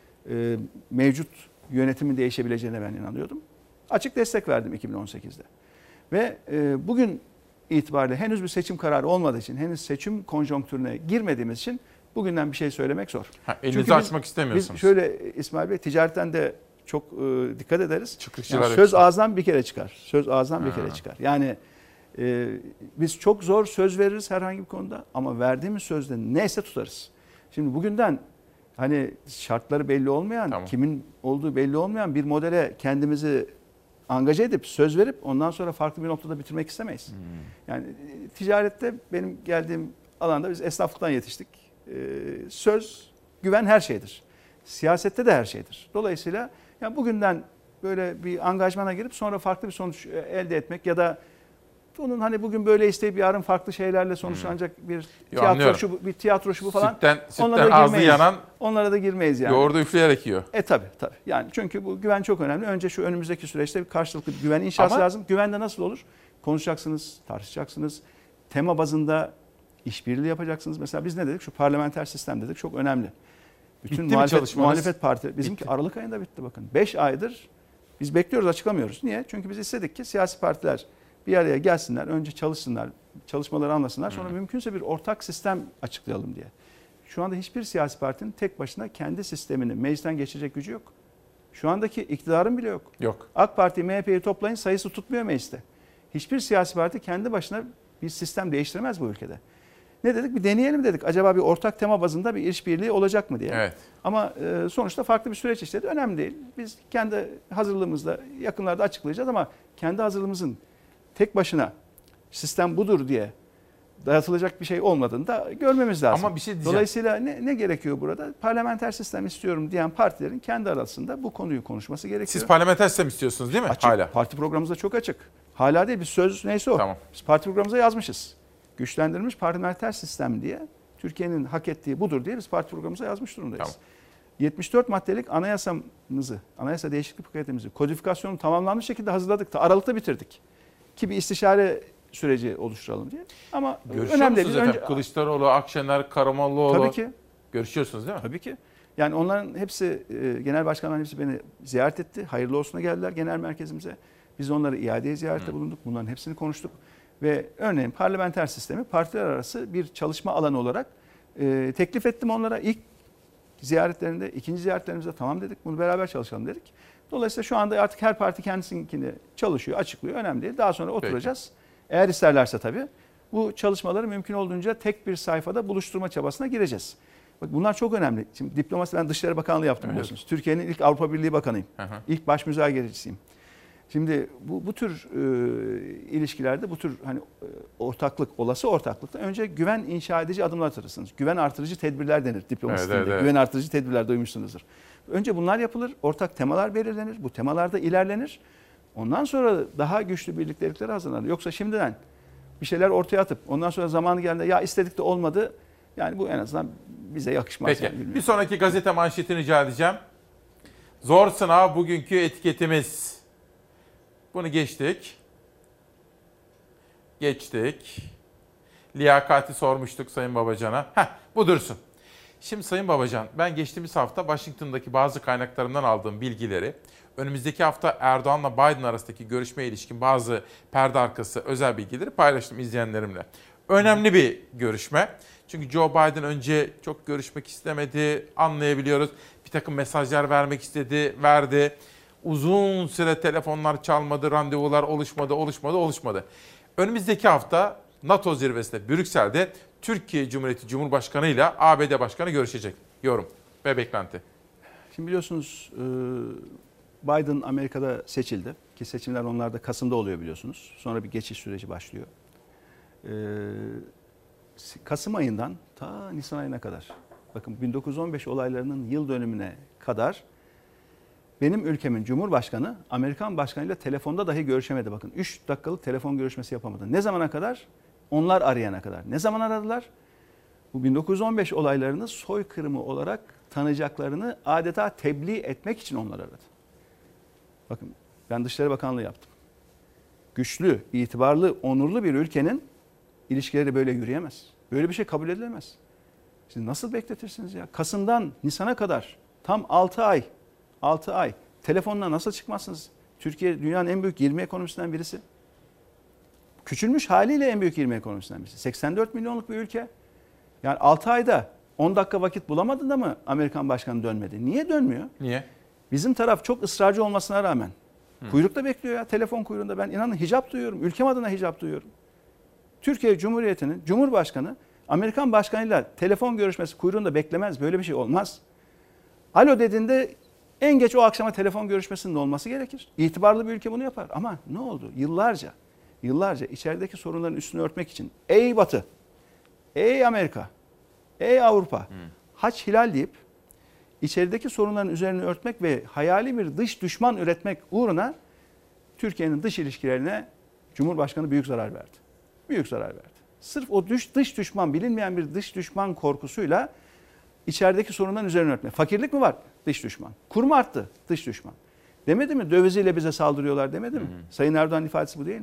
e, mevcut yönetimin değişebileceğine ben inanıyordum. Açık destek verdim iki bin on sekizde. Ve e, bugün itibariyle henüz bir seçim kararı olmadığı için, henüz seçim konjonktürüne girmediğimiz için bugünden bir şey söylemek zor. Ha, elinizi açmak istemiyorsunuz. Biz şöyle İsmail Bey, ticaretten de çok e, dikkat ederiz. Yani söz ağızdan bir kere çıkar. Söz ağızdan ha. bir kere çıkar. Yani Ee, biz çok zor söz veririz herhangi bir konuda ama verdiğimiz sözde neyse tutarız. Şimdi bugünden hani şartları belli olmayan, tamam. kimin olduğu belli olmayan bir modele kendimizi angaje edip söz verip ondan sonra farklı bir noktada bitirmek istemeyiz. Hmm. Yani ticarette benim geldiğim alanda biz esnaflıktan yetiştik. Ee, söz, güven her şeydir. Siyasette de her şeydir. Dolayısıyla yani bugünden böyle bir angajmana girip sonra farklı bir sonuç elde etmek ya da onun hani bugün böyle isteyip yarın farklı şeylerle sonuçlanacak bir tiyatro şu bir tiyatro şu bu falan. Sütten, sütten ağzı yanan. Onlara da girmeyiz yani. Yoğurdu üfleyerek yiyor. E tabii tabii. Yani çünkü bu güven çok önemli. Önce şu önümüzdeki süreçte bir karşılıklı bir güven inşası Ama, lazım. Güven de nasıl olur? konuşacaksınız, tartışacaksınız. Tema bazında işbirliği yapacaksınız. Mesela biz ne dedik? Şu parlamenter sistem dedik. Çok önemli. Bütün bitti muhalefet, muhalefet parti bizimki bitti. Aralık ayında bitti bakın. beş aydır biz bekliyoruz, açıklamıyoruz. Niye? Çünkü biz istedik ki siyasi partiler bir araya gelsinler, önce çalışsınlar, çalışmaları anlasınlar. Sonra Hı. mümkünse bir ortak sistem açıklayalım diye. Şu anda hiçbir siyasi partinin tek başına kendi sistemini meclisten geçirecek gücü yok. Şu andaki iktidarın bile yok. Yok. AK Parti, M H P'yi toplayın, sayısı tutmuyor mecliste. Hiçbir siyasi parti kendi başına bir sistem değiştiremez bu ülkede. Ne dedik? Bir deneyelim dedik. Acaba bir ortak tema bazında bir işbirliği olacak mı diye. Evet. Ama e, sonuçta farklı bir süreç işledi. Önemli değil. Biz kendi hazırlığımızda yakınlarda açıklayacağız ama kendi hazırlığımızın tek başına sistem budur diye dayatılacak bir şey olmadığını da görmemiz lazım. Ama bir şey diyeceğim. Dolayısıyla ne, ne gerekiyor burada? Parlamenter sistem istiyorum diyen partilerin kendi arasında bu konuyu konuşması gerekiyor. Siz parlamenter sistem istiyorsunuz değil mi? Açık. Hala. Parti programımızda çok açık. Hala değil. Biz söz neyse o. Tamam. Biz parti programımıza yazmışız. Güçlendirilmiş parlamenter sistem diye, Türkiye'nin hak ettiği budur diye biz parti programımıza yazmış durumdayız. Tamam. yetmiş dört maddelik anayasamızı, anayasa değişiklik paketimizi, kodifikasyonu tamamlanmış şekilde hazırladık da Aralık'ta bitirdik. Ki bir istişare süreci oluşturalım diye. Ama görüşüyor önemli musunuz değil. efendim? Önce... Kılıçdaroğlu, Akşener, Karamollaoğlu. Tabii ki. Görüşüyorsunuz değil mi? Tabii ki. Yani onların hepsi, genel başkanların hepsi beni ziyaret etti. Hayırlı olsuna geldiler genel merkezimize. Biz onları iadeye ziyarette bulunduk. Bunların hepsini konuştuk. Ve örneğin parlamenter sistemi partiler arası bir çalışma alanı olarak e, teklif ettim onlara. İlk ziyaretlerinde, ikinci ziyaretlerimizde tamam dedik. Bunu beraber çalışalım dedik. Dolayısıyla şu anda artık her parti kendisinkini çalışıyor, açıklıyor. Önemli değil. Daha sonra oturacağız. Peki. Eğer isterlerse tabii bu çalışmaları mümkün olduğunca tek bir sayfada buluşturma çabasına gireceğiz. Bak bunlar çok önemli. Şimdi diplomasi, ben Dışişleri Bakanlığı yaptım evet. biliyorsunuz. Türkiye'nin ilk Avrupa Birliği Bakanıyım. Hı hı. İlk baş müzakerecisiyim. Şimdi bu, bu tür e, ilişkilerde, bu tür hani e, ortaklık, olası ortaklıkta önce güven inşa edici adımlar atırsınız. Güven artırıcı tedbirler denir diplomasi dilinde. Evet, evet, evet. Güven artırıcı tedbirler duymuşsunuzdur. Önce bunlar yapılır, ortak temalar belirlenir, bu temalarda ilerlenir. Ondan sonra daha güçlü birlikteliklere hazırlanır. Yoksa şimdiden bir şeyler ortaya atıp ondan sonra zamanı geldiğinde ya istedik de olmadı. Yani bu en azından bize yakışmaz. Peki Yani, bir sonraki gazete manşetini rica edeceğim. Zor sınav bugünkü etiketimiz. Bunu geçtik. Geçtik. Liyakati sormuştuk Sayın Babacan'a. Heh, bu dursun. Şimdi Sayın Babacan, ben geçtiğimiz hafta Washington'daki bazı kaynaklarımdan aldığım bilgileri, önümüzdeki hafta Erdoğan'la Biden arasındaki görüşmeye ilişkin bazı perde arkası özel bilgileri paylaştım izleyenlerimle. Önemli bir görüşme. Çünkü Joe Biden önce çok görüşmek istemedi, anlayabiliyoruz. Bir takım mesajlar vermek istedi, verdi. Uzun süre telefonlar çalmadı, randevular oluşmadı, oluşmadı, oluşmadı. Önümüzdeki hafta NATO zirvesinde Brüksel'de Türkiye Cumhuriyeti Cumhurbaşkanı ile A B D Başkanı görüşecek. Yorum ve beklenti. Şimdi biliyorsunuz Biden Amerika'da seçildi. Ki seçimler onlarda Kasım'da oluyor biliyorsunuz. Sonra bir geçiş süreci başlıyor. Kasım ayından ta Nisan ayına kadar, bakın bin dokuz yüz on beş olaylarının yıl dönümüne kadar benim ülkemin Cumhurbaşkanı Amerikan Başkanı'yla telefonda dahi görüşemedi. Bakın üç dakikalık telefon görüşmesi yapamadı. Ne zamana kadar? Onlar arayana kadar. Ne zaman aradılar? Bu bin dokuz yüz on beş olaylarını soykırımı olarak tanıyacaklarını adeta tebliğ etmek için onlar aradı. Bakın ben Dışişleri Bakanlığı yaptım. Güçlü, itibarlı, onurlu bir ülkenin ilişkileri böyle yürüyemez. Böyle bir şey kabul edilemez. Siz nasıl bekletirsiniz ya? Kasım'dan Nisan'a kadar tam altı ay, altı ay telefonla nasıl çıkmazsınız? Türkiye dünyanın en büyük yirmi ekonomisinden birisi. Küçülmüş haliyle en büyük yirmi ekonomisinden birisi. seksen dört milyonluk bir ülke. Yani altı ayda on dakika vakit bulamadı da mı Amerikan Başkanı dönmedi? Niye dönmüyor? Niye? Bizim taraf çok ısrarcı olmasına rağmen. Hı. Kuyrukta bekliyor ya, telefon kuyruğunda. Ben inanın hicap duyuyorum. Ülkem adına hicap duyuyorum. Türkiye Cumhuriyeti'nin Cumhurbaşkanı Amerikan Başkanı'yla telefon görüşmesi kuyruğunda beklemez. Böyle bir şey olmaz. Alo dediğinde en geç o akşama telefon görüşmesinin olması gerekir. İtibarlı bir ülke bunu yapar. Ama ne oldu? Yıllarca, yıllarca içerideki sorunların üstünü örtmek için ey Batı, ey Amerika, ey Avrupa, hmm. haç hilal deyip içerideki sorunların üzerini örtmek ve hayali bir dış düşman üretmek uğruna Türkiye'nin dış ilişkilerine Cumhurbaşkanı büyük zarar verdi. Büyük zarar verdi. Sırf o dış, dış düşman, bilinmeyen bir dış düşman korkusuyla içerideki sorunların üzerine örtmek. Fakirlik mi var? Dış düşman. Kur mu arttı? Dış düşman. Demedi mi? Döviziyle bize saldırıyorlar demedi mi? Hı hı. Sayın Erdoğan ifadesi bu değil mi?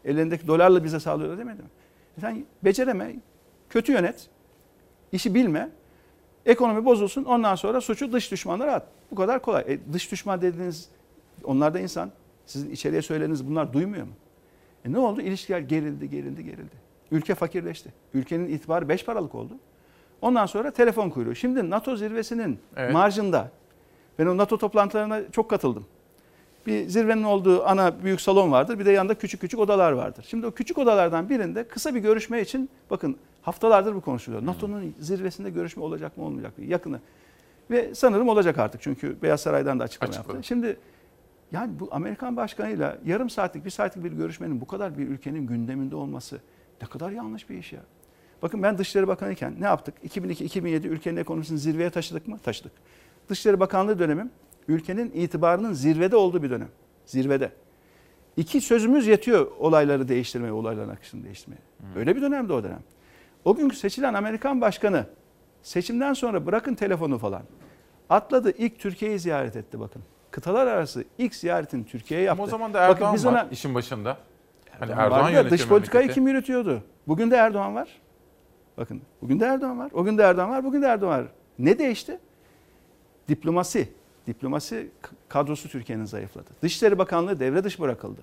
Ellerindeki dolarla bize sağlıyorlar demedi mi? E sen becereme, kötü yönet, işi bilme, ekonomi bozulsun, ondan sonra suçu dış düşmanlara at. Bu kadar kolay. E dış düşman dediğiniz, onlar da insan. Sizin içeriye söylediğiniz bunlar duymuyor mu? E ne oldu? İlişkiler gerildi, gerildi, gerildi. Ülke fakirleşti. Ülkenin itibarı beş paralık oldu. Ondan sonra telefon kuyruğu. Şimdi NATO zirvesinin evet. marjında, ben o NATO toplantılarına çok katıldım. Bir zirvenin olduğu ana büyük salon vardır. Bir de yanında küçük küçük odalar vardır. Şimdi o küçük odalardan birinde kısa bir görüşme için, bakın haftalardır bu konuşuluyor. NATO'nun zirvesinde görüşme olacak mı olmayacak mı? Yakını. Ve sanırım olacak artık, çünkü Beyaz Saray'dan da açıklama Açıkladı. yaptı. Şimdi yani bu Amerikan başkanıyla yarım saatlik, bir saatlik bir görüşmenin bu kadar bir ülkenin gündeminde olması ne kadar yanlış bir iş ya. Bakın ben Dışişleri Bakanı iken ne yaptık? iki bin iki iki bin yedi ülkenin ekonomisini zirveye taşıdık mı? Taşıdık. Dışişleri Bakanlığı dönemim ülkenin itibarının zirvede olduğu bir dönem. Zirvede. İki sözümüz yetiyor olayları değiştirmeye, olayların akışını değiştirmeye. Hmm. Öyle bir dönemde o dönem. O günkü seçilen Amerikan başkanı seçimden sonra bırakın telefonu falan, atladı, ilk Türkiye'yi ziyaret etti bakın. Kıtalar arası ilk ziyaretini Türkiye'ye yaptı. Ama o zaman da Erdoğan bakın, biz var ona, işin başında. Hani Erdoğan yönetiyor dış politikayı kim yürütüyordu? Bugün de Erdoğan var. Bakın bugün de Erdoğan var. O gün de Erdoğan var. Bugün de Erdoğan var. Ne değişti? Diplomasi. Diplomasi kadrosu Türkiye'nin zayıfladı. Dışişleri Bakanlığı devre dışı bırakıldı.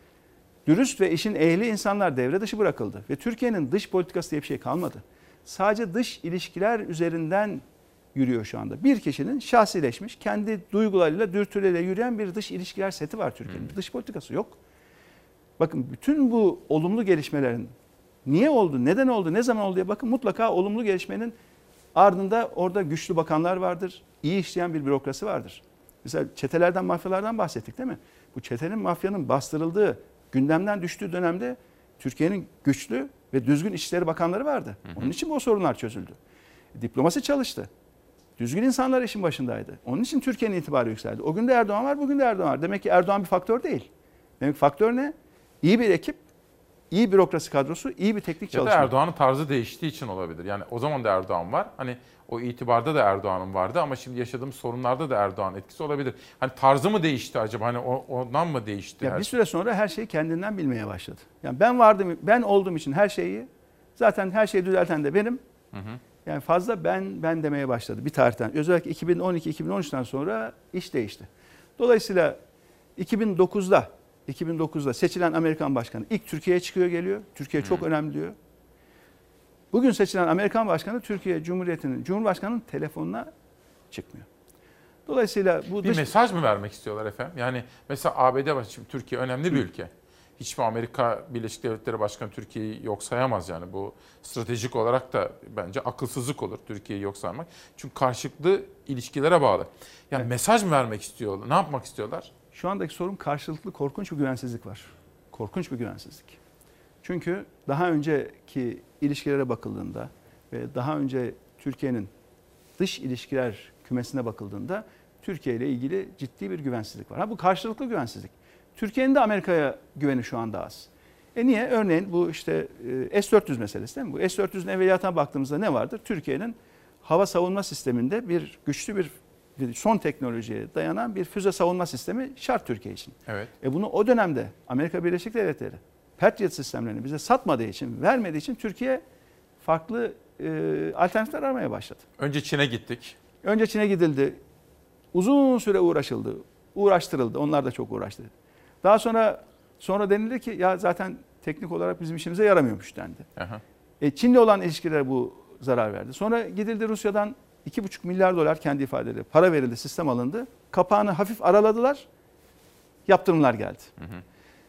Dürüst ve işin ehli insanlar devre dışı bırakıldı. Ve Türkiye'nin dış politikası diye bir şey kalmadı. Sadece dış ilişkiler üzerinden yürüyor şu anda. Bir kişinin şahsileşmiş, kendi duygularıyla, dürtüleriyle yürüyen bir dış ilişkiler seti var Türkiye'nin. Hmm. Dış politikası yok. Bakın bütün bu olumlu gelişmelerin niye oldu, neden oldu, ne zaman oldu diye bakın, mutlaka olumlu gelişmenin ardında orada güçlü bakanlar vardır, iyi işleyen bir bürokrasi vardır. Mesela çetelerden, mafyalardan bahsettik değil mi? Bu çetenin, mafyanın bastırıldığı, gündemden düştüğü dönemde Türkiye'nin güçlü ve düzgün İçişleri Bakanları vardı. Hı hı. Onun için bu sorunlar çözüldü. Diplomasi çalıştı. Düzgün insanlar işin başındaydı. Onun için Türkiye'nin itibarı yükseldi. O gün de Erdoğan var, bugün de Erdoğan var. Demek ki Erdoğan bir faktör değil. Demek ki faktör ne? İyi bir ekip, iyi bürokrasi kadrosu, iyi bir teknik çalışma. Ya da Erdoğan'ın tarzı değiştiği için olabilir. Yani o zaman da Erdoğan var. Hani o itibarda da Erdoğan'ın vardı ama şimdi yaşadığımız sorunlarda da Erdoğan etkisi olabilir. Hani tarzı mı değişti acaba? Hani ondan mı değişti? Ya bir süre sonra her şeyi kendinden bilmeye başladı. Yani ben vardım, ben olduğum için her şeyi, zaten her şeyi düzelten de benim. Hı hı. Yani fazla ben ben demeye başladı bir tarihten. Özellikle iki bin on iki iki bin on üçten sonra iş değişti. Dolayısıyla iki bin dokuzda iki bin dokuzda seçilen Amerikan başkanı ilk Türkiye'ye çıkıyor, geliyor. Türkiye çok hmm. önemli diyor. Bugün seçilen Amerikan başkanı Türkiye Cumhuriyeti'nin Cumhurbaşkanı'nın telefonuna çıkmıyor. Dolayısıyla bu bir dış... mesaj mı vermek istiyorlar efendim? Yani mesela A B D var, şimdi Türkiye önemli bir ülke. Hiçbir Amerika Birleşik Devletleri Başkanı Türkiye'yi yok sayamaz yani. Bu stratejik olarak da bence akılsızlık olur Türkiye'yi yok saymak. Çünkü karşılıklı ilişkilere bağlı. Yani evet. Mesaj mı vermek istiyorlar? Ne yapmak istiyorlar? Şu andaki sorun karşılıklı korkunç bir güvensizlik var. Korkunç bir güvensizlik. Çünkü daha önceki ilişkilere bakıldığında ve daha önce Türkiye'nin dış ilişkiler kümesine bakıldığında Türkiye ile ilgili ciddi bir güvensizlik var. Ha, bu karşılıklı güvensizlik. Türkiye'nin de Amerika'ya güveni şu anda az. E niye? Örneğin bu işte S dört yüz meselesi değil mi? Bu S dört yüzün evveliyatına baktığımızda ne vardır? Türkiye'nin hava savunma sisteminde bir güçlü bir son teknolojiye dayanan bir füze savunma sistemi şart Türkiye için. Evet. E bunu o dönemde Amerika Birleşik Devletleri Patriot sistemlerini bize satmadığı için, vermediği için Türkiye farklı e, alternatifler aramaya başladı. Önce Çin'e gittik. Önce Çin'e gidildi. Uzun süre uğraşıldı. Uğraştırıldı. Onlar da çok uğraştı. Daha sonra sonra denildi ki ya zaten teknik olarak bizim işimize yaramıyormuş dendi. Aha. E, Çin'le olan ilişkilere bu zarar verdi. Sonra gidildi Rusya'dan iki buçuk milyar dolar kendi ifadeleri para verildi, sistem alındı. Kapağını hafif araladılar. Yaptırımlar geldi. Hı hı.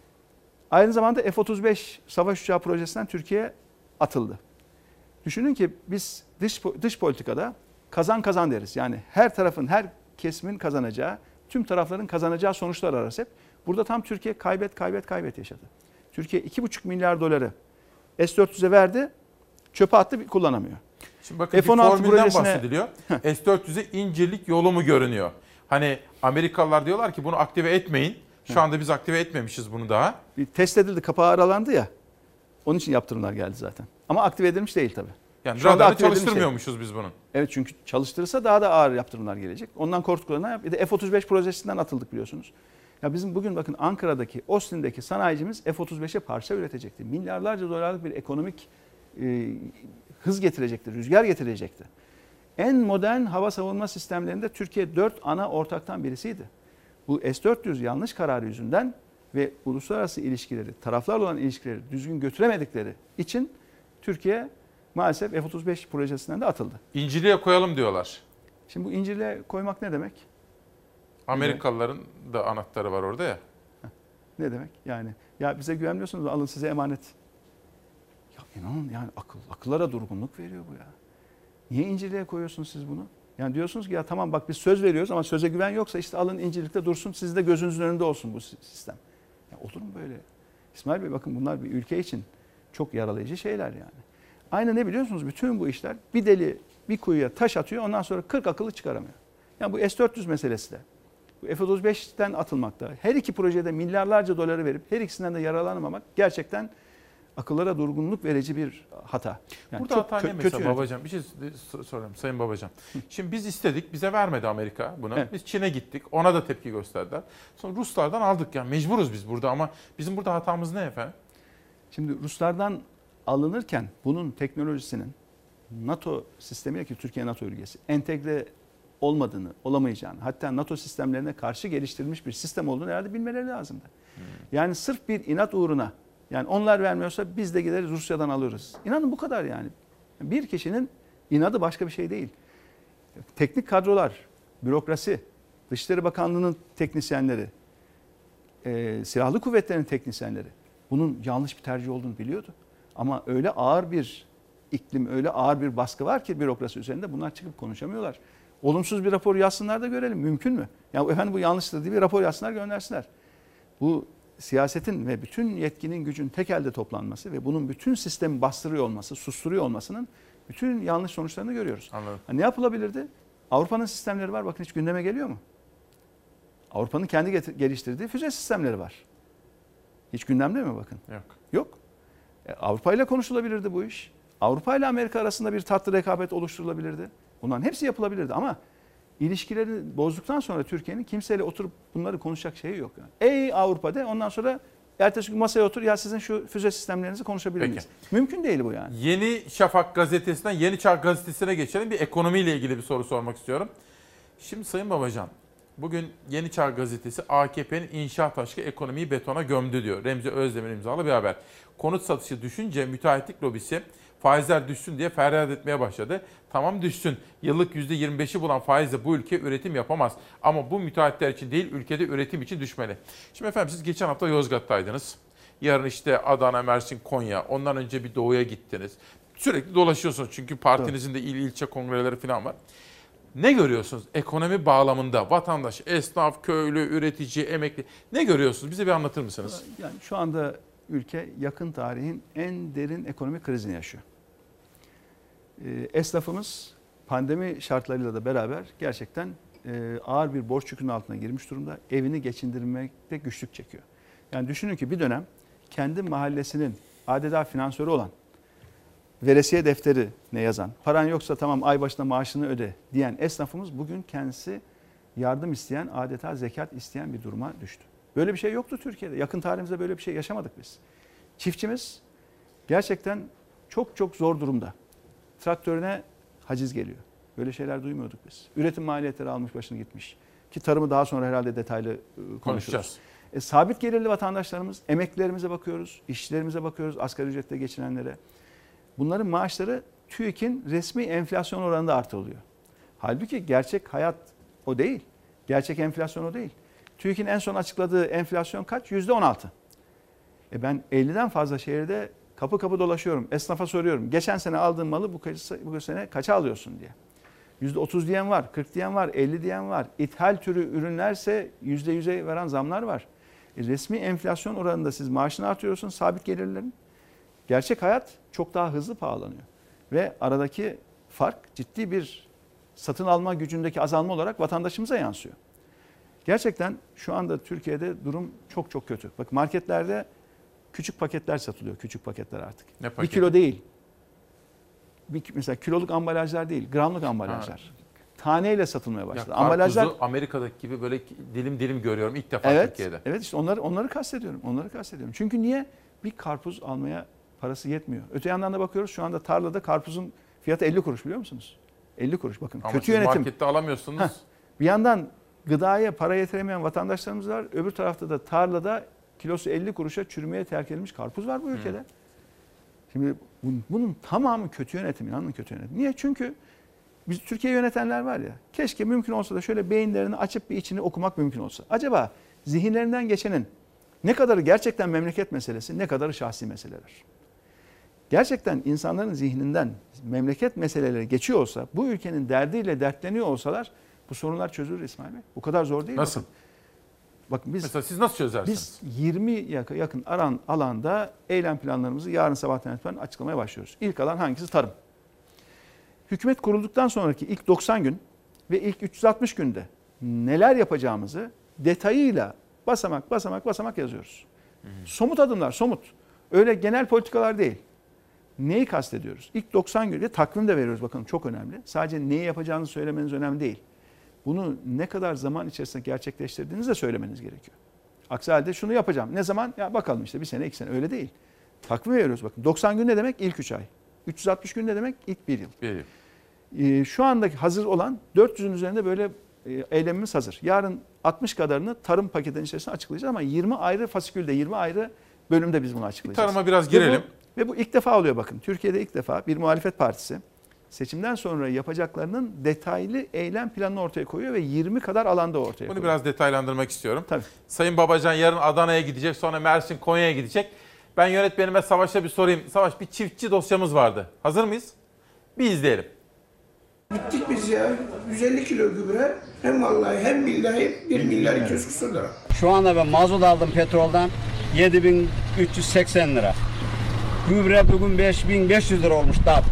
Aynı zamanda F otuz beş savaş uçağı projesinden Türkiye atıldı. Düşünün ki biz dış, dış politikada kazan kazan deriz. Yani her tarafın, her kesimin kazanacağı, tüm tarafların kazanacağı sonuçlar ararız hep. Burada tam Türkiye kaybet kaybet kaybet yaşadı. Türkiye iki buçuk milyar doları S dört yüze verdi, çöpe attı, kullanamıyor. Şimdi bakın F on altı bir formülden projesine... bahsediliyor. S dört yüze incirlik yolu mu görünüyor? Hani Amerikalılar diyorlar ki bunu aktive etmeyin. Şu anda biz aktive etmemişiz bunu daha. Bir test edildi, kapağı aralandı ya. Onun için yaptırımlar geldi zaten. Ama aktive edilmiş değil tabii. Yani radarı çalıştırmıyormuşuz biz bunun. Evet, çünkü çalıştırırsa daha da ağır yaptırımlar gelecek. Ondan korktuklarına, bir de F otuz beş projesinden atıldık biliyorsunuz. Ya bizim bugün bakın Ankara'daki, Austin'deki sanayicimiz F otuz beşe parça üretecekti. Milyarlarca dolarlık bir ekonomik e, hız getirecekti, rüzgar getirecekti. En modern hava savunma sistemlerinde Türkiye dört ana ortaktan birisiydi. Bu S dört yüz yanlış kararı yüzünden ve uluslararası ilişkileri, taraflarla olan ilişkileri düzgün götüremedikleri için Türkiye maalesef F otuz beş projesinden de atıldı. İncirliğe koyalım diyorlar. Şimdi bu incirliğe koymak ne demek? Amerikalıların da anahtarı var orada ya. Ne demek? Yani ya bize güvenmiyorsunuz, alın size emanet. Ya inanın yani akıl, akıllara durgunluk veriyor bu ya. Niye incirliğe koyuyorsunuz siz bunu? Yani diyorsunuz ki ya tamam bak biz söz veriyoruz ama söze güven yoksa işte alın incirlikte dursun, siz de gözünüzün önünde olsun bu sistem. Ya olur mu böyle? İsmail Bey bakın bunlar bir ülke için çok yaralayıcı şeyler yani. Aynı ne biliyorsunuz? Bütün bu işler bir deli bir kuyuya taş atıyor, ondan sonra kırk akıllı çıkaramıyor. Yani bu S dört yüz meselesi de, bu F otuz beşten atılmakta, her iki projede milyarlarca doları verip her ikisinden de yararlanamamak gerçekten akıllara durgunluk verici bir hata. Yani burada hata ne mesela Babacan? Bir şey sorayım Sayın Babacan. Şimdi biz istedik, bize vermedi Amerika bunu. Evet. Biz Çin'e gittik, ona da tepki gösterdiler. Sonra Ruslardan aldık yani mecburuz biz burada ama bizim burada hatamız ne efendim? Şimdi Ruslardan alınırken bunun teknolojisinin NATO sistemiyle, ki Türkiye NATO ülkesi, entegre olmadığını, olamayacağını, hatta NATO sistemlerine karşı geliştirilmiş bir sistem olduğunu herhalde bilmeleri lazımdı. Hmm. Yani sırf bir inat uğruna, yani onlar vermiyorsa biz de gideriz Rusya'dan alırız. İnanın bu kadar yani. Bir kişinin inadı başka bir şey değil. Teknik kadrolar, bürokrasi, Dışişleri Bakanlığı'nın teknisyenleri, e, silahlı kuvvetlerin teknisyenleri bunun yanlış bir tercih olduğunu biliyordu. Ama öyle ağır bir iklim, öyle ağır bir baskı var ki bürokrasi üzerinde bunlar çıkıp konuşamıyorlar. Olumsuz bir rapor yazsınlar da görelim. Mümkün mü? Ya efendim bu yanlıştır diye bir rapor yazsınlar, göndersinler. Bu siyasetin ve bütün yetkinin, gücün tek elde toplanması ve bunun bütün sistemi bastırıyor olması, susturuyor olmasının bütün yanlış sonuçlarını görüyoruz. Anladım. Ha, ne yapılabilirdi? Avrupa'nın sistemleri var. Bakın hiç gündeme geliyor mu? Avrupa'nın kendi geliştirdiği füze sistemleri var. Hiç gündemde mi bakın? Yok. Yok. E, Avrupa ile konuşulabilirdi bu iş. Avrupa ile Amerika arasında bir tatlı rekabet oluşturulabilirdi. Bunların hepsi yapılabilirdi ama ilişkileri bozduktan sonra Türkiye'nin kimseyle oturup bunları konuşacak şeyi yok. Yani. Ey Avrupa de, ondan sonra ertesi gün masaya otur, ya sizin şu füze sistemlerinizi konuşabilir miyiz? Mümkün değil bu yani. Yeni Şafak gazetesinden Yeni Çağ gazetesine geçelim. Bir ekonomiyle ilgili bir soru sormak istiyorum. Şimdi Sayın Babacan, bugün Yeni Çağ gazetesi A K P'nin inşaat aşkı ekonomiyi betona gömdü diyor. Remzi Özdemir imzalı bir haber. Konut satışı düşünce müteahhitlik lobisi faizler düşsün diye feryat etmeye başladı. Tamam düşsün. Yıllık yüzde yirmi beşi bulan faizle bu ülke üretim yapamaz. Ama bu müteahhitler için değil, ülkede üretim için düşmeli. Şimdi efendim siz geçen hafta Yozgat'taydınız. Yarın işte Adana, Mersin, Konya. Ondan önce bir doğuya gittiniz. Sürekli dolaşıyorsunuz çünkü partinizin de il ilçe kongreleri falan var. Ne görüyorsunuz ekonomi bağlamında? Vatandaş, esnaf, köylü, üretici, emekli. Ne görüyorsunuz? Bize bir anlatır mısınız? Yani şu anda ülke yakın tarihin en derin ekonomik krizini yaşıyor. Esnafımız pandemi şartlarıyla da beraber gerçekten ağır bir borç yükünün altına girmiş durumda. Evini geçindirmekte güçlük çekiyor. Yani düşünün ki bir dönem kendi mahallesinin adeta finansörü olan, veresiye defteri ne yazan, paran yoksa tamam ay başına maaşını öde diyen esnafımız bugün kendisi yardım isteyen, adeta zekat isteyen bir duruma düştü. Böyle bir şey yoktu Türkiye'de. Yakın tarihimizde böyle bir şey yaşamadık biz. Çiftçimiz gerçekten çok çok zor durumda. Traktörüne haciz geliyor. Böyle şeyler duymuyorduk biz. Üretim maliyetleri almış başını gitmiş. Ki tarımı daha sonra herhalde detaylı konuşacağız. E, sabit gelirli vatandaşlarımız, emeklilerimize bakıyoruz, işçilerimize bakıyoruz, asgari ücretle geçinenlere. Bunların maaşları TÜİK'in resmi enflasyon oranında artırılıyor. Halbuki gerçek hayat o değil. Gerçek enflasyon o değil. TÜİK'in en son açıkladığı enflasyon kaç? yüzde on altı. E ben elliden fazla şehirde kapı kapı dolaşıyorum. Esnafa soruyorum. Geçen sene aldığın malı bu, bu sene kaça alıyorsun diye. yüzde otuz diyen var, kırk diyen var, elli diyen var. İthal türü ürünlerse yüzde yüze veren zamlar var. E resmi enflasyon oranında siz maaşını artırıyorsunuz, sabit gelirlerin. Gerçek hayat çok daha hızlı pahalanıyor. Ve aradaki fark ciddi bir satın alma gücündeki azalma olarak vatandaşımıza yansıyor. Gerçekten şu anda Türkiye'de durum çok çok kötü. Bak marketlerde küçük paketler satılıyor. Küçük paketler artık. Ne paket? Bir kilo değil. Bir, mesela kiloluk ambalajlar değil, gramlık ambalajlar. taneyle satılmaya başladı. Ya Ambalajlar karpuzu Amerika'daki gibi böyle dilim dilim görüyorum ilk defa evet, Türkiye'de. Evet işte onları onları kastediyorum. Onları kastediyorum. Çünkü niye? Bir karpuz almaya parası yetmiyor. Öte yandan da bakıyoruz şu anda tarlada karpuzun fiyatı elli kuruş biliyor musunuz? elli kuruş bakın. Ama kötü siz yönetim. markette alamıyorsunuz. Heh, bir yandan gıdaya para yetiremeyen vatandaşlarımız var. Öbür tarafta da tarlada kilosu elli kuruşa çürümeye terk edilmiş karpuz var bu ülkede. Hmm. Şimdi bunun tamamı kötü yönetim. İnanın kötü yönetim. Niye? Çünkü biz Türkiye yönetenler var ya, keşke mümkün olsa da şöyle beyinlerini açıp bir içini okumak mümkün olsa. Acaba zihinlerinden geçenin ne kadarı gerçekten memleket meselesi, ne kadarı şahsi meseleler? Gerçekten insanların zihninden memleket meseleleri geçiyor olsa, bu ülkenin derdiyle dertleniyor olsalar bu sorunlar çözülür İsmail Bey. Bu kadar zor değil. Nasıl? Bakın, bakın biz, mesela siz nasıl çözersiniz? Biz yirmi yakın alan alanda eylem planlarımızı yarın sabahtan itibaren açıklamaya başlıyoruz. İlk alan hangisi? Tarım. Hükümet kurulduktan sonraki ilk doksan gün ve ilk üç yüz altmış günde neler yapacağımızı detayıyla basamak basamak basamak yazıyoruz. Hı hı. Somut adımlar, somut. Öyle genel politikalar değil. Neyi kastediyoruz? İlk doksan günde takvim de veriyoruz, bakın çok önemli. Sadece neyi yapacağınızı söylemeniz önemli değil. Bunu ne kadar zaman içerisinde gerçekleştirdiğinizi de söylemeniz gerekiyor. Aksi halde şunu yapacağım. Ne zaman? Ya bakalım işte bir sene, iki sene. Öyle değil. Takvim veriyoruz bakın. doksan gün ne demek? İlk üç ay. üç yüz altmış gün ne demek? İlk bir yıl. Bir yıl. Ee, şu andaki hazır olan dört yüzün üzerinde böyle e, eylemimiz hazır. Yarın altmış kadarını tarım paketinin içerisinde açıklayacağız ama yirmi ayrı fasikülde, yirmi ayrı bölümde biz bunu açıklayacağız. Bir tarıma biraz girelim. Ve bu, ve bu ilk defa oluyor bakın. Türkiye'de ilk defa bir muhalefet partisi seçimden sonra yapacaklarının detaylı eylem planını ortaya koyuyor ve yirmi kadar alanda ortaya koyuyor. Bunu biraz detaylandırmak istiyorum. Tabii. Sayın Babacan yarın Adana'ya gidecek, sonra Mersin, Konya'ya gidecek. Ben yönetmenime Savaş'a bir sorayım. Savaş, bir çiftçi dosyamız vardı. Hazır mıyız? Bir izleyelim. Gittik biz ya. yüz elli kilo gübre hem vallahi hem billahi bir milyar iki yüz küsur lira. Şu anda ben mazot aldım petrolden yedi bin üç yüz seksen lira. Gübre bugün beş bin beş yüz lira olmuş daha.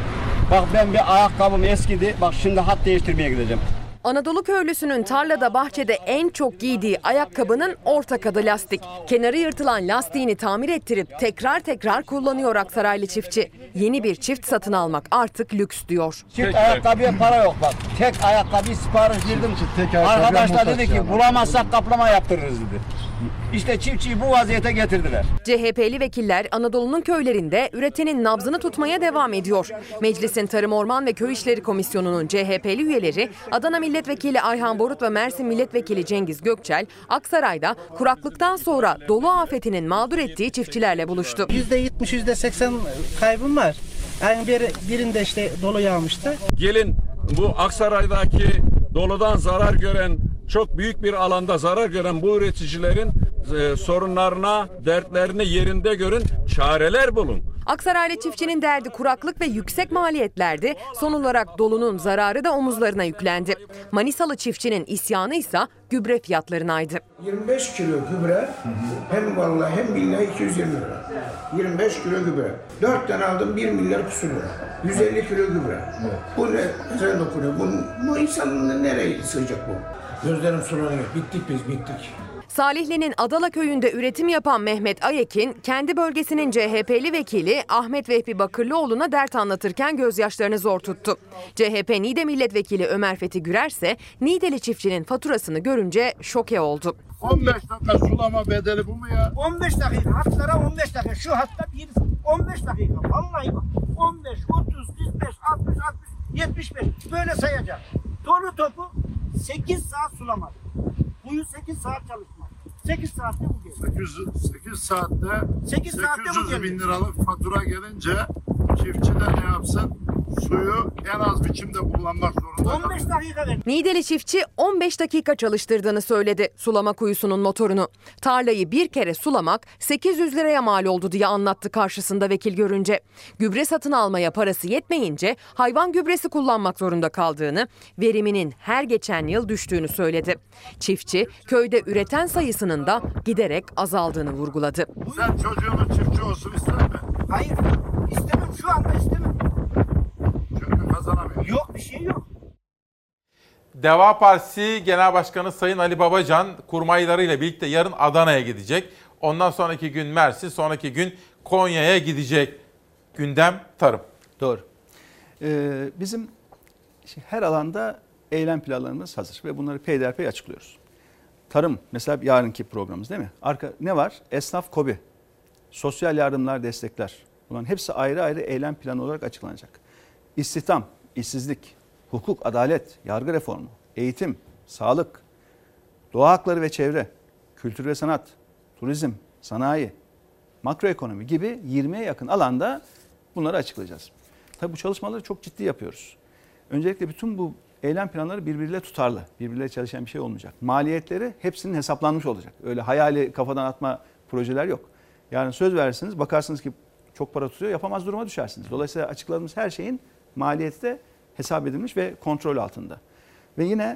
Bak ben bir ayakkabım eskidi. Bak şimdi hat değiştirmeye gideceğim. Anadolu köylüsünün tarlada bahçede en çok giydiği ayakkabının orta kadı lastik. Kenarı yırtılan lastiğini tamir ettirip tekrar tekrar kullanıyor Aksaraylı çiftçi. Yeni bir çift satın almak artık lüks diyor. Çift ayakkabıya para yok bak. Tek ayakkabı sipariş verdim. Arkadaşlar dedi ki bulamazsak kaplama yaptırırız dedi. İşte çiftçiyi bu vaziyete getirdiler. C H P'li vekiller Anadolu'nun köylerinde üretenin nabzını tutmaya devam ediyor. Meclisin Tarım Orman ve Köy İşleri Komisyonu'nun C H P'li üyeleri Adana Milletvekili Ayhan Borut ve Mersin Milletvekili Cengiz Gökçel, Aksaray'da kuraklıktan sonra dolu afetinin mağdur ettiği çiftçilerle buluştu. yüzde yetmiş yüzde seksen kaybım var. Yani bir, birinde işte dolu yağmıştı. Gelin bu Aksaray'daki doludan zarar gören, çok büyük bir alanda zarar gören bu üreticilerin e, sorunlarına, dertlerini yerinde görün, çareler bulun. Aksaraylı çiftçinin derdi kuraklık ve yüksek maliyetlerdi. Son olarak dolunun zararı da omuzlarına yüklendi. Manisalı çiftçinin isyanı ise gübre fiyatlarınaydı. yirmi beş kilo gübre hem vallahi hem billahi iki yüz yirmi lira. yirmi beş kilo gübre. dört tane aldım bir milyar küsur lira. yüz elli kilo gübre. Evet. Bu ne? Güzel dokunuyor. Bu, bu insanın nereye sığacak bu? Gözlerim sulanıyor. Bittik biz, bittik. Salihli'nin Adala köyünde üretim yapan Mehmet Ayekin, kendi bölgesinin C H P'li vekili Ahmet Vehbi Bakırlıoğlu'na dert anlatırken gözyaşlarını zor tuttu. C H P Niğde Milletvekili Ömer Fethi Gürer ise Niğdeli çiftçinin faturasını görünce şoke oldu. on beş dakika sulama bedeli bu mu ya? on beş dakika hatlara on beş dakika şu hatta bir on beş dakika vallahi bak on beş otuz kırk beş altmış altmış yetmiş beş böyle sayacağım. Dolu topu sekiz saat sulamadı. Buyu sekiz saat çalışma. sekiz saatte bu geliyor. sekiz saatte sekiz saatte bu sekiz yüz bin liralık fatura gelince çiftçi de ne yapsın? Suyu en az biçimde kullanmak zorunda. on beş dakika ver. Niğdeli çiftçi on beş dakika çalıştırdığını söyledi sulama kuyusunun motorunu. Tarlayı bir kere sulamak sekiz yüz liraya mal oldu diye anlattı karşısında vekil görünce. Gübre satın almaya parası yetmeyince hayvan gübresi kullanmak zorunda kaldığını, veriminin her geçen yıl düştüğünü söyledi. Çiftçi köyde üreten sayısının da giderek azaldığını vurguladı. Sen çocuğunun çiftçi olsun ister mi? Hayır istemem, şu anda istemem. Çünkü kazanamıyor. Yok, bir şey yok. Deva Partisi Genel Başkanı Sayın Ali Babacan kurmaylarıyla birlikte yarın Adana'ya gidecek. Ondan sonraki gün Mersin, sonraki gün Konya'ya gidecek. Gündem tarım. Doğru. Ee, bizim her alanda eylem planlarımız hazır ve bunları peyderpey açıklıyoruz. Tarım mesela yarınki programımız değil mi? Arka, ne var? Esnaf KOBİ, sosyal yardımlar, destekler. Bunların hepsi ayrı ayrı eylem planı olarak açıklanacak. İstihdam, işsizlik, hukuk, adalet, yargı reformu, eğitim, sağlık, doğa hakları ve çevre, kültür ve sanat, turizm, sanayi, makroekonomi gibi yirmiye yakın alanda bunları açıklayacağız. Tabii bu çalışmaları çok ciddi yapıyoruz. Öncelikle bütün bu eylem planları birbiriyle tutarlı, birbiriyle çalışan bir şey olmayacak. Maliyetleri hepsinin hesaplanmış olacak. Öyle hayali kafadan atma projeler yok. Yarın söz verirsiniz, bakarsınız ki çok para tutuyor, yapamaz duruma düşersiniz. Dolayısıyla açıkladığımız her şeyin maliyeti de hesap edilmiş ve kontrol altında. Ve yine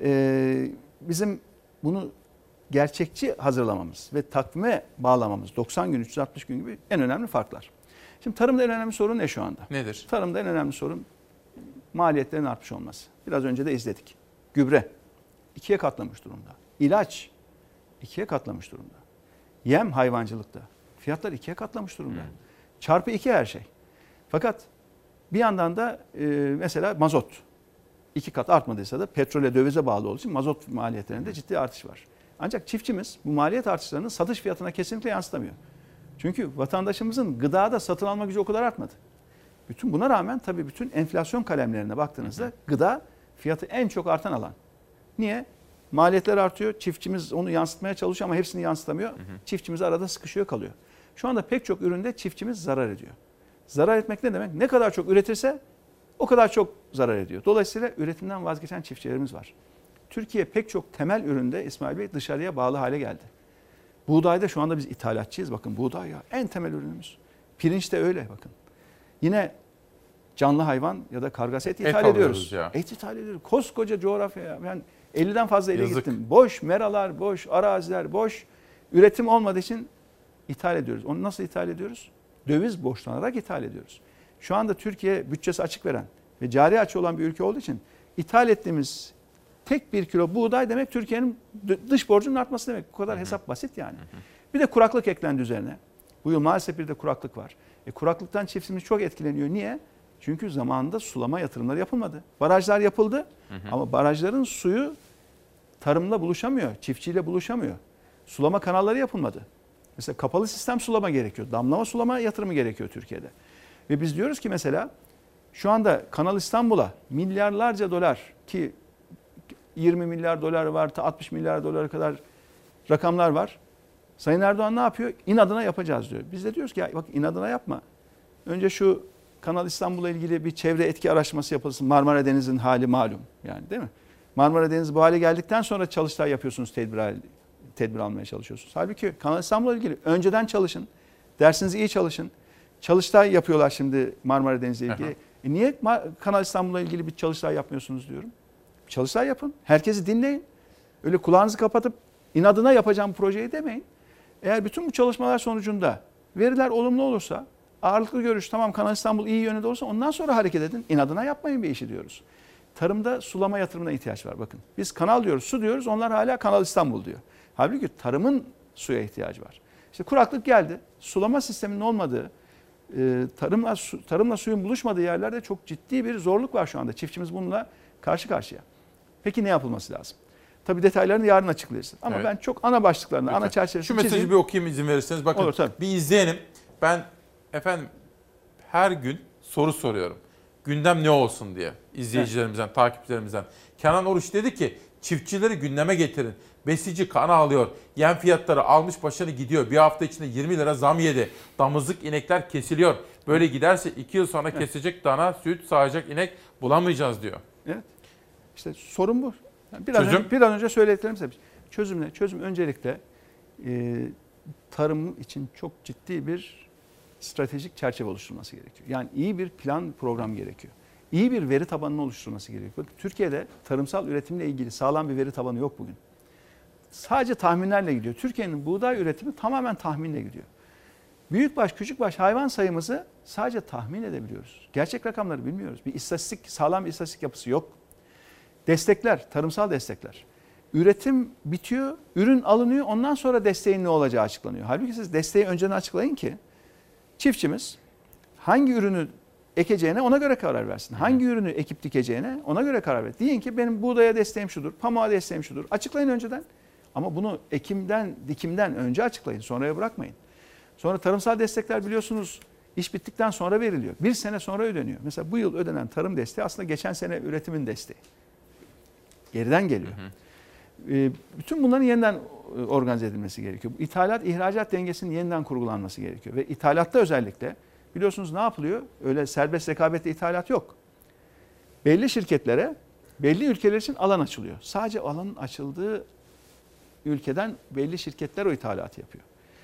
e, bizim bunu gerçekçi hazırlamamız ve takvime bağlamamız doksan gün, üç yüz altmış gün gibi en önemli farklar. Şimdi tarımda en önemli sorun ne şu anda? Nedir? Tarımda en önemli sorun maliyetlerin artmış olması. Biraz önce de izledik. Gübre ikiye katlamış durumda. İlaç ikiye katlamış durumda. Yem hayvancılıkta fiyatlar ikiye katlamış durumda. Hmm. Çarpı iki her şey. Fakat bir yandan da e, mesela mazot iki kat artmadıysa da petrole, dövize bağlı olduğu için mazot maliyetlerinde ciddi artış var. Ancak çiftçimiz bu maliyet artışlarını satış fiyatına kesinlikle yansıtamıyor. Çünkü vatandaşımızın gıdada satın alma gücü o kadar artmadı. Bütün buna rağmen tabii bütün enflasyon kalemlerine baktığınızda hı hı. gıda fiyatı en çok artan alan. Niye? Maliyetler artıyor. Çiftçimiz onu yansıtmaya çalışıyor ama hepsini yansıtamıyor. Hı hı. Çiftçimiz arada sıkışıyor kalıyor. Şu anda pek çok üründe çiftçimiz zarar ediyor. Zarar etmek ne demek? Ne kadar çok üretirse o kadar çok zarar ediyor. Dolayısıyla üretimden vazgeçen çiftçilerimiz var. Türkiye pek çok temel üründe İsmail Bey dışarıya bağlı hale geldi. Buğdayda şu anda biz ithalatçıyız. Bakın buğday ya en temel ürünümüz. Pirinç de öyle bakın. Yine canlı hayvan ya da kargas et ithal et ediyoruz. Ya. Et ithal ediyoruz. Koskoca coğrafya ya. Ben elliden fazla ile gittim. Boş meralar, boş araziler, boş üretim olmadığı için ithal ediyoruz. Onu nasıl ithal ediyoruz? Döviz borçlanarak ithal ediyoruz. Şu anda Türkiye bütçesi açık veren ve cari açığı olan bir ülke olduğu için ithal ettiğimiz tek bir kilo buğday demek Türkiye'nin dış borcunun artması demek. Bu kadar hı hı. hesap basit yani. Hı hı. Bir de kuraklık eklendi üzerine. Bu yıl maalesef bir de kuraklık var. E, kuraklıktan çiftçimiz çok etkileniyor. Niye? Çünkü zamanında sulama yatırımları yapılmadı. Barajlar yapıldı hı hı. ama barajların suyu tarımla buluşamıyor, çiftçiyle buluşamıyor. Sulama kanalları yapılmadı. Mesela kapalı sistem sulama gerekiyor. Damlama sulama yatırımı gerekiyor Türkiye'de. Ve biz diyoruz ki mesela şu anda Kanal İstanbul'a milyarlarca dolar ki yirmi milyar dolar var, altmış milyar dolara kadar rakamlar var. Sayın Erdoğan ne yapıyor? İnadına yapacağız diyor. Biz de diyoruz ki ya bak inadına yapma. Önce şu Kanal İstanbul'la ilgili bir çevre etki araştırması yapılsın. Marmara Denizi'nin hali malum yani değil mi? Marmara Denizi bu hale geldikten sonra çalıştay yapıyorsunuz, tedbir, tedbir almaya çalışıyorsunuz. Halbuki Kanal İstanbul'la ilgili önceden çalışın. Dersinizi iyi çalışın. Çalıştay yapıyorlar şimdi Marmara Denizi'yle ilgili. E niye Kanal İstanbul'la ilgili bir çalıştay yapmıyorsunuz diyorum. Çalıştay yapın. Herkesi dinleyin. Öyle kulağınızı kapatıp inadına yapacağım projeyi demeyin. Eğer bütün bu çalışmalar sonucunda veriler olumlu olursa, ağırlıklı görüş tamam Kanal İstanbul iyi yönde olursa ondan sonra hareket edin. İnadına yapmayın bir işi diyoruz. Tarımda sulama yatırımına ihtiyaç var bakın. Biz kanal diyoruz, su diyoruz. Onlar hala Kanal İstanbul diyor. Halbuki tarımın suya ihtiyacı var. İşte kuraklık geldi. Sulama sisteminin olmadığı, tarımla, su, tarımla suyun buluşmadığı yerlerde çok ciddi bir zorluk var şu anda. Çiftçimiz bununla karşı karşıya. Peki ne yapılması lazım? Tabii detaylarını yarın açıklayacağız. Ama evet. ben çok ana başlıklarını, ana çerçevesini Şu mesajı çizeyim. Bir okuyayım izin verirseniz. Bakın olur, bir izleyelim. Ben efendim her gün soru soruyorum. Gündem ne olsun diye izleyicilerimizden, evet. takipçilerimizden. Kenan Oruç dedi ki çiftçileri gündeme getirin. Besici kan ağlıyor. Yem fiyatları almış başını gidiyor. Bir hafta içinde yirmi lira zam yedi. Damızlık inekler kesiliyor. Böyle giderse iki yıl sonra evet. kesecek dana, süt sağacak inek bulamayacağız diyor. Evet. İşte sorun bu. Yani biraz Çözüm? Önce, bir an önce söylediklerimiz çözüm ne? Çözüm öncelikle e, tarım için çok ciddi bir stratejik çerçeve oluşturulması gerekiyor. Yani iyi bir plan program gerekiyor. İyi bir veri tabanını oluşturulması gerekiyor. Bakın Türkiye'de tarımsal üretimle ilgili sağlam bir veri tabanı yok bugün. Sadece tahminlerle gidiyor. Türkiye'nin buğday üretimi tamamen tahminle gidiyor. Büyükbaş, küçükbaş hayvan sayımızı sadece tahmin edebiliyoruz. Gerçek rakamları bilmiyoruz. Bir istatistik, sağlam bir istatistik yapısı yok. Destekler, tarımsal destekler. Üretim bitiyor, ürün alınıyor, ondan sonra desteğin ne olacağı açıklanıyor. Halbuki siz desteği önceden açıklayın ki çiftçimiz hangi ürünü ekeceğine ona göre karar versin. Hangi ürünü ekip dikeceğine ona göre karar ver. Deyin ki benim buğdaya desteğim şudur, pamuğa desteğim şudur. Açıklayın önceden. Ama bunu ekimden, dikimden önce açıklayın. Sonraya bırakmayın. Sonra tarımsal destekler biliyorsunuz iş bittikten sonra veriliyor. Bir sene sonra ödeniyor. Mesela bu yıl ödenen tarım desteği aslında geçen sene üretimin desteği. Geriden geliyor. Hı hı. Bütün bunların yeniden organize edilmesi gerekiyor. İthalat, ihracat dengesinin yeniden kurgulanması gerekiyor. Ve ithalatta özellikle biliyorsunuz ne yapılıyor? Öyle serbest rekabette ithalat yok. Belli şirketlere, belli ülkeler için alan açılıyor. Sadece alanın açıldığı ülkeden belli şirketler o ithalatı yapıyor.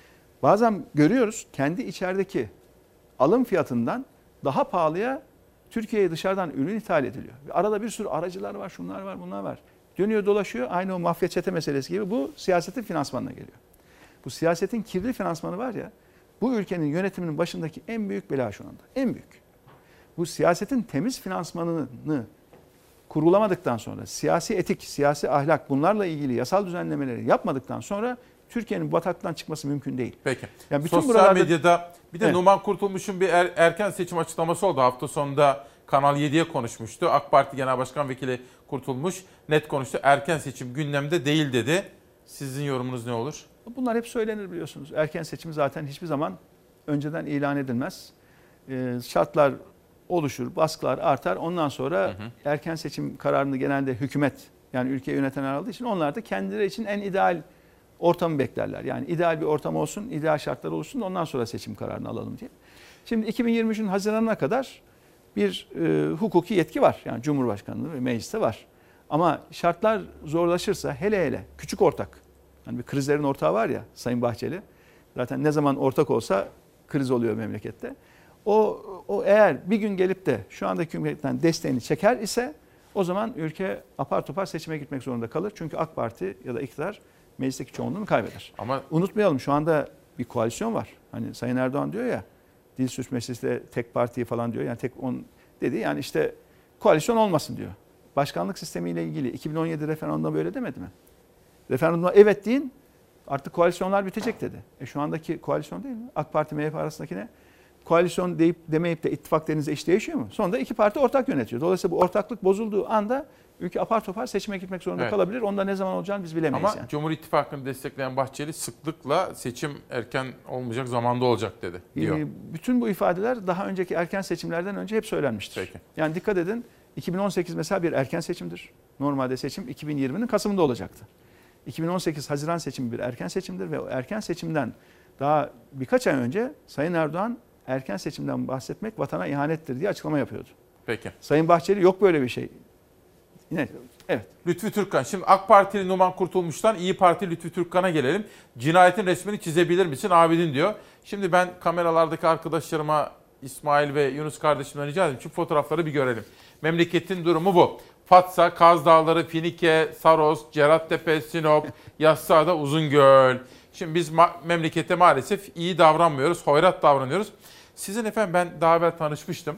Bazen görüyoruz kendi içerideki alım fiyatından daha pahalıya Türkiye'ye dışarıdan ürün ithal ediliyor. Arada bir sürü aracılar var, şunlar var, bunlar var. Dönüyor dolaşıyor, aynı o mafya çete meselesi gibi bu siyasetin finansmanına geliyor. Bu siyasetin kirli finansmanı var ya, bu ülkenin yönetiminin başındaki en büyük bela şu anda. En büyük. Bu siyasetin temiz finansmanını kurgulamadıktan sonra, siyasi etik, siyasi ahlak bunlarla ilgili yasal düzenlemeleri yapmadıktan sonra Türkiye'nin bataklıktan çıkması mümkün değil. Peki. Yani bütün sosyal buralarda... medyada bir de evet. Numan Kurtulmuş'un bir er, erken seçim açıklaması oldu. Hafta sonunda Kanal yediye konuşmuştu. AK Parti Genel Başkan Vekili Kurtulmuş net konuştu. Erken seçim gündemde değil dedi. Sizin yorumunuz ne olur? Bunlar hep söylenir biliyorsunuz. Erken seçim zaten hiçbir zaman önceden ilan edilmez. Ee, şartlar oluşur, baskılar artar. Ondan sonra hı hı. erken seçim kararını genelde hükümet yani ülkeyi yönetenler aldığı için onlar da kendileri için en ideal ortamı beklerler. Yani ideal bir ortam olsun, ideal şartlar oluşsun da ondan sonra seçim kararını alalım diye. Şimdi iki bin yirmi üçün Haziran'ına kadar bir e, hukuki yetki var. Yani Cumhurbaşkanlığı ve mecliste var. Ama şartlar zorlaşırsa hele hele küçük ortak. Hani bir krizlerin ortağı var ya Sayın Bahçeli. Zaten ne zaman ortak olsa kriz oluyor memlekette. O, o eğer bir gün gelip de şu andaki hükümetten desteğini çeker ise o zaman ülke apar topar seçime gitmek zorunda kalır. Çünkü AK Parti ya da iktidar meclisteki çoğunluğunu kaybeder. Ama unutmayalım şu anda bir koalisyon var. Hani Sayın Erdoğan diyor ya dil suç meselesi tek parti falan diyor. Yani tek on dedi. Yani işte koalisyon olmasın diyor. Başkanlık sistemiyle ilgili iki bin on yedi referandumda böyle demedi mi? Referandumda evet deyin artık koalisyonlar bitecek dedi. E şu andaki koalisyon değil mi? AK Parti M H P arasındaki ne? Koalisyon deyip demeyip de ittifak denizde iş değişiyor mu? Sonunda iki parti ortak yönetiyor. Dolayısıyla bu ortaklık bozulduğu anda ülke apar topar seçime gitmek zorunda evet. kalabilir. Onda ne zaman olacağını biz bilemeyiz. Ama yani. Cumhur İttifakı'nı destekleyen Bahçeli sıklıkla seçim erken olmayacak zamanda olacak dedi diyor. Ee, bütün bu ifadeler daha önceki erken seçimlerden önce hep söylenmiştir. Peki. Yani dikkat edin iki bin on sekiz mesela bir erken seçimdir. Normalde seçim iki bin yirminin Kasım'ında olacaktı. iki bin on sekiz Haziran seçimi bir erken seçimdir ve o erken seçimden daha birkaç ay önce Sayın Erdoğan erken seçimden bahsetmek vatana ihanettir diye açıklama yapıyordu. Peki. Sayın Bahçeli yok böyle bir şey. Yine, evet. Lütfü Türkkan. Şimdi AK Partili Numan Kurtulmuş'tan İyi Parti Lütfü Türkkan'a gelelim. Cinayetin resmini çizebilir misin Abidin diyor. Şimdi ben kameralardaki arkadaşlarıma İsmail ve Yunus kardeşimden rica edeyim. Şu fotoğrafları bir görelim. Memleketin durumu bu. Fatsa, Kaz Dağları, Finike, Saros, Cerattepe, Sinop, Yassıada, Uzungöl. Şimdi biz ma- memlekete maalesef iyi davranmıyoruz, hoyrat davranıyoruz. Sizin efendim ben daha evvel tanışmıştım.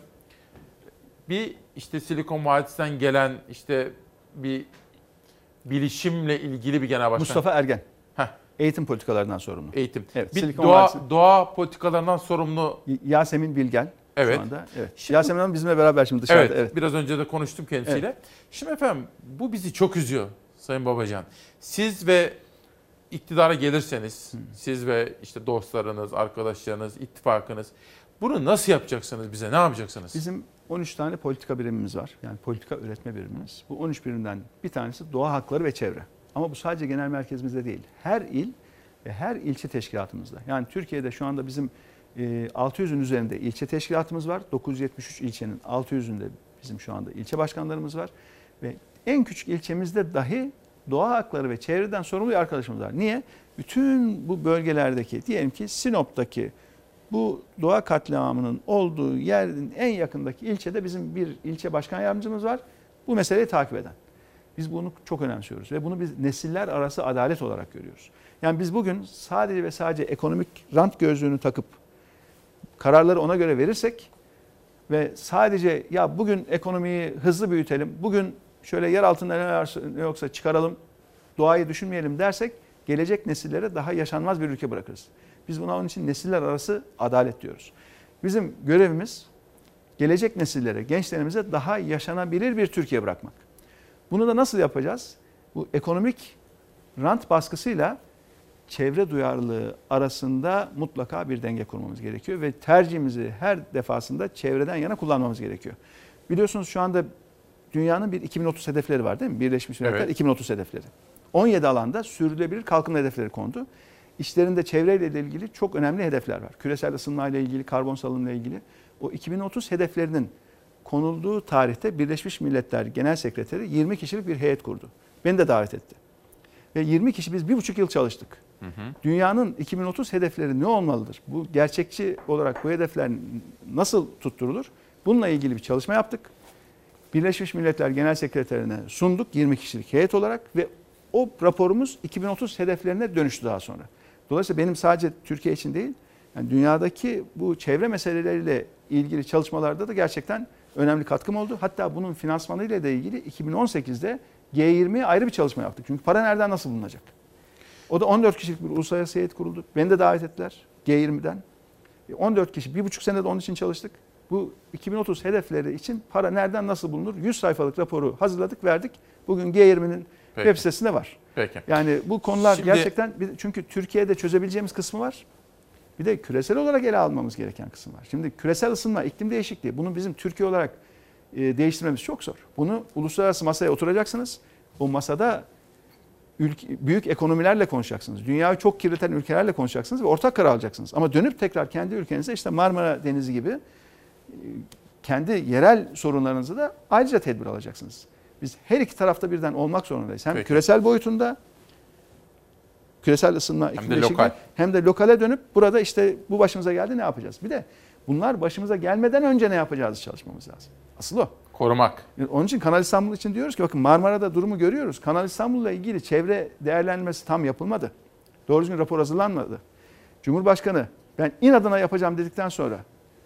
Bir işte Silikon Vadisi'nden gelen işte bir bilişimle ilgili bir genel başkan. Mustafa Ergen. Heh. Eğitim politikalarından sorumlu. Eğitim. Evet, bir Silikon doğa, Vadisi. doğa politikalarından sorumlu. Yasemin Bilgel. Evet. Şu anda. Evet. Şimdi, Yasemin Hanım bizimle beraber şimdi dışarıda. Evet, evet. Biraz önce de konuştum kendisiyle. Evet. Şimdi efendim bu bizi çok üzüyor Sayın Babacan. Siz ve iktidara gelirseniz, hmm. siz ve işte dostlarınız, arkadaşlarınız, ittifakınız bunu nasıl yapacaksınız bize? Ne yapacaksınız? Bizim on üç tane politika birimimiz var. Yani politika üretme birimimiz. Bu on üç birimden bir tanesi doğa hakları ve çevre. Ama bu sadece genel merkezimizde değil. Her il ve her ilçe teşkilatımızda. Yani Türkiye'de şu anda bizim altı yüzün üzerinde ilçe teşkilatımız var. dokuz yüz yetmiş üç ilçenin altı yüzünde bizim şu anda ilçe başkanlarımız var. Ve en küçük ilçemizde dahi doğa hakları ve çevreden sorumlu bir arkadaşımız var. Niye? Bütün bu bölgelerdeki, diyelim ki Sinop'taki bu doğa katliamının olduğu yerin en yakındaki ilçede bizim bir ilçe başkan yardımcımız var. Bu meseleyi takip eden. Biz bunu çok önemsiyoruz ve bunu biz nesiller arası adalet olarak görüyoruz. Yani biz bugün sadece ve sadece ekonomik rant gözlüğünü takıp kararları ona göre verirsek ve sadece ya bugün ekonomiyi hızlı büyütelim, bugün şöyle yer altında ne varsa ne yoksa çıkaralım, doğayı düşünmeyelim dersek gelecek nesillere daha yaşanmaz bir ülke bırakırız. Biz buna onun için nesiller arası adalet diyoruz. Bizim görevimiz gelecek nesillere, gençlerimize daha yaşanabilir bir Türkiye bırakmak. Bunu da nasıl yapacağız? Bu ekonomik rant baskısıyla çevre duyarlılığı arasında mutlaka bir denge kurmamız gerekiyor ve tercihimizi her defasında çevreden yana kullanmamız gerekiyor. Biliyorsunuz şu anda dünyanın bir iki bin otuz hedefleri var değil mi? Birleşmiş Milletler evet. iki bin otuz hedefleri. on yedi alanda sürdürülebilir kalkınma hedefleri kondu. İşlerinde çevreyle ilgili çok önemli hedefler var. Küresel ısınma ile ilgili, karbon salımı ile ilgili. O iki bin otuz hedeflerinin konulduğu tarihte Birleşmiş Milletler Genel Sekreteri yirmi kişilik bir heyet kurdu. Beni de davet etti. Ve yirmi kişi biz bir buçuk yıl çalıştık. Hı hı. Dünyanın iki bin otuz hedefleri ne olmalıdır? Bu gerçekçi olarak bu hedefler nasıl tutturulur? Bununla ilgili bir çalışma yaptık. Birleşmiş Milletler Genel Sekreterine sunduk yirmi kişilik heyet olarak ve o raporumuz iki bin otuz hedeflerine dönüştü daha sonra. Dolayısıyla benim sadece Türkiye için değil, yani dünyadaki bu çevre meseleleriyle ilgili çalışmalarda da gerçekten önemli katkım oldu. Hatta bunun finansmanıyla da ilgili iki bin on sekizde G yirmiye ayrı bir çalışma yaptık. Çünkü para nereden nasıl bulunacak? O da on dört kişilik bir uluslararası heyet kuruldu. Beni de davet ettiler G yirmiden. on dört kişi, bir buçuk senede onun için çalıştık. Bu iki bin otuz hedefleri için para nereden nasıl bulunur? yüz sayfalık raporu hazırladık, verdik. Bugün G yirminin Peki. web sitesinde var. Peki. Yani bu konular Şimdi... gerçekten, çünkü Türkiye'de çözebileceğimiz kısmı var. Bir de küresel olarak ele almamız gereken kısım var. Şimdi küresel ısınma, iklim değişikliği, bunu bizim Türkiye olarak e, değiştirmemiz çok zor. Bunu uluslararası masaya oturacaksınız. O masada ülke, büyük ekonomilerle konuşacaksınız. Dünyayı çok kirleten ülkelerle konuşacaksınız ve ortak karar alacaksınız. Ama dönüp tekrar kendi ülkenize işte Marmara Denizi gibi e, kendi yerel sorunlarınızı da ayrıca tedbir alacaksınız. Biz her iki tarafta birden olmak zorundayız. Hem Peki. küresel boyutunda, küresel ısınma, iklim değişikliği, lokal. hem de lokale dönüp burada işte bu başımıza geldi, ne yapacağız? Bir de bunlar başımıza gelmeden önce ne yapacağız çalışmamız lazım. Asıl o. Korumak. Onun için Kanal İstanbul için diyoruz ki bakın Marmara'da durumu görüyoruz. Kanal İstanbul'la ilgili çevre değerlendirmesi tam yapılmadı. Doğru düzgün rapor hazırlanmadı. Cumhurbaşkanı ben inadına yapacağım dedikten sonra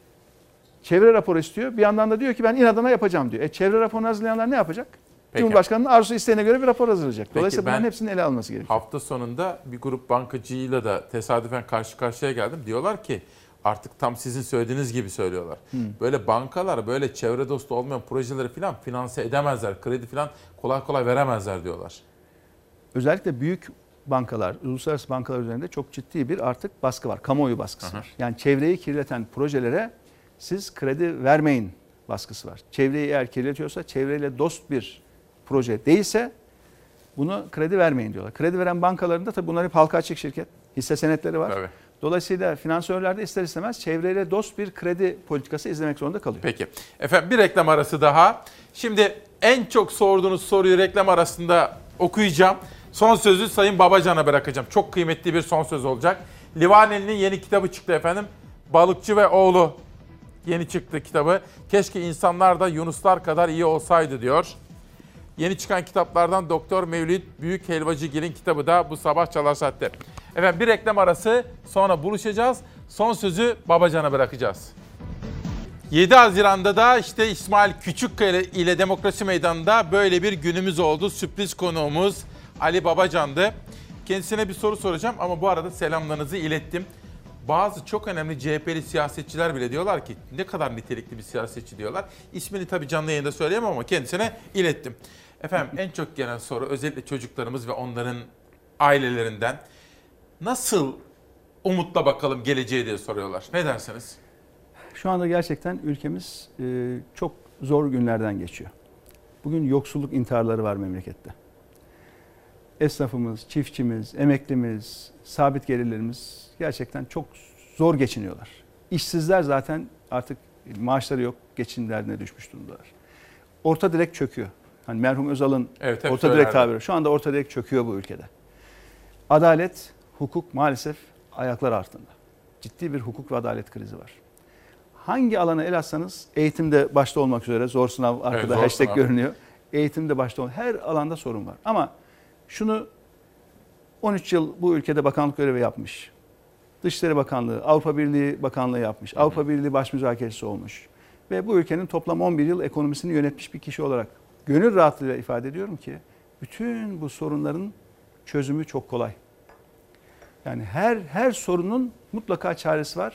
çevre raporu istiyor. Bir yandan da diyor ki ben inadına yapacağım diyor. E çevre raporunu hazırlayanlar ne yapacak? Peki. Cumhurbaşkanının arzusu isteğine göre bir rapor hazırlayacak. Dolayısıyla Peki, bunların hepsinin ele alınması gerekiyor. Hafta sonunda bir grup bankacıyla da tesadüfen karşı karşıya geldim. Diyorlar ki artık tam sizin söylediğiniz gibi söylüyorlar. Hmm. Böyle bankalar böyle çevre dostu olmayan projeleri falan finanse edemezler. Kredi falan kolay kolay veremezler diyorlar. Özellikle büyük bankalar, uluslararası bankalar üzerinde çok ciddi bir artık baskı var. Kamuoyu baskısı Aha. var. Yani çevreyi kirleten projelere siz kredi vermeyin baskısı var. Çevreyi eğer kirletiyorsa çevreyle dost bir proje değilse bunu kredi vermeyin diyorlar. Kredi veren bankaların da tabii bunlar hep halka açık şirket. Hisse senetleri var. Tabii. Dolayısıyla finansörler de ister istemez çevreyle dost bir kredi politikası izlemek zorunda kalıyor. Peki. Efendim bir reklam arası daha. Şimdi en çok sorduğunuz soruyu reklam arasında okuyacağım. Son sözü Sayın Babacan'a bırakacağım. Çok kıymetli bir son söz olacak. Livaneli'nin yeni kitabı çıktı efendim. Balıkçı ve Oğlu. Yeni çıktı kitabı. Keşke insanlar da Yunuslar kadar iyi olsaydı diyor. Yeni çıkan kitaplardan Doktor Mevlüt Büyük Helvacıgil'in kitabı da bu sabah Çalar Saat'te. Efendim bir reklam arası, sonra buluşacağız. Son sözü Babacan'a bırakacağız. yedi Haziran'da da işte İsmail Küçükkaya ile Demokrasi Meydanı'nda böyle bir günümüz oldu. Sürpriz konuğumuz Ali Babacan'dı. Kendisine bir soru soracağım ama bu arada selamlarınızı ilettim. Bazı çok önemli C H P'li siyasetçiler bile diyorlar ki ne kadar nitelikli bir siyasetçi diyorlar. İsmini tabii canlı yayında söyleyemem ama kendisine ilettim. Efendim en çok gelen soru özellikle çocuklarımız ve onların ailelerinden nasıl umutla bakalım geleceğe diye soruyorlar. Ne dersiniz? Şu anda gerçekten ülkemiz çok zor günlerden geçiyor. Bugün yoksulluk intiharları var memlekette. Esnafımız, çiftçimiz, emeklimiz, sabit gelirlerimiz gerçekten çok zor geçiniyorlar. İşsizler zaten artık maaşları yok, geçim derdine düşmüş durumdalar. Orta direk çöküyor. Hani merhum Özal'ın evet, orta direk tabiri. Şu anda orta direk çöküyor bu ülkede. Adalet, hukuk maalesef ayaklar altında. Ciddi bir hukuk ve adalet krizi var. Hangi alana el atsanız, eğitimde başta olmak üzere, zor sınav arkada evet, zor hashtag sınav. görünüyor. Eğitimde başta olmak, her alanda sorun var. Ama şunu on üç yıl bu ülkede bakanlık görevi yapmış. Dışişleri Bakanlığı, Avrupa Birliği Bakanlığı yapmış. Hı-hı. Avrupa Birliği baş müzakeresi olmuş. Ve bu ülkenin toplam on bir yıl ekonomisini yönetmiş bir kişi olarak gönül rahatlığıyla ifade ediyorum ki bütün bu sorunların çözümü çok kolay. Yani her her sorunun mutlaka çaresi var.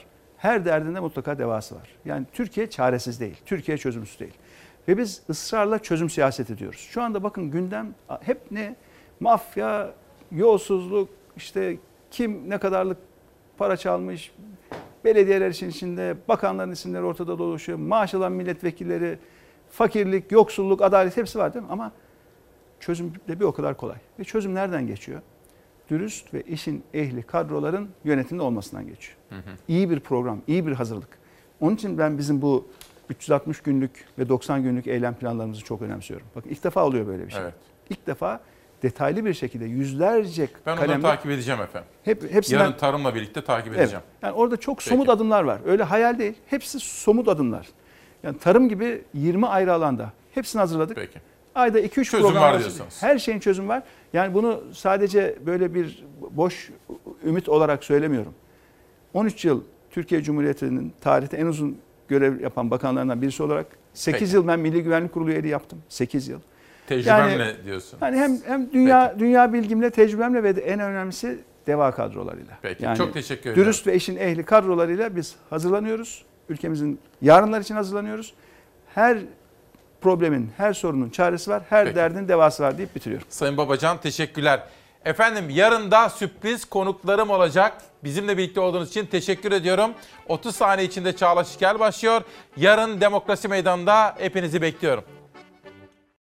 Her derdinde mutlaka devası var. Yani Türkiye çaresiz değil. Türkiye çözümsüz değil. Ve biz ısrarla çözüm siyaseti ediyoruz. Şu anda bakın gündem hep ne? Mafya, yolsuzluk, işte kim ne kadarlık para çalmış, belediyeler için içinde, bakanların isimleri ortada dolaşıyor, maaş alan milletvekilleri, fakirlik, yoksulluk, adalet hepsi var değil mi? Ama çözüm de bir o kadar kolay. Ve çözüm nereden geçiyor? Dürüst ve işin ehli kadroların yönetimde olmasından geçiyor. Hı hı. İyi bir program, iyi bir hazırlık. Onun için ben bizim bu üç yüz altmış günlük ve doksan günlük eylem planlarımızı çok önemsiyorum. Bakın ilk defa oluyor böyle bir şey. Evet. İlk defa detaylı bir şekilde yüzlerce ben kalemle... Ben onları takip edeceğim efendim. Hep, hepsinden... Yarın tarımla birlikte takip edeceğim. Evet. Yani orada çok Peki. somut adımlar var. Öyle hayal değil. Hepsi somut adımlar. Yani tarım gibi yirmi ayrı alanda. Hepsini hazırladık. Peki. Ayda iki üç çözüm program var var diyorsunuz. Her şeyin çözüm var. Yani bunu sadece böyle bir boş ümit olarak söylemiyorum. on üç yıl Türkiye Cumhuriyeti'nin tarihte en uzun görev yapan bakanlarından birisi olarak sekiz Peki. yıl ben Milli Güvenlik Kurulu üyeliği yaptım. sekiz yıl. Tecrübemle yani, diyorsun. Yani hem hem dünya Peki. dünya bilgimle, tecrübemle ve de en önemlisi deva kadrolarıyla. Peki. Yani çok teşekkür ederim. Dürüst ve işin ehli kadrolarıyla biz hazırlanıyoruz. Ülkemizin yarınlar için hazırlanıyoruz. Her problemin, her sorunun çaresi var, her Peki. derdin devası var deyip bitiriyorum. Sayın Babacan teşekkürler. Efendim yarın da sürpriz konuklarım olacak. Bizimle birlikte olduğunuz için teşekkür ediyorum. otuz saniye içinde Çağla Şikel başlıyor. Yarın Demokrasi Meydanı'nda hepinizi bekliyorum.